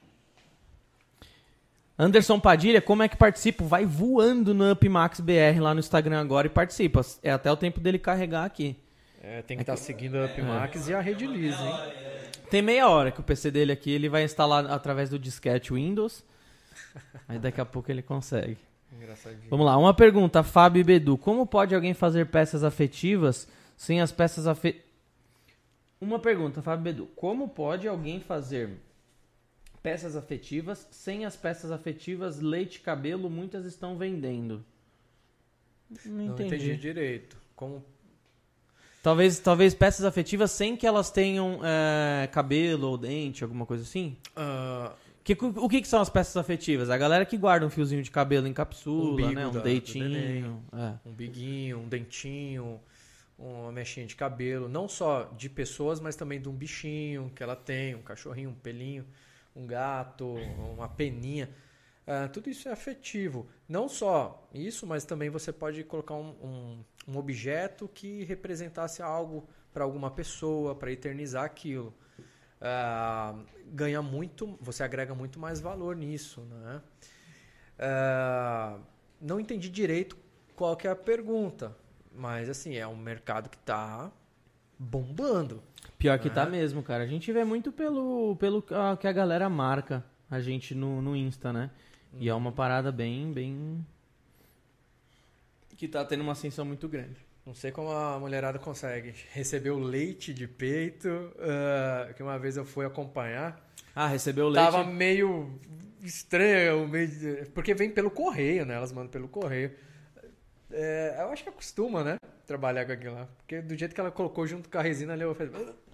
Anderson Padilha, como é que participa? Vai voando no Upmax B R lá no Instagram agora e participa. É até o tempo dele carregar aqui. É, tem que estar seguindo a UpMax e a Redilize, hein? Tem meia hora que o P C dele aqui, ele vai instalar através do disquete Windows. Aí daqui a pouco ele consegue. Engraçadinho. Vamos lá, uma pergunta, Fábio e Bedu. Como pode alguém fazer peças afetivas sem as peças afetivas... Uma pergunta, Fábio e Bedu. Como pode alguém fazer peças afetivas sem as peças afetivas leite cabelo muitas estão vendendo? Não Não entendi. entendi direito. Como... Talvez, talvez peças afetivas sem que elas tenham é, cabelo ou dente, alguma coisa assim? Uh, Que, o que, que são as peças afetivas? A galera que guarda um fiozinho de cabelo em capsula, Umbigo né? Um da- do deitinho. É. um biguinho, um dentinho, uma mechinha de cabelo. Não só de pessoas, mas também de um bichinho que ela tem, um cachorrinho, um pelinho, um gato, uma peninha. Uh, tudo isso é afetivo. Não só isso, mas também você pode colocar um, um, um objeto que representasse algo para alguma pessoa, para eternizar aquilo. Uh, ganha muito, você agrega muito mais valor nisso, né? Uh, não entendi direito qual que é a pergunta, mas assim, é um mercado que está bombando. Pior que É. tá mesmo, cara. A gente vê muito pelo, pelo ah, que a galera marca a gente no, no Insta, né? E é uma parada bem, bem... que tá tendo uma ascensão muito grande. Não sei como a mulherada consegue receber o leite de peito, uh, que uma vez eu fui acompanhar. Ah, recebeu o leite? Tava meio estranho, meio... porque vem pelo correio, né? Elas mandam pelo correio. É, eu acho que acostuma, né? Trabalhar com aquilo lá. Porque do jeito que ela colocou junto com a resina ali, eu falei...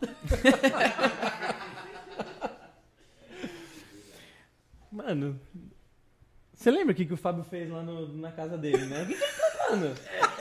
Mano, você lembra o que, que o Fábio fez lá no- na casa dele, né? O que, que ele tá falando?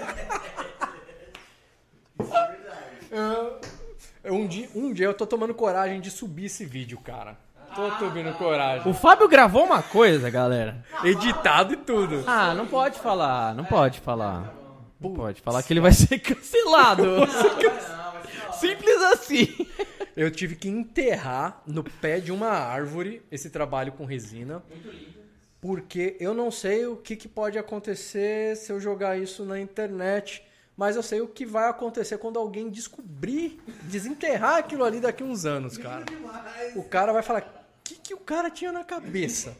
Eu- um, dia, um dia eu tô tomando coragem de subir esse vídeo, cara. Tô tomando coragem. O Fábio gravou uma coisa, galera. Editado e tudo. Ah, não pode falar, não pode falar. Não pode falar que ele vai ser cancelado. Simples assim. Eu tive que enterrar no pé de uma árvore esse trabalho com resina. Porque eu não sei o que, que pode acontecer se eu jogar isso na internet. Mas eu sei o que vai acontecer quando alguém descobrir, desenterrar aquilo ali daqui a uns anos, cara. O cara vai falar, o que, que o cara tinha na cabeça?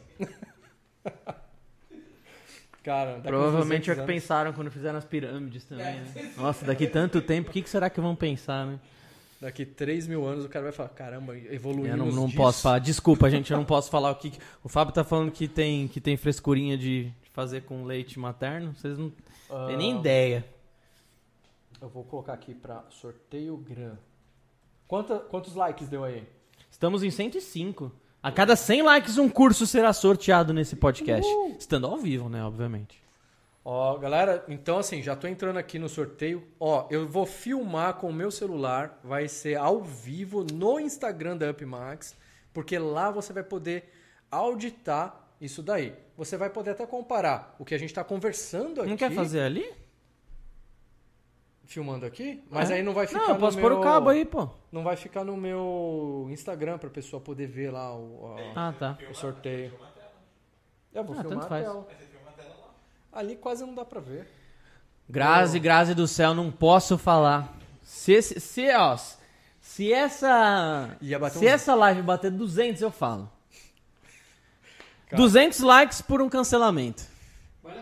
Cara, daqui a uns Provavelmente é o que anos- pensaram quando fizeram as pirâmides também, né? Nossa, daqui tanto tempo, o que, que será que vão pensar, né? Daqui três mil anos o cara vai falar, caramba, evoluímos Eu não, não disso. posso falar, desculpa, gente, eu não posso falar o que... que- O Fábio tá falando que tem, que tem frescurinha de fazer com leite materno, vocês não têm nem Ah, ideia. Eu vou colocar aqui pra sorteio Gram. Quanta, quantos likes deu aí? Estamos em cento e cinco. A cada cem likes, um curso será sorteado nesse podcast. Estando ao vivo, né, obviamente. Ó, galera, então assim, já tô entrando aqui no sorteio. Ó, eu vou filmar com o meu celular, vai ser ao vivo no Instagram da UpMax, porque lá você vai poder auditar isso daí. Você vai poder até comparar o que a gente tá conversando aqui. Não quer fazer ali? Filmando aqui, mas É. aí não vai ficar Não, eu posso no pôr meu... o cabo aí, pô. Não vai ficar no meu Instagram pra pessoa poder ver lá o, a- Ah, tá. o sorteio. Eu vou Ah, filmar tanto a faz. tela. Ali quase não dá pra ver. Grazi, Grazi do céu, não posso falar. Se, esse- se, ó, se essa... Ia bater Se uns- essa live bater duzentos, eu falo. Cara. duzentos likes por um cancelamento. Vale a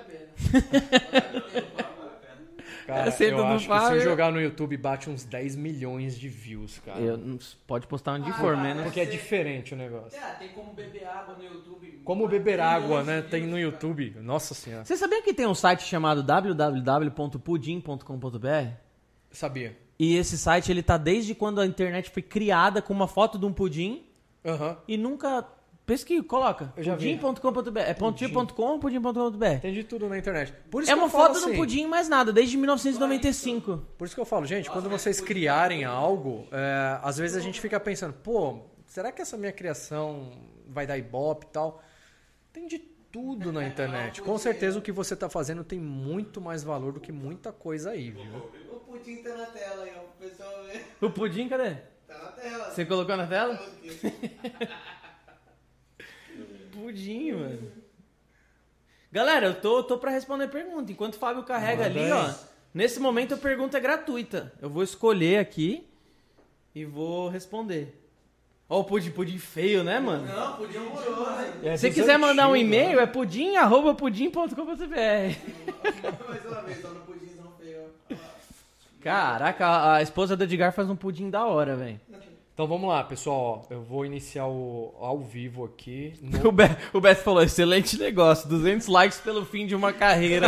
pena. Cara, Senta eu no acho que Fábio. se jogar no YouTube bate uns dez milhões de views, cara. Eu, não- pode postar onde Ah, for, vai, menos. Porque é diferente o negócio. É, tem como beber água no YouTube. Como beber água, Milhões né? de Tem views. no YouTube. Nossa senhora. Você sabia que tem um site chamado w w w ponto pudim ponto com ponto b r? Sabia. E esse site, ele tá desde quando a internet foi criada com uma foto de um pudim Aham. e nunca... Pesquisa, coloca. Eu já vi. pudim ponto com ponto b r. É ponto ponto com ou pudim ponto com ponto b r? Tem de tudo na internet. Por isso É que uma eu falo foto de um assim, pudim e mais nada, desde mil novecentos e noventa e cinco. Por isso que eu falo, gente, quando vocês criarem algo, é, às vezes a gente fica pensando, pô, será que essa minha criação vai dar ibope e tal? Tem de tudo na internet. Com certeza o que você tá fazendo tem muito mais valor do que muita coisa aí, viu? O pudim tá na tela aí, ó. O pessoal vê. O pudim, cadê? Tá na tela. Você colocou na tela? Aqui. Pudim, mano. Galera, eu tô, tô pra responder pergunta. Enquanto o Fábio carrega Manda ali, aí. ó. Nesse momento a pergunta é gratuita. Eu vou escolher aqui e vou responder. Ó o pudim, pudim feio, né, mano? Não, podia um horroroso. Se você quiser mandar um e-mail, é pudim arroba pudim ponto com ponto br. Mais uma vez, só no pudimzão feio. Caraca, a, a esposa do Edgar faz um pudim da hora, velho. Então vamos lá, pessoal. Eu vou iniciar o ao vivo aqui. No... O, Be- o Beto falou, excelente negócio, duzentos likes pelo fim de uma carreira.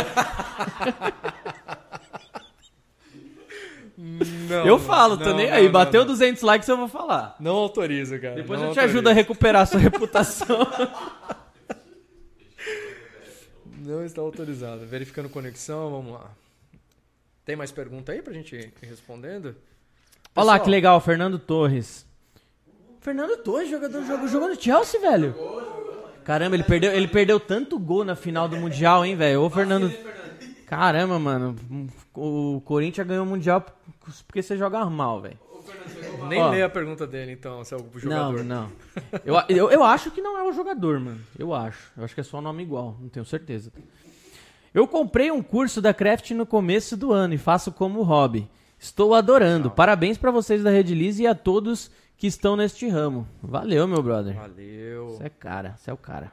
Não, eu falo, tô não, nem não, aí. não, Bateu não. duzentos likes, eu vou falar. Não autorizo, cara. Depois não eu te autorizo. ajudo a recuperar a sua reputação. Não está autorizado. Verificando conexão, vamos lá. Tem mais pergunta aí pra gente ir respondendo? Olha lá, Pessoal, que legal, Fernando Torres. Fernando Torres, jogador, jogou, jogou no Chelsea, velho. Caramba, ele perdeu, ele perdeu tanto gol na final do Mundial, hein, velho. Ô, Fernando... Caramba, mano. O Corinthians ganhou o Mundial porque você joga mal, velho. Nem Ó. lê a pergunta dele, então, se é o jogador. Não, não. Eu, eu, eu acho que não é o jogador, mano. Eu acho. Eu acho que é só o nome igual, não tenho certeza. Eu comprei um curso da Craft no começo do ano e faço como hobby. Estou adorando. Parabéns pra vocês da Redlize e a todos que estão neste ramo. Valeu, meu brother. Valeu. Você é cara, você é o cara.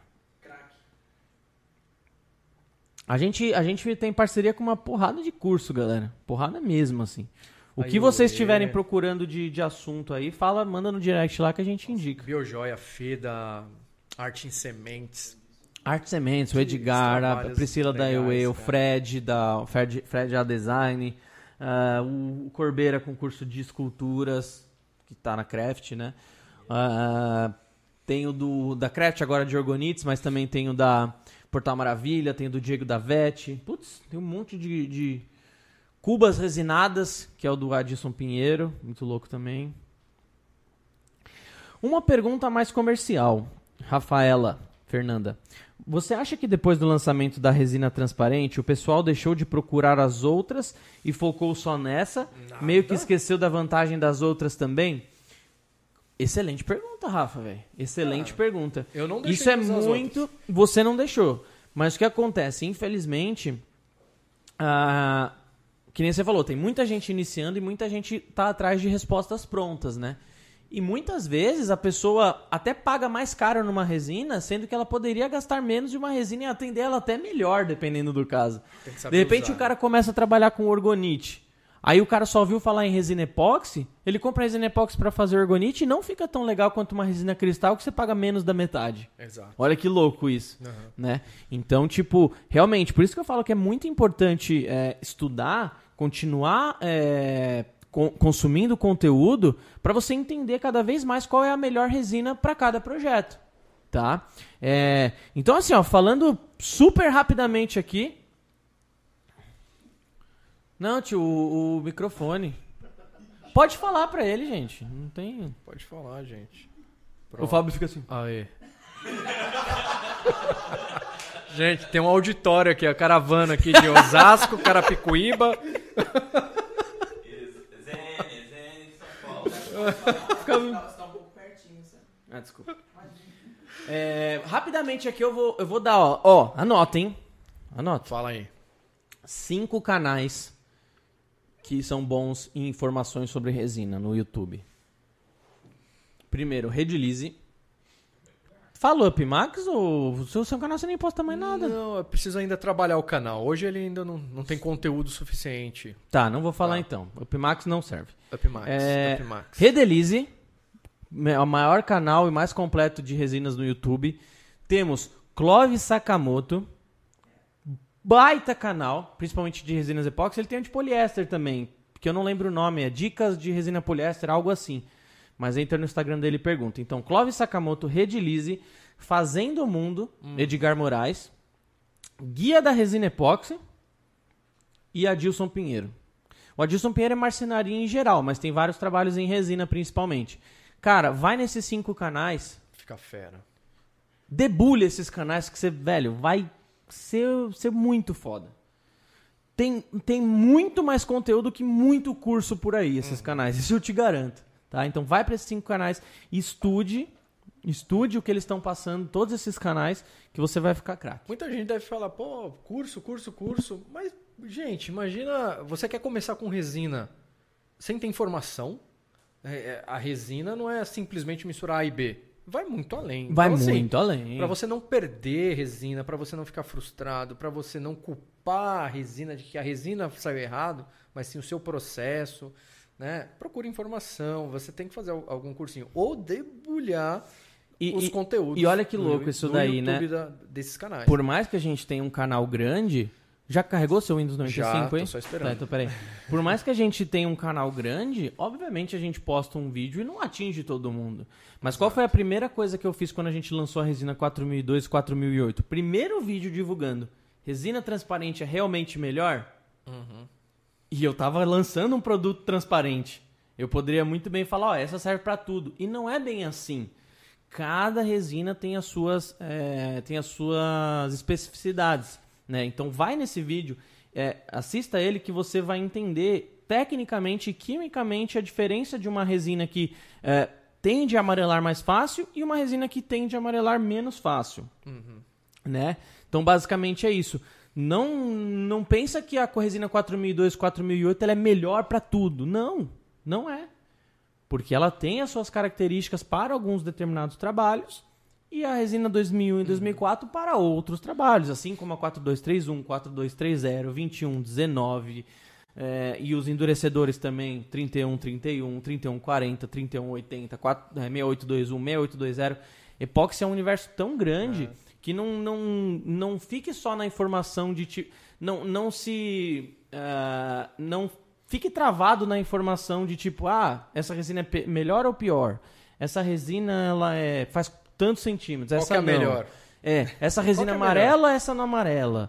A gente, a gente tem parceria com uma porrada de curso, galera. Porrada mesmo, assim. O Aí, que vocês Uê. estiverem procurando de, de assunto aí, fala, manda no direct lá que a gente indica. Biojoia, Feda, Arte em Sementes. Arte Sementes, o Edgar, a trabalhos Priscila da legais, Ewe, o cara. Fred da o Fred, Fred A Design, ah, o Corbeira com curso de esculturas, que tá na Craft, né? Ah, tem o do, da Craft agora de Orgonites, mas também tem o da Portal Maravilha, tem o do Diego da Vete. Putz, tem um monte de, de cubas resinadas, que é o do Adilson Pinheiro, muito louco também. Uma pergunta mais comercial, Rafaela Fernanda. Você acha que depois do lançamento da resina transparente, o pessoal deixou de procurar as outras e focou só nessa? Nada. Meio que esqueceu da vantagem das outras também? Excelente pergunta, Rafa, velho. Excelente Ah, pergunta. eu não deixei Isso é de usar as muito... Você não deixou. Mas o que acontece? Infelizmente, ah, que nem você falou, tem muita gente iniciando e muita gente tá atrás de respostas prontas, né? E muitas vezes a pessoa até paga mais caro numa resina, sendo que ela poderia gastar menos de uma resina e atender ela até melhor, dependendo do caso. Tem que De saber repente usar, o cara começa a trabalhar com orgonite. Aí o cara só ouviu falar em resina epóxi, ele compra resina epóxi para fazer orgonite e não fica tão legal quanto uma resina cristal que você paga menos da metade. Exato. Olha que louco isso, Uhum. né? Então, tipo, realmente, por isso que eu falo que é muito importante é, estudar, continuar é, co- consumindo conteúdo para você entender cada vez mais qual é a melhor resina para cada projeto, tá? É, então, assim, ó, falando super rapidamente aqui. Não, tio, o, o microfone. Pode falar pra ele, gente. Não tem. Pode falar, gente. O Fábio fica assim. Aê. Gente, tem um auditório aqui, a caravana aqui de Osasco, Carapicuíba. Zene, Zene, São Paulo. Fica... Você tá um pouco pertinho, sabe? Ah, desculpa. É, rapidamente aqui eu vou, eu vou dar, ó. Ó, anota, hein? Anota. Fala aí. Cinco canais que são bons em informações sobre resina no YouTube. Primeiro, Redlize. Fala Up Max ou o seu, seu canal você nem posta mais nada? Não, eu preciso ainda trabalhar o canal. Hoje ele ainda não, não tem conteúdo suficiente. Tá, não vou falar Tá. então. Up Max não serve. Upmax, É, Upmax. Redlize, o maior canal e mais completo de resinas no YouTube. Temos Clóvis Sakamoto, baita canal, principalmente de resinas epóxi. Ele tem um de poliéster também, que eu não lembro o nome, é Dicas de Resina Poliéster, algo assim. Mas entra no Instagram dele e pergunta. Então, Clóvis Sakamoto, Redlize, Fazendo o Mundo, Hum. Edgar Moraes, Guia da Resina Epóxi e Adilson Pinheiro. O Adilson Pinheiro é marcenaria em geral, mas tem vários trabalhos em resina principalmente. Cara, vai nesses cinco canais, Fica fera. debulha esses canais que você, velho, vai ser, ser muito foda. Tem, tem muito mais conteúdo que muito curso por aí, esses canais. Isso eu te garanto. Tá? Então vai para esses cinco canais, estude Estude o que eles estão passando, todos esses canais, que você vai ficar craque. Muita gente deve falar, pô, curso, curso, curso. Mas, gente, imagina, você quer começar com resina sem ter informação. É, a resina não é simplesmente misturar A e B. Vai muito além. Vai então, assim, muito além. Para você não perder resina, para você não ficar frustrado, para você não culpar a resina de que a resina saiu errado, mas sim o seu processo, né? Procure informação, você tem que fazer algum cursinho. Ou debulhar e, os e, conteúdos. E olha que no, louco isso no daí, YouTube né? Da, desses canais. Por mais que a gente tenha um canal grande... Já carregou seu Windows noventa e cinco, Já, hein? tô só esperando. Tá, então peraí. Por mais que a gente tenha um canal grande, obviamente a gente posta um vídeo e não atinge todo mundo. Mas qual foi a primeira coisa que eu fiz quando a gente lançou a resina quatro mil e dois e quatro mil e oito? Primeiro vídeo divulgando. Resina transparente é realmente melhor? Uhum. E eu tava lançando um produto transparente. Eu poderia muito bem falar, ó, essa serve pra tudo. E não é bem assim. Cada resina tem as suas, é, tem as suas especificidades. Né? Então vai nesse vídeo, é, assista ele que você vai entender tecnicamente e quimicamente a diferença de uma resina que é, tende a amarelar mais fácil e uma resina que tende a amarelar menos fácil. Uhum. Né? Então basicamente é isso. Não, não pensa que a resina quatro mil e dois, quatro mil e oito ela é melhor para tudo. Não, não é. Porque ela tem as suas características para alguns determinados trabalhos e a resina dois mil e um e dois mil e quatro para outros trabalhos, assim como a quatro dois três um, quatro dois três zero, vinte e um, dezenove, é, e os endurecedores também, trinta e um, trinta e um, trinta e um, quarenta, trinta e um, oitenta, quatro, é, sessenta e oito vinte e um, sessenta e oito vinte. Epóxi é um universo tão grande é. que não, não, não fique só na informação de... Tipo, não, não se... Uh, não fique travado na informação de tipo, ah, essa resina é pe- melhor ou pior? Essa resina, ela é, faz tantos centímetros. Qual essa que é não. melhor? É, essa resina é amarela, essa não amarela.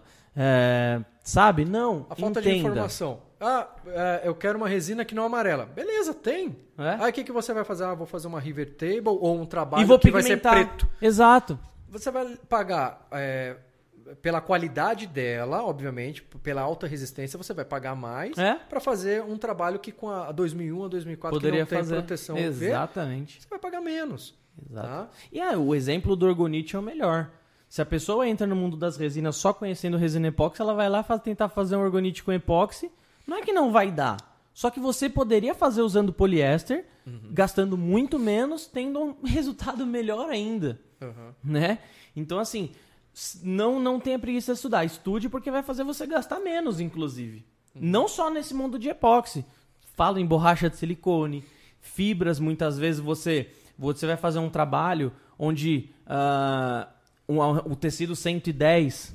É, sabe? Não, A falta entenda. de informação. Ah, é, eu quero uma resina que não amarela. Beleza, tem. É? Aí o que, que você vai fazer? Ah, vou fazer uma river table ou um trabalho e vou que vai ser pigmentar. preto. Exato. Você vai pagar é, pela qualidade dela, obviamente, pela alta resistência, você vai pagar mais É? para fazer um trabalho que com a dois mil e um, a dois mil e quatro Poderia que não fazer. tem proteção U V, Exatamente. você vai pagar menos. Exato. Tá? E é, o exemplo do Orgonite é o melhor. Se a pessoa entra no mundo das resinas só conhecendo resina epóxi, ela vai lá faz, tentar fazer um Orgonite com epóxi. Não é que não vai dar. Só que você poderia fazer usando poliéster, uhum. gastando muito menos, tendo um resultado melhor ainda. Uhum. Né? Então, assim, não, não tenha preguiça de estudar. Estude porque vai fazer você gastar menos, inclusive. Uhum. Não só nesse mundo de epóxi. Falo em borracha de silicone, fibras, muitas vezes você, você vai fazer um trabalho onde uh, um, o tecido cento e dez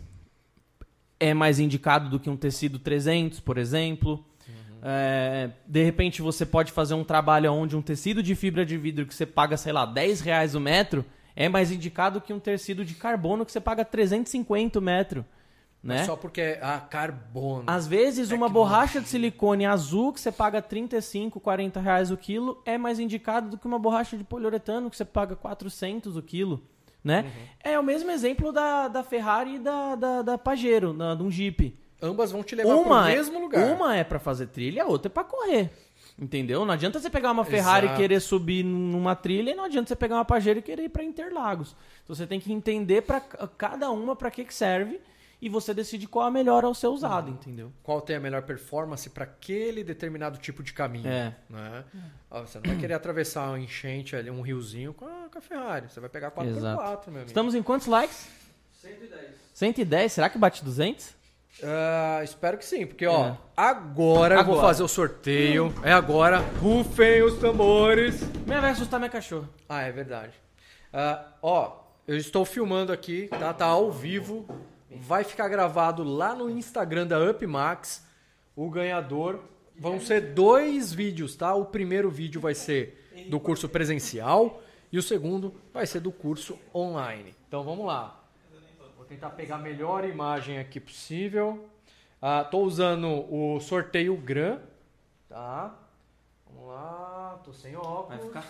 é mais indicado do que um tecido trezentos, por exemplo. Uhum. É, de repente você pode fazer um trabalho onde um tecido de fibra de vidro que você paga, sei lá, dez reais o metro é mais indicado que um tecido de carbono que você paga trezentos e cinquenta o metro. Né? Só porque é ah, carbono. Às vezes uma Tecnologia. borracha de silicone azul que você paga trinta e cinco, quarenta reais o quilo é mais indicado do que uma borracha de poliuretano que você paga quatrocentos o quilo. Né? Uhum. É o mesmo exemplo da, da Ferrari e da, da, da Pajero, da, de um Jeep. Ambas vão te levar uma para o mesmo é, lugar. Uma é para fazer trilha, a outra é para correr. Entendeu? Não adianta você pegar uma Ferrari Exato. e querer subir numa trilha e não adianta você pegar uma Pajero e querer ir para Interlagos. Então você tem que entender para cada uma para que, que serve e você decide qual a melhor ao ser usado, uhum. entendeu? Qual tem a melhor performance para aquele determinado tipo de caminho. É. Né? É. Você não vai querer atravessar uma enchente, ali, um riozinho com a, com a Ferrari. Você vai pegar quatro por quatro, meu amigo. Estamos em quantos likes? cento e dez. cento e dez? Será que bate duzentos? Uh, espero que sim, porque ó, é. agora, agora eu vou fazer o sorteio. Hum. É agora. Rufem os tambores. Minha vai assustar minha cachorra. Ah, é verdade. Uh, ó, eu estou filmando aqui, tá? Tá ao vivo. Vai ficar gravado lá no Instagram da UpMax. O ganhador. Vão ser dois vídeos, tá? O primeiro vídeo vai ser do curso presencial e o segundo vai ser do curso online. Então vamos lá. Vou tentar pegar a melhor imagem aqui possível. Ah, tô usando o sorteio Gran. Tá? Vamos lá. Tô sem óculos. Vai ficar...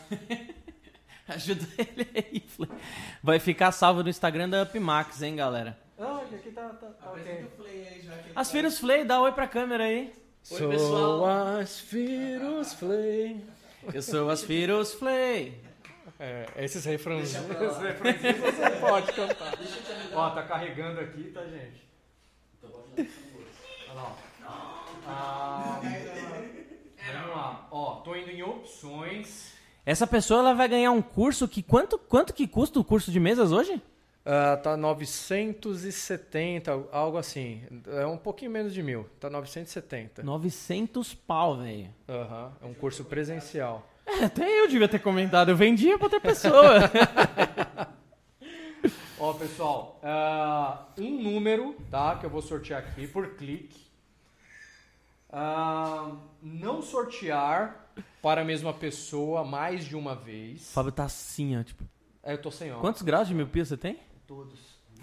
Ajuda ele aí, Flay. Vai ficar salvo no Instagram da UpMax, hein, galera? Ah, aqui tá... tá, tá okay. As Firus Flay, dá oi pra câmera aí. Oi, sou pessoal. As Firus Flay. Eu sou as Firus Flay. É, esses refrãozinhos, Deixa pra lá. esses refrãozinhos você pode cantar. Ó, tá carregando aqui, tá, gente? Então pode dar essa moça. Olha lá, ó. Ah, vamos lá. Ó, tô indo em opções. Essa pessoa ela vai ganhar um curso que... Quanto, quanto que custa o curso de mesas hoje? Ah, tá novecentos e setenta, algo assim. É um pouquinho menos de mil. Tá novecentos e setenta. novecentos pau, velho. Aham, é um curso presencial. É, até eu devia ter comentado. Eu vendia pra outra pessoa. Ó, pessoal, ah, um número, tá? Que eu vou sortear aqui por clique. Ah, não sortear para a mesma pessoa mais de uma O vez. Fábio tá assim, ó. Tipo, É, eu tô sem óculos. quantos graus de miopia você tem? Todos.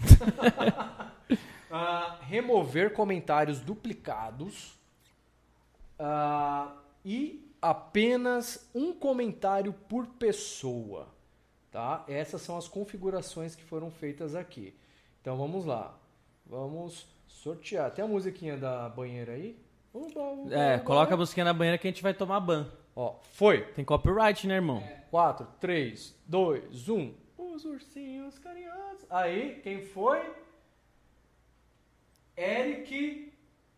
Ah, remover comentários duplicados. Ah, e apenas um comentário por pessoa. Tá? Essas são as configurações que foram feitas aqui. Então vamos lá. Vamos sortear. Tem a musiquinha da banheira aí? Uba, uba, É, uba. coloca a busquinha na banheira que a gente vai tomar ban. Ó, foi. Tem copyright, né, irmão? quatro, três, dois, um. Os ursinhos carinhosos. Aí, quem foi? Eric.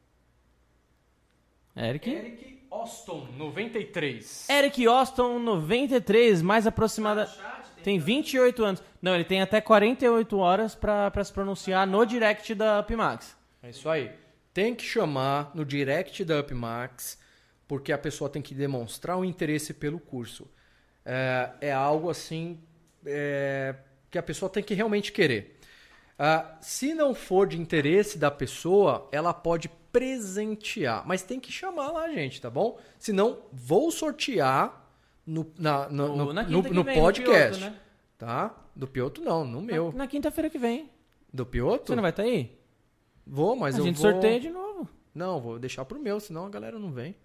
Eric? Eric Austin, noventa e três. Eric Austin, noventa e três, mais aproximada... Tem vinte e oito anos. Não, ele tem até quarenta e oito horas pra, pra se pronunciar no direct da Upmax. É isso aí. Tem que chamar no direct da Upmax, porque a pessoa tem que demonstrar um interesse pelo curso. É, é algo assim é, que a pessoa tem que realmente querer. Ah, se não for de interesse da pessoa, ela pode presentear. Mas tem que chamar lá, gente, tá bom? Senão, vou sortear no, na, no, no, na no, quinta que no vem, no podcast. Pioto, né? Tá? Do Pioto não, no meu. Na, na quinta-feira que vem. Do Pioto? Você não vai estar aí? Vou, mas a eu gente vou... sorteia de novo. Não, vou deixar pro meu, senão a galera não vem.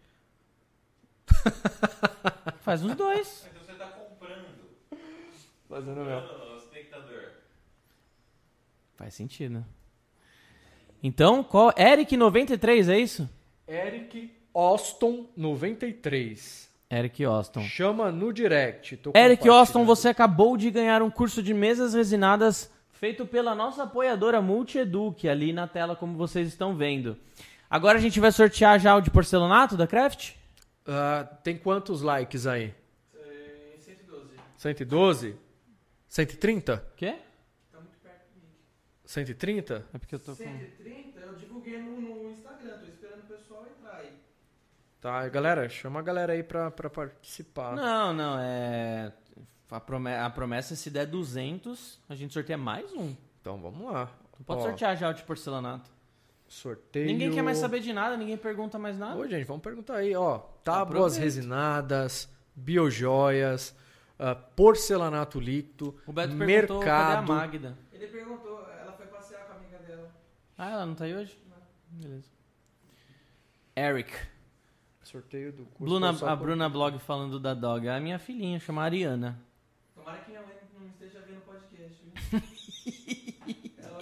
Faz os dois. Então você tá comprando. Fazendo o meu. O espectador. Faz sentido. Então, qual? Eric noventa e três, é isso? Eric Austin noventa e três. Eric Austin. Chama no direct. Tô Eric Austin, compartilhando. você acabou de ganhar um curso de mesas resinadas feito pela nossa apoiadora Multieduc, ali na tela, como vocês estão vendo. Agora a gente vai sortear já o de porcelanato da Craft? Ah, tem quantos likes aí? É, cento e doze. cento e doze? cento e trinta? Quê? Tá muito perto do Nick. cento e trinta? É porque eu tô com... cento e trinta eu divulguei no, no Instagram, tô esperando o pessoal entrar aí. Tá, galera, chama a galera aí pra, pra participar. Não, não, é... A promessa, a promessa é se der duzentos, a gente sorteia mais um. Então vamos lá. Pode Ó, sortear já o de porcelanato. Sorteio. Ninguém quer mais saber de nada, ninguém pergunta mais nada. Ô, gente, vamos perguntar aí, ó. Tábuas Aproveita. resinadas, biojoias, ah, porcelanato líquido, O Beto perguntou, cadê a mercado. Magda? Ele perguntou, ela foi passear com a amiga dela. Ah, ela não tá aí hoje? Beleza. Eric. Sorteio do curso. Bruna, só a por- Bruna Blog falando da dog. É a minha filhinha, chama Ariana. Tomara que minha mãe não esteja vendo o podcast, viu? ela...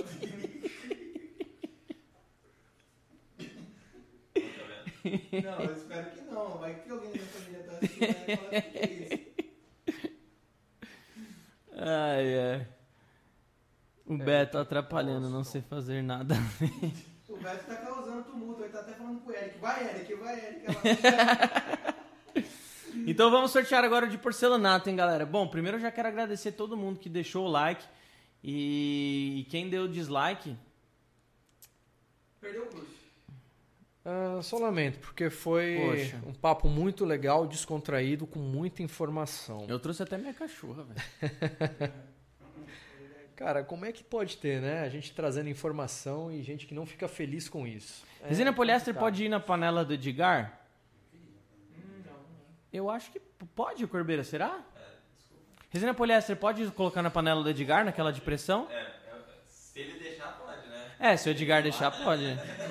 Não, eu espero que não. Vai que alguém da minha família tá assistindo e fala que é isso. Ai, ai. O Beto atrapalhando, não sei fazer nada. O Beto tá causando tumulto, ele tá até falando pro Eric. Vai, Eric, vai, Eric. Ela... Então vamos sortear agora o de porcelanato, hein, galera? Bom, primeiro eu já quero agradecer todo mundo que deixou o like. E quem deu dislike... Perdeu o curso. Ah, só lamento, porque foi Poxa. um papo muito legal, descontraído, com muita informação. Eu trouxe até minha cachorra, velho. Cara, como é que pode ter, né? A gente trazendo informação e gente que não fica feliz com isso. É Resina poliéster complicado. pode ir na panela do Edgar? Eu acho que p- pode, Corbeira, será? Resina poliéster pode colocar na panela do Edgar, naquela de pressão? É, é, se ele deixar, pode, né? É, se o Edgar deixar, pode.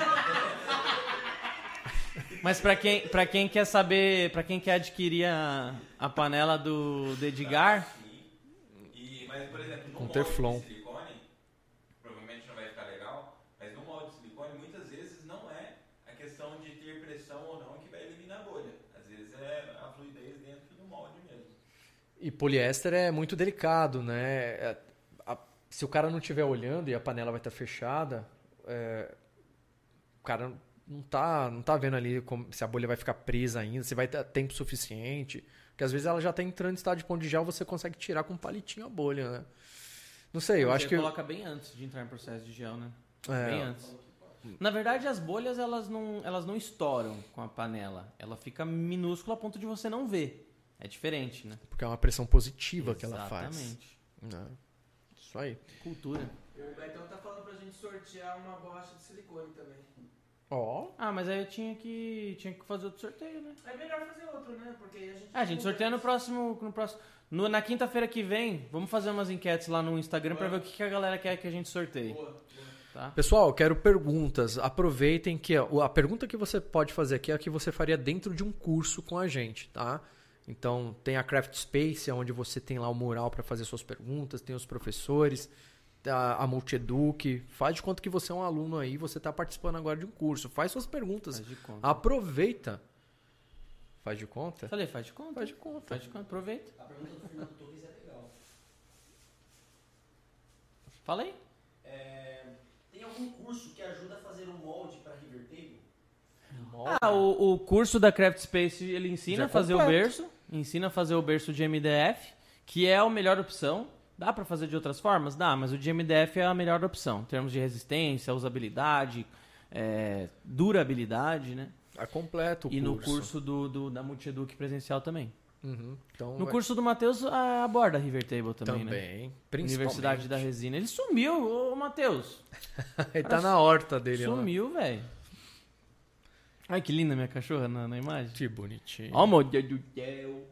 Mas pra quem, pra quem quer saber, pra quem quer adquirir a, a panela do, do Edgar, Sim. E, mas, por exemplo, no Com molde teflon. de silicone, provavelmente não vai ficar legal, mas no molde de silicone, muitas vezes não é a questão de ter pressão ou não que vai eliminar a bolha. Às vezes é a fluidez dentro do molde mesmo. E poliéster é muito delicado, né? É, a- se o cara não estiver olhando e a panela vai estar fechada, é, o cara não tá, não tá vendo ali como- se a bolha vai ficar presa ainda, se vai ter tempo suficiente. Porque às vezes ela já está entrando em estado de pão de gel, você consegue tirar com um palitinho a bolha, né? Não sei, eu Você acho que... coloca bem antes de entrar em processo de gel, né? É. Bem antes. Na verdade, as bolhas, elas não, elas não estouram com a panela. Ela fica minúscula a ponto de você não ver. É diferente, né? Porque é uma pressão positiva que ela faz. Exatamente. Né? Isso aí. Cultura. O Betão tá falando pra gente sortear uma borracha de silicone também. Ó. Ah, mas aí eu tinha que, tinha que fazer outro sorteio, né? É melhor fazer outro, né? Porque aí a gente... Ah, a gente sorteia no próximo... No próximo no, na quinta-feira que vem, vamos fazer umas enquetes lá no Instagram pra ver o que, que a galera quer que a gente sorteie. Boa, boa. Tá? Pessoal, eu quero perguntas. Aproveitem que a a pergunta que você pode fazer aqui é a que você faria dentro de um curso com a gente, tá? Então, tem a Craft Space, onde você tem lá o mural para fazer suas perguntas, tem os professores, a, a Multieduc. Faz de conta que você é um aluno aí, você está participando agora de um curso. Faz suas perguntas. Faz de conta. Aproveita. Faz de conta? Falei, faz de conta. Faz de conta. Faz de conta, aproveita. A pergunta do Fernando Torres é legal. Fala aí. É, tem algum curso que ajuda a fazer um molde para River Table? Ah, o, o curso da Craft Space, ele ensina Já a fazer completo. o berço, ensina a fazer o berço de M D F, que é a melhor opção. Dá pra fazer de outras formas? Dá, mas o de M D F é a melhor opção, em termos de resistência, usabilidade, é, durabilidade, né? É completo o E no curso. curso do, do- da Multieduc presencial também. Uhum. Então, No vai- curso do Matheus, a- aborda a River Table também, né? também. Principalmente. Universidade da Resina. Ele sumiu, ô Matheus. Ele tá na horta dele lá. Sumiu, velho. Ai, que linda minha cachorra na, na imagem. Que bonitinho. Ó, meu Deus do céu.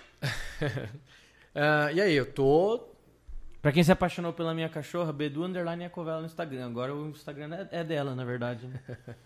Ah, e aí, eu tô... Pra quem se apaixonou pela minha cachorra, Bedu Underline Ecovela no Instagram. Agora o Instagram é, é dela, na verdade. Né?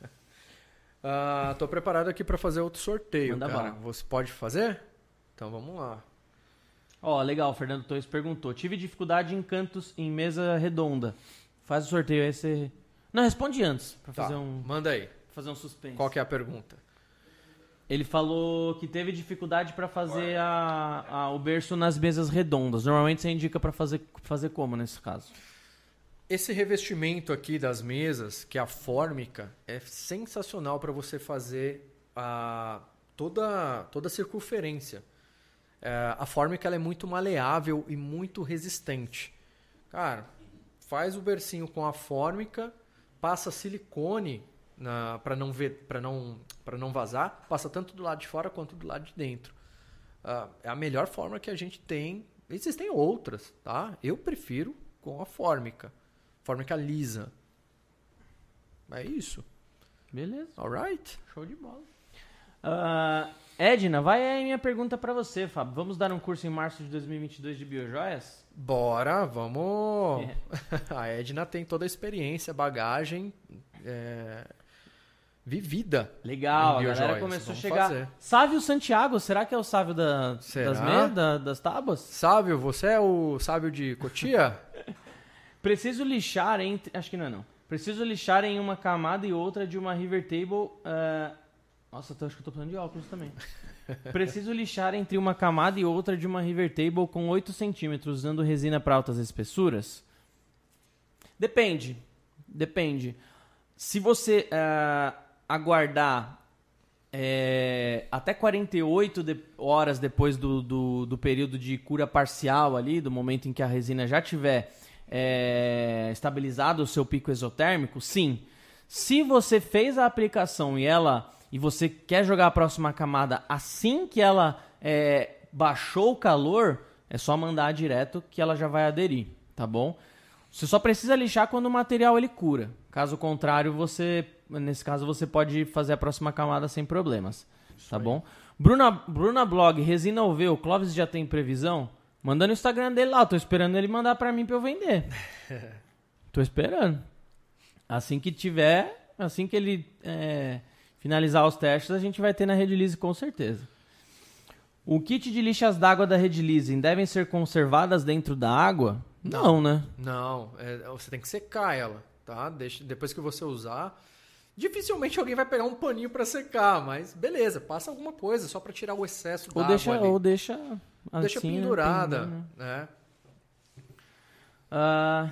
Ah, tô preparado aqui pra fazer outro sorteio, Manda cara. bala. Você pode fazer? Então vamos lá. Ó, legal, o Fernando Torres perguntou. Tive dificuldade em cantos em mesa redonda. Faz o sorteio aí, você... Não, responde antes, pra Tá, fazer um, manda aí. fazer um suspense. Qual que é a pergunta? Ele falou que teve dificuldade pra fazer a, a- o berço nas mesas redondas. Normalmente você indica pra fazer, fazer como nesse caso? Esse revestimento aqui das mesas, que é a fórmica, é sensacional para você fazer a, toda, toda a circunferência. É, a fórmica ela é muito maleável e muito resistente. Cara, faz o bercinho com a fórmica, passa silicone para não ver, para não, para não vazar, passa tanto do lado de fora quanto do lado de dentro. Ah, é a melhor forma que a gente tem. Existem outras, tá? Eu prefiro com a fórmica. Fórmica lisa. É isso. Beleza. Alright? Show de bola. Ah, Edna, vai aí minha pergunta pra você, Fábio. Vamos dar um curso em março de dois mil e vinte e dois de biojoias? Bora, vamos. É. A Edna tem toda a experiência, bagagem é, vivida. Legal, Em a galera biojoias. começou Vamos a chegar. fazer. Sávio Santiago, será que é o Sávio da, Será? das mesas, da- das tábuas? Sábio, você é o sábio de Cotia? Preciso lixar entre... Acho que não é não. Preciso lixar em uma camada e outra de uma River Table... ah, Nossa, eu acho que eu tô precisando de óculos também. Preciso lixar entre uma camada e outra de uma River Table com oito centímetros, usando resina para altas espessuras? Depende. Depende. Se você ah, aguardar é, até quarenta e oito de- horas depois do, do, do período de cura parcial ali, do momento em que a resina já tiver é, estabilizado o seu pico exotérmico, sim. Se você fez a aplicação e ela e você quer jogar a próxima camada assim que ela é, baixou o calor, é só mandar direto que ela já vai aderir, tá bom? Você só precisa lixar quando o material ele cura. Caso contrário, você, nesse caso, você pode fazer a próxima camada sem problemas, tá bom? Bruna, Bruna Blog, resina U V, o Clóvis já tem previsão? Manda no Instagram dele lá, tô esperando ele mandar pra mim pra eu vender. Tô esperando. Assim que tiver, assim que ele é, finalizar os testes, a gente vai ter na Redilize com certeza. O kit de lixas d'água da Redilize devem ser conservadas dentro da água? Não, né? Não, é, você tem que secar ela, tá? Deixa, depois que você usar, dificilmente alguém vai pegar um paninho pra secar, mas beleza, passa alguma coisa só pra tirar o excesso Ou da deixa, água ali. ou deixa Deixa assim, né, pendurada, pendendo. né? Ah,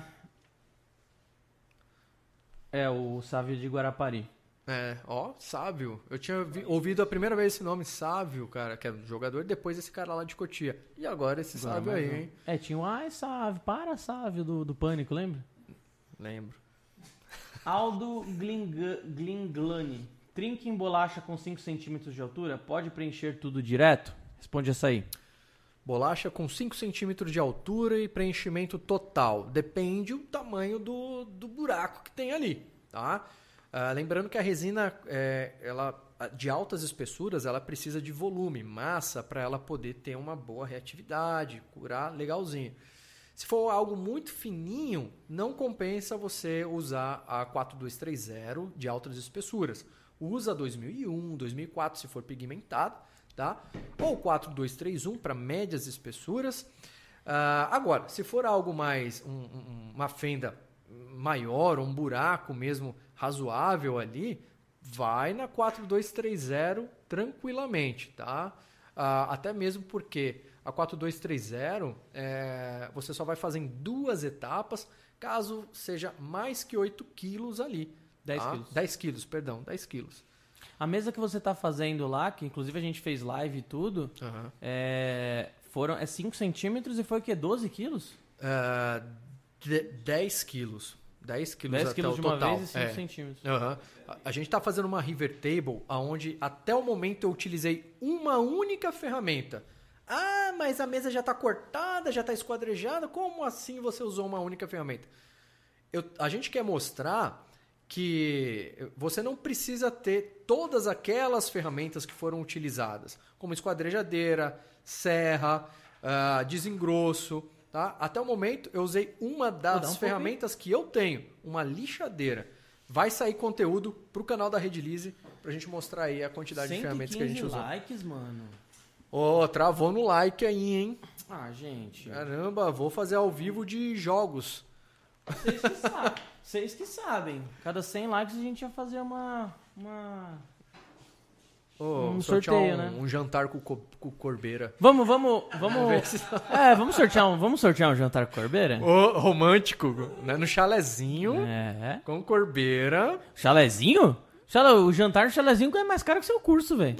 é, o Sávio de Guarapari. É, ó, Sávio. Eu tinha vi- ouvido a primeira vez esse nome, Sávio, cara, que é um jogador, depois esse cara lá de Cotia. E agora esse Agora Sávio mais aí, um. hein? É, tinha um Ai Sávio, para Sávio do, do Pânico, lembra? Lembro. Aldo Gling- Glinglani. Trinque em bolacha com cinco centímetros de altura, pode preencher tudo direto? Responde essa aí. Bolacha com cinco centímetros de altura e preenchimento total. Depende do tamanho do, do buraco que tem ali, tá? Ah, lembrando que a resina é, ela, de altas espessuras, ela precisa de volume, massa, para ela poder ter uma boa reatividade, curar legalzinho. Se for algo muito fininho, não compensa você usar a quatro dois três zero de altas espessuras. Usa dois mil e um, dois mil e quatro se for pigmentado, tá? Ou quatro dois três um para médias espessuras. Ah, agora, se for algo mais, um- um- uma fenda maior, um buraco mesmo razoável ali, vai na quatro dois três zero tranquilamente, tá? Ah, até mesmo porque a quatro dois três zero é, você só vai fazer em duas etapas, caso seja mais que oito quilos ali. dez tá? quilos. dez quilos, perdão, dez quilos. A mesa que você tá fazendo lá, que inclusive a gente fez live e tudo, Aham. é, foram, é cinco centímetros e foi o quê? doze quilos? Ah, de- dez quilos. dez quilos dez até quilos o de uma total. vez e cinco É. centímetros. Aham. A- A gente está fazendo uma river table onde até o momento eu utilizei uma única ferramenta. Ah, mas a mesa já está cortada, já está esquadrejada. Como assim você usou uma única ferramenta? Eu- a gente quer mostrar que você não precisa ter todas aquelas ferramentas que foram utilizadas, como esquadrejadeira, serra, ah, desengrosso. Tá? Até o momento eu usei uma Vou dar das um ferramentas que eu tenho, uma lixadeira. Vai sair conteúdo pro canal da Redilize pra gente mostrar aí a quantidade de ferramentas que a gente usou. likes, mano. Ô, travou no like aí, hein? Ah, gente. Caramba, vou fazer ao vivo de jogos. Vocês que, sa- vocês que sabem. Cada cem likes a gente ia fazer uma... uma... Ô, Um sortear sorteio, um, né? um jantar com, co- com corbeira. Vamos, vamos, vamos... É, vamos sortear um, vamos sortear um jantar com corbeira? Ô, romântico, né? No chalezinho, É. com corbeira. Chalezinho? Chale... O jantar no chalezinho é mais caro que seu curso, velho.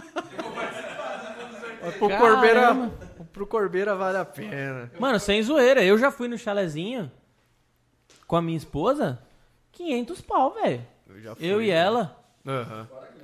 Pro Caramba. corbeira, pro corbeira vale a pena. Mano, sem zoeira. Eu já fui no chalezinho com a minha esposa. quinhentos pau, velho. Eu, já fui, Eu e né? ela. Aham.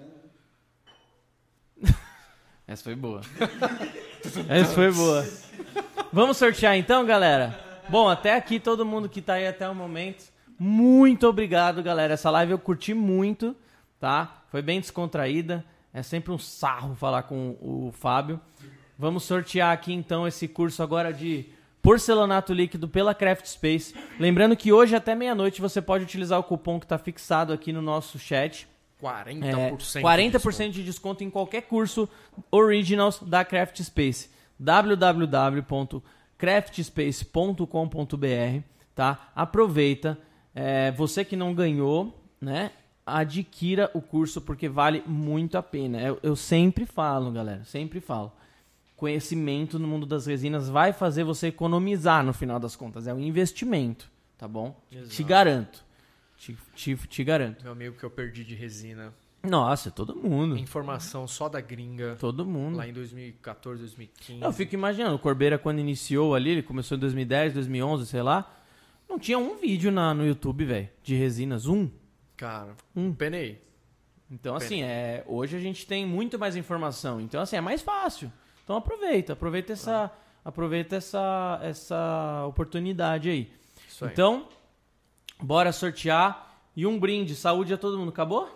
Essa foi boa. Essa foi boa. Vamos sortear então, galera? Bom, até aqui todo mundo que tá aí até o momento. Muito obrigado, galera. Essa live eu curti muito, tá? Foi bem descontraída. É sempre um sarro falar com o Fábio. Vamos sortear aqui então esse curso agora de porcelanato líquido pela Craft Space. Lembrando que hoje até meia-noite você pode utilizar o cupom que tá fixado aqui no nosso chat. quarenta É, por cento. quarenta por cento de desconto em qualquer curso Originals da Craft Space. w w w ponto craft space ponto com ponto b r, tá? Aproveita. É, você que não ganhou, né? Adquira o curso porque vale muito a pena. Eu, eu sempre falo, galera, sempre falo. Conhecimento no mundo das resinas vai fazer você economizar no final das contas. É um investimento, tá bom? Exato. Te garanto. Te, te, te garanto. Meu amigo que eu perdi de resina. Nossa, todo mundo. Informação só da gringa. Todo mundo. Lá em dois mil e quatorze, dois mil e quinze. Eu fico imaginando, o Corbeira quando iniciou ali, ele começou em dois mil e dez, dois mil e onze, sei lá, não tinha um vídeo na, no YouTube, velho, de resinas, um. Cara, Hum. penei. Então, assim, é, hoje a gente tem muito mais informação, então, assim, é mais fácil. Então, aproveita, aproveita essa, aproveita essa, essa oportunidade aí. Isso aí. Então, bora sortear e um brinde, saúde a todo mundo, acabou?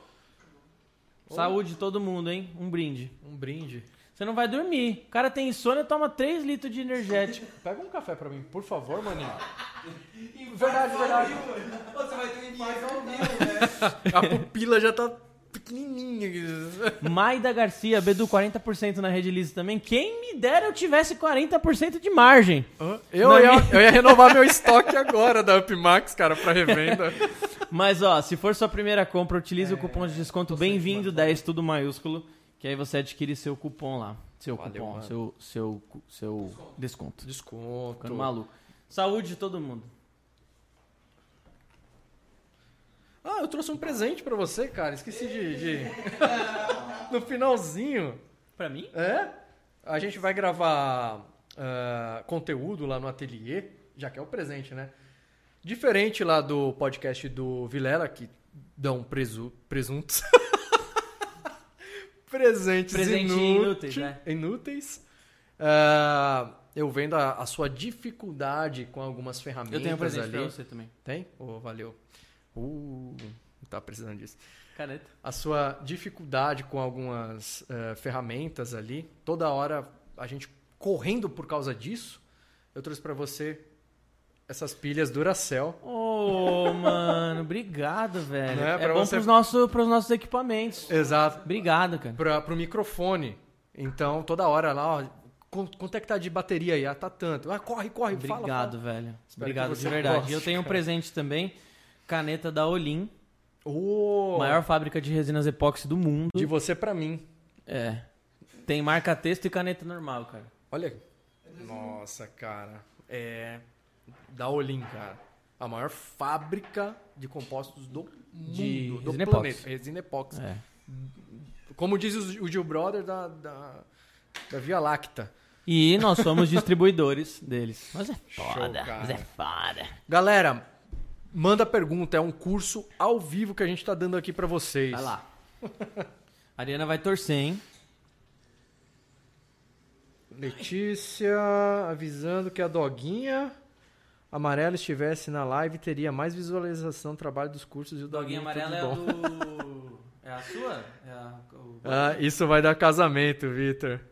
Saúde todo mundo, hein? Um brinde. Um brinde. Você não vai dormir. O cara tem insônia, toma três litros de energético. Pega um café pra mim, por favor, maninho. Verdade, verdade. Você vai ter um infarto ao vivo, né? A pupila já tá pequenininha. Maida Garcia, Bedu, quarenta por cento na Rede Lise também. Quem me dera eu tivesse quarenta por cento de margem. Eu Na ia, minha- eu ia renovar meu estoque agora da Upmax, cara, pra revenda. Mas, ó, se for sua primeira compra, utilize o cupom de desconto bem-vindo dez, tudo maiúsculo, que aí você adquire seu cupom lá. Seu Valeu, cupom, mano. seu, seu, seu desconto. Desconto. Ficando maluco. Saúde de todo mundo. Ah, eu trouxe um presente pra você, cara. Esqueci de... de... no finalzinho. Pra mim? É? A gente vai gravar ah, conteúdo lá no ateliê, já que é o presente, né? Diferente lá do podcast do Vilela, que dão presu... presuntos. Presentes Presente inúteis. inúteis, né? Inúteis. Ah, eu vendo a, a sua dificuldade com algumas ferramentas Eu tenho um presente ali. pra você também. Tem? Oh, valeu. Uh, não tá precisando disso. Caneta. A sua dificuldade com algumas eh, ferramentas ali, toda hora a gente correndo por causa disso, eu trouxe pra você essas pilhas Duracell. Ô, mano, obrigado, velho. Não é É, pra bom você- pros, nossos, pros nossos equipamentos. Exato. Obrigado, cara. Pra, pro microfone. Então, toda hora lá, ó, qu- quanto é que tá de bateria aí? Ah, tá tanto. Ah, corre, corre, fala, Obrigado, fala. velho. Espero Obrigado que de você verdade. goste, eu tenho um cara. presente também. Caneta da Olim. Ô, Maior fábrica de resinas epóxi do mundo. de você pra mim. É. Tem marca-texto e caneta normal, cara. Olha. Nossa, cara. É. Da Olim, cara. A maior fábrica de compostos do De mundo, do resina planeta. epóxi. Resina epóxi. É. Como diz o o Gil Brother da, da, da Via Láctea. E nós somos distribuidores deles. Mas é Show, foda, cara. mas é foda. Galera, manda pergunta. É um curso ao vivo que a gente tá dando aqui pra vocês. Vai lá. A Ariana vai torcer, hein? Letícia avisando que a doguinha amarela estivesse na live, teria mais visualização do trabalho dos cursos e o Doguinha doguinha amarela tudo é bom. a do... É a sua? É a... o- Ah, isso vai dar casamento, Vitor.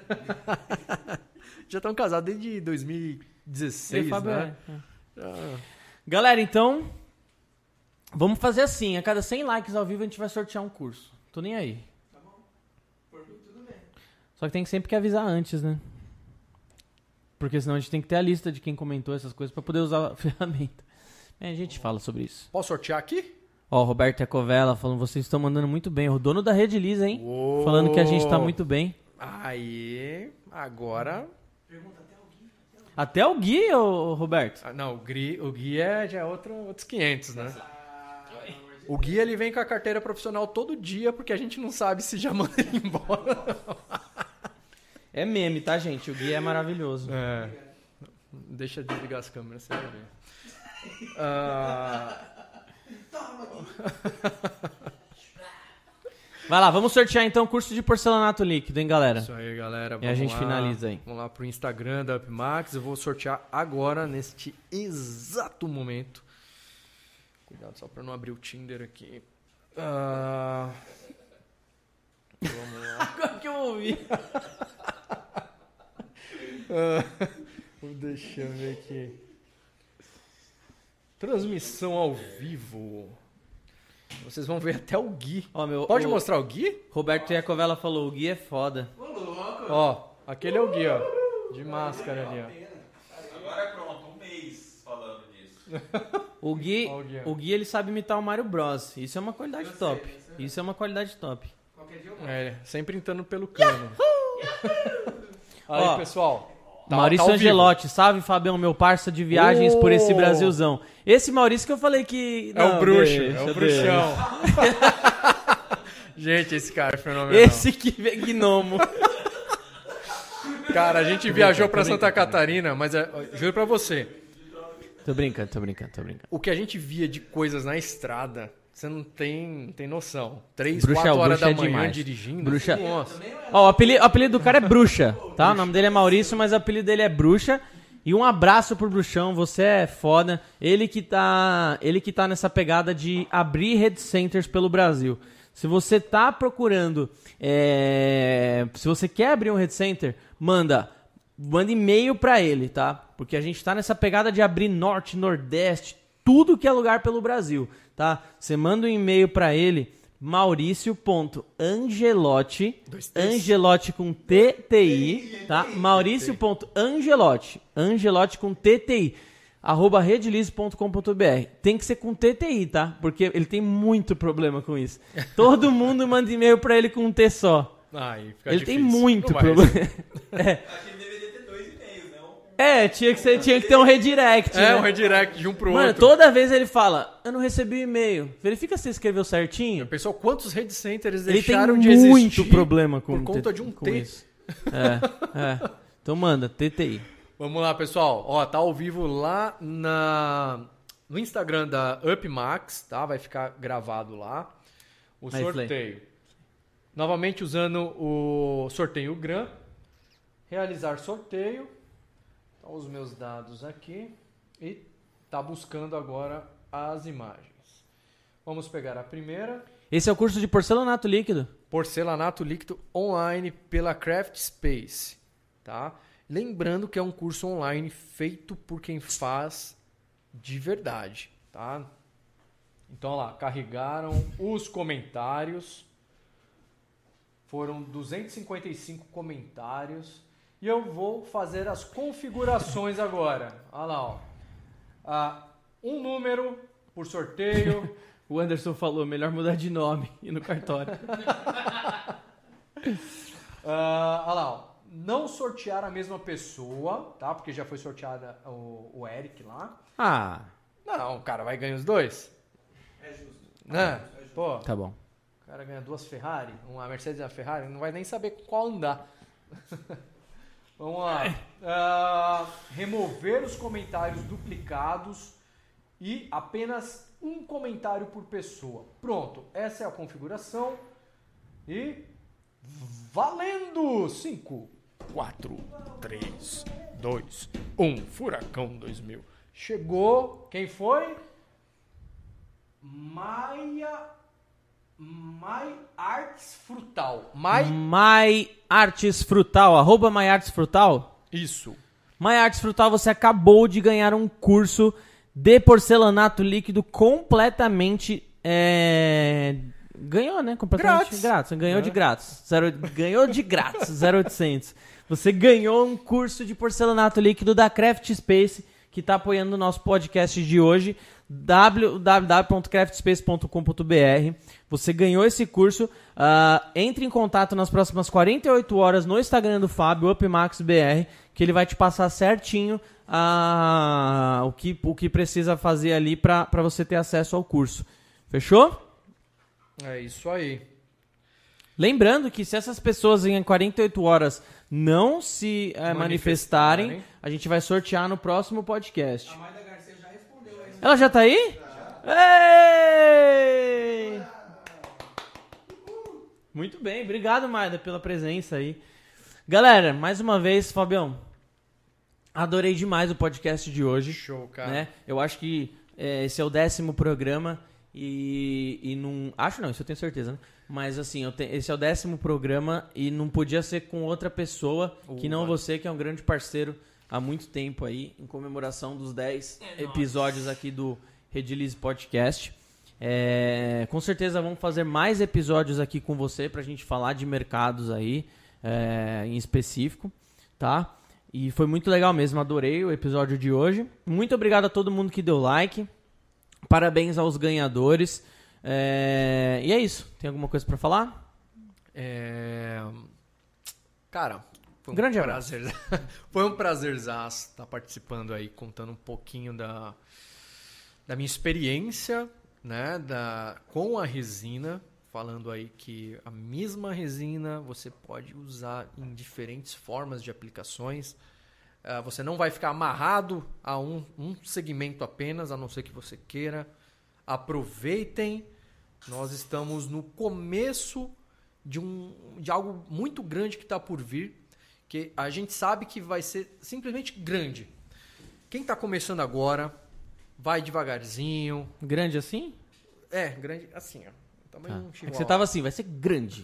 Já estão casados desde dois mil e dezesseis, E o Fábio né? é. Ah, Galera, então, vamos fazer assim. A cada cem likes ao vivo a gente vai sortear um curso. Tô nem aí. Tá bom? Por mim, tudo bem. Só que tem que sempre que avisar antes, né? Porque senão a gente tem que ter a lista de quem comentou essas coisas pra poder usar a ferramenta. É, a gente fala sobre isso. posso sortear aqui? Ó, o Roberto Ecovella falando, vocês estão mandando muito bem. O dono da Rede Lisa, hein? Uou. Falando que a gente tá muito bem. Aí, agora... Até o Gui, ô, Roberto. Ah, não, o Gui, o Gui é, já é outro, outros quinhentos, né? O Gui, ele vem com a carteira profissional todo dia, porque a gente não sabe se já manda ele embora. É meme, tá, gente? O Gui é maravilhoso. É. Deixa eu desligar as câmeras, você vai ver. Ah, Vai lá, vamos sortear então o curso de porcelanato líquido, hein, galera? isso aí, galera. E Vamos a gente lá. finaliza aí. Vamos lá pro Instagram da UpMax. Eu vou sortear agora, neste exato momento. Cuidado só pra não abrir o Tinder aqui. Ah, vamos lá. Agora que eu ouvi. Ah, deixa eu ver aqui. Transmissão ao vivo. Vocês vão ver até o Gui. Ó, meu, Pode o mostrar o Gui? Roberto Iacovella falou, o Gui é foda. Ô, louco. Ó, aquele é o Gui, ó. De máscara ali, ó. Agora pronto, um mês falando disso. O Gui, Ó o Gui, ó. o Gui, ele sabe imitar o Mario Bros. Isso é uma qualidade Eu sei, top. eu sei. Isso é uma qualidade top. Qualquer dia eu mando. É, sempre entrando pelo cano. Aí, Ó, pessoal. tá- Maurício tá ao vivo. Angelotti, salve Fabião, meu parça de viagens por esse Ô! Brasilzão. Esse Maurício que eu falei que... É o Não, bruxo, deixa, é o deixa. bruxão. Gente, esse cara é fenomenal. Esse que vê gnomo. Cara, a gente viajou pra Santa Catarina, mas é, ó, juro pra você, Tô brincando, tô brincando, tô brincando. o que a gente via de coisas na estrada, você não tem, não tem noção. Três, Bruxa- quatro horas bruxa da é manhã demais. dirigindo. Bruxa- Nossa. Ó, o apelido, o apelido do cara é Bruxa, tá? O nome dele é Maurício, mas o apelido dele é Bruxa. E um abraço pro Bruxão, você é foda. Ele que tá, ele que tá nessa pegada de abrir head centers pelo Brasil. Se você tá procurando, é, se você quer abrir um head center, manda, manda e-mail pra ele, tá? Porque a gente tá nessa pegada de abrir norte, nordeste, tudo que é lugar pelo Brasil, tá? Você manda um e-mail pra ele, mauricio.angelotti, Dois T's. Angelotti com T T I, tá? Mauricio.angelotti, Angelotti com T T I, arroba redelize ponto com ponto b r. Tem que ser com T T I, tá? Porque ele tem muito problema com isso. Todo mundo manda e-mail pra ele com um T só. Aí fica Ele tem difícil. muito Não vai. problema. Acho que ele deveria ter dois e-mails, né? Um- É, tinha que, ser, tinha que ter um redirect. É, né? um redirect de um pro Mano, outro. toda vez ele fala, eu não recebi o e-mail. Verifica se você escreveu certinho. Pessoal, quantos Red Centers Ele tem deixaram de muito existir problema com, por conta te- de um com T? isso. É, é. Então manda, T T I. Vamos lá, pessoal. Ó, tá ao vivo lá na, no Instagram da UpMax, tá? Vai ficar gravado lá. O Aí, sorteio. Novamente usando o sorteio Gran. Realizar sorteio. Tá os meus dados aqui. E tá buscando agora as imagens. Vamos pegar a primeira. Esse é o curso de porcelanato líquido. Porcelanato líquido online pela Craft Space, tá? Lembrando que é um curso online feito por quem faz de verdade, tá? Então, olha lá, carregaram os comentários. Foram duzentos e cinquenta e cinco comentários. E eu vou fazer as configurações agora. Olha lá, ó. Ah, um número por sorteio. O Anderson falou, melhor mudar de nome e no cartório. Ah, olha lá, ó. Não sortear a mesma pessoa, tá? Porque já foi sorteada o, o Eric lá. Ah, Não, o cara vai ganhar os dois. É justo. Né? Pô, tá bom. o cara ganha duas Ferrari, uma Mercedes e uma Ferrari, não vai nem saber qual andar. Vamos lá. Ah, remover os comentários duplicados e apenas um comentário por pessoa. Pronto, essa é a configuração. E valendo! cinco, quatro, três, dois, um. Furacão dois mil. Chegou. Quem foi? Maia. My Arts Frutal. My. My Artes Frutal, arroba My Artes Frutal. Isso. My Artes Frutal, você acabou de ganhar um curso de porcelanato líquido completamente... É... Ganhou, né? Completamente Grátis. grátis. Ganhou É. de grátis. Zero... Ganhou de grátis. zero oitocentos. Você ganhou um curso de porcelanato líquido da Craft Space, que está apoiando o nosso podcast de hoje. w w w ponto craft space ponto com ponto b r. Você ganhou esse curso. Uh, entre em contato nas próximas quarenta e oito horas no Instagram do Fábio, UpMaxBR, que ele vai te passar certinho uh, o, que, o que precisa fazer ali para você ter acesso ao curso. Fechou? É isso aí. Lembrando que se essas pessoas em quarenta e oito horas não se eh, manifestarem, Manifestarem. a gente vai sortear no próximo podcast. A Maida Garcia já respondeu aí. Ela já tá aí? Ei! Muito bem, obrigado, Maida, pela presença aí. Galera, mais uma vez, Fabião, adorei demais o podcast de hoje. Show, cara. Né? Eu acho que é, esse é o décimo programa e, e não... Acho não, isso eu tenho certeza, né? Mas assim, eu te, esse é o décimo programa e não podia ser com outra pessoa que não Ué. você, que é um grande parceiro há muito tempo aí, em comemoração dos dez episódios aqui do Redilize Podcast. É, com certeza vamos fazer mais episódios aqui com você pra gente falar de mercados aí, é, em específico, tá? E foi muito legal mesmo, adorei o episódio de hoje. Muito obrigado a todo mundo que deu like. Parabéns aos ganhadores. É, e é isso. Tem alguma coisa pra falar? É... Cara, foi um Grande abraço. prazer. Foi um prazerzaço estar participando aí, contando um pouquinho da, da minha experiência, né, da, com a resina, falando aí que a mesma resina você pode usar em diferentes formas de aplicações. Uh, você não vai ficar amarrado a um, um segmento apenas, a não ser que você queira. Aproveitem, nós estamos no começo de, um, de algo muito grande que está por vir, que a gente sabe que vai ser simplesmente grande. Quem está começando agora, vai devagarzinho. Grande assim? É, grande assim, ó. Tamanho Ah, de um é que chihuahua. você tava assim, vai ser grande.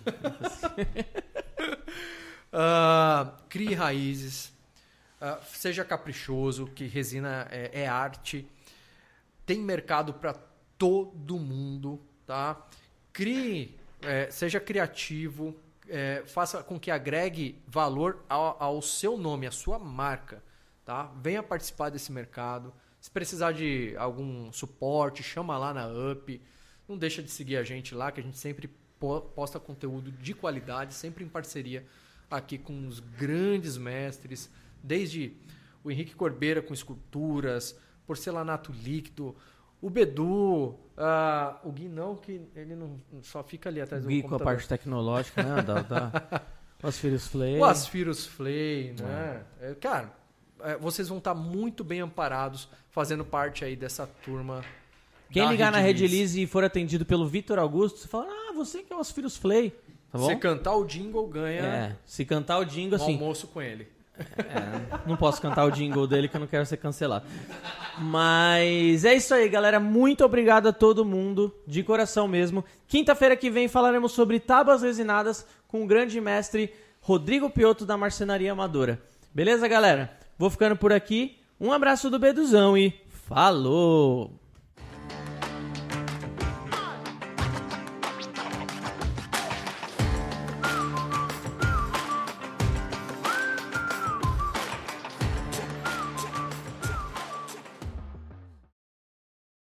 Uh, crie raízes, uh, seja caprichoso, que resina é, é arte, tem mercado para todo mundo, tá? Crie, é, seja criativo, é, faça com que agregue valor ao, ao seu nome, à sua marca, tá? Venha participar desse mercado. Se precisar de algum suporte, chama lá na Up. Não deixa de seguir a gente lá, que a gente sempre po- posta conteúdo de qualidade, sempre em parceria aqui com os grandes mestres, desde o Henrique Corbeira com esculturas, porcelanato líquido, o Bedu, ah, o Gui não, que ele não só fica ali atrás do Gui com a computador. parte tecnológica, né? Da, da... O Aspherius Flay. O Aspherius Flay, né? É, cara, é, vocês vão estar muito bem amparados fazendo parte aí dessa turma. Quem da ligar na Redilize. Redilize e for atendido pelo Vitor Augusto, você fala, ah, você que é o Aspherius Flay. Tá bom? Você cantar o jingle, ganha É, se cantar o jingle, um assim... almoço com ele. É, não posso cantar o jingle dele que eu não quero ser cancelado. Mas é isso aí, galera. Muito obrigado a todo mundo, de coração mesmo. Quinta-feira que vem falaremos sobre tábuas resinadas com o grande mestre Rodrigo Piotto da Marcenaria Amadora. Beleza, galera? Vou ficando por aqui. Um abraço do Beduzão e falou!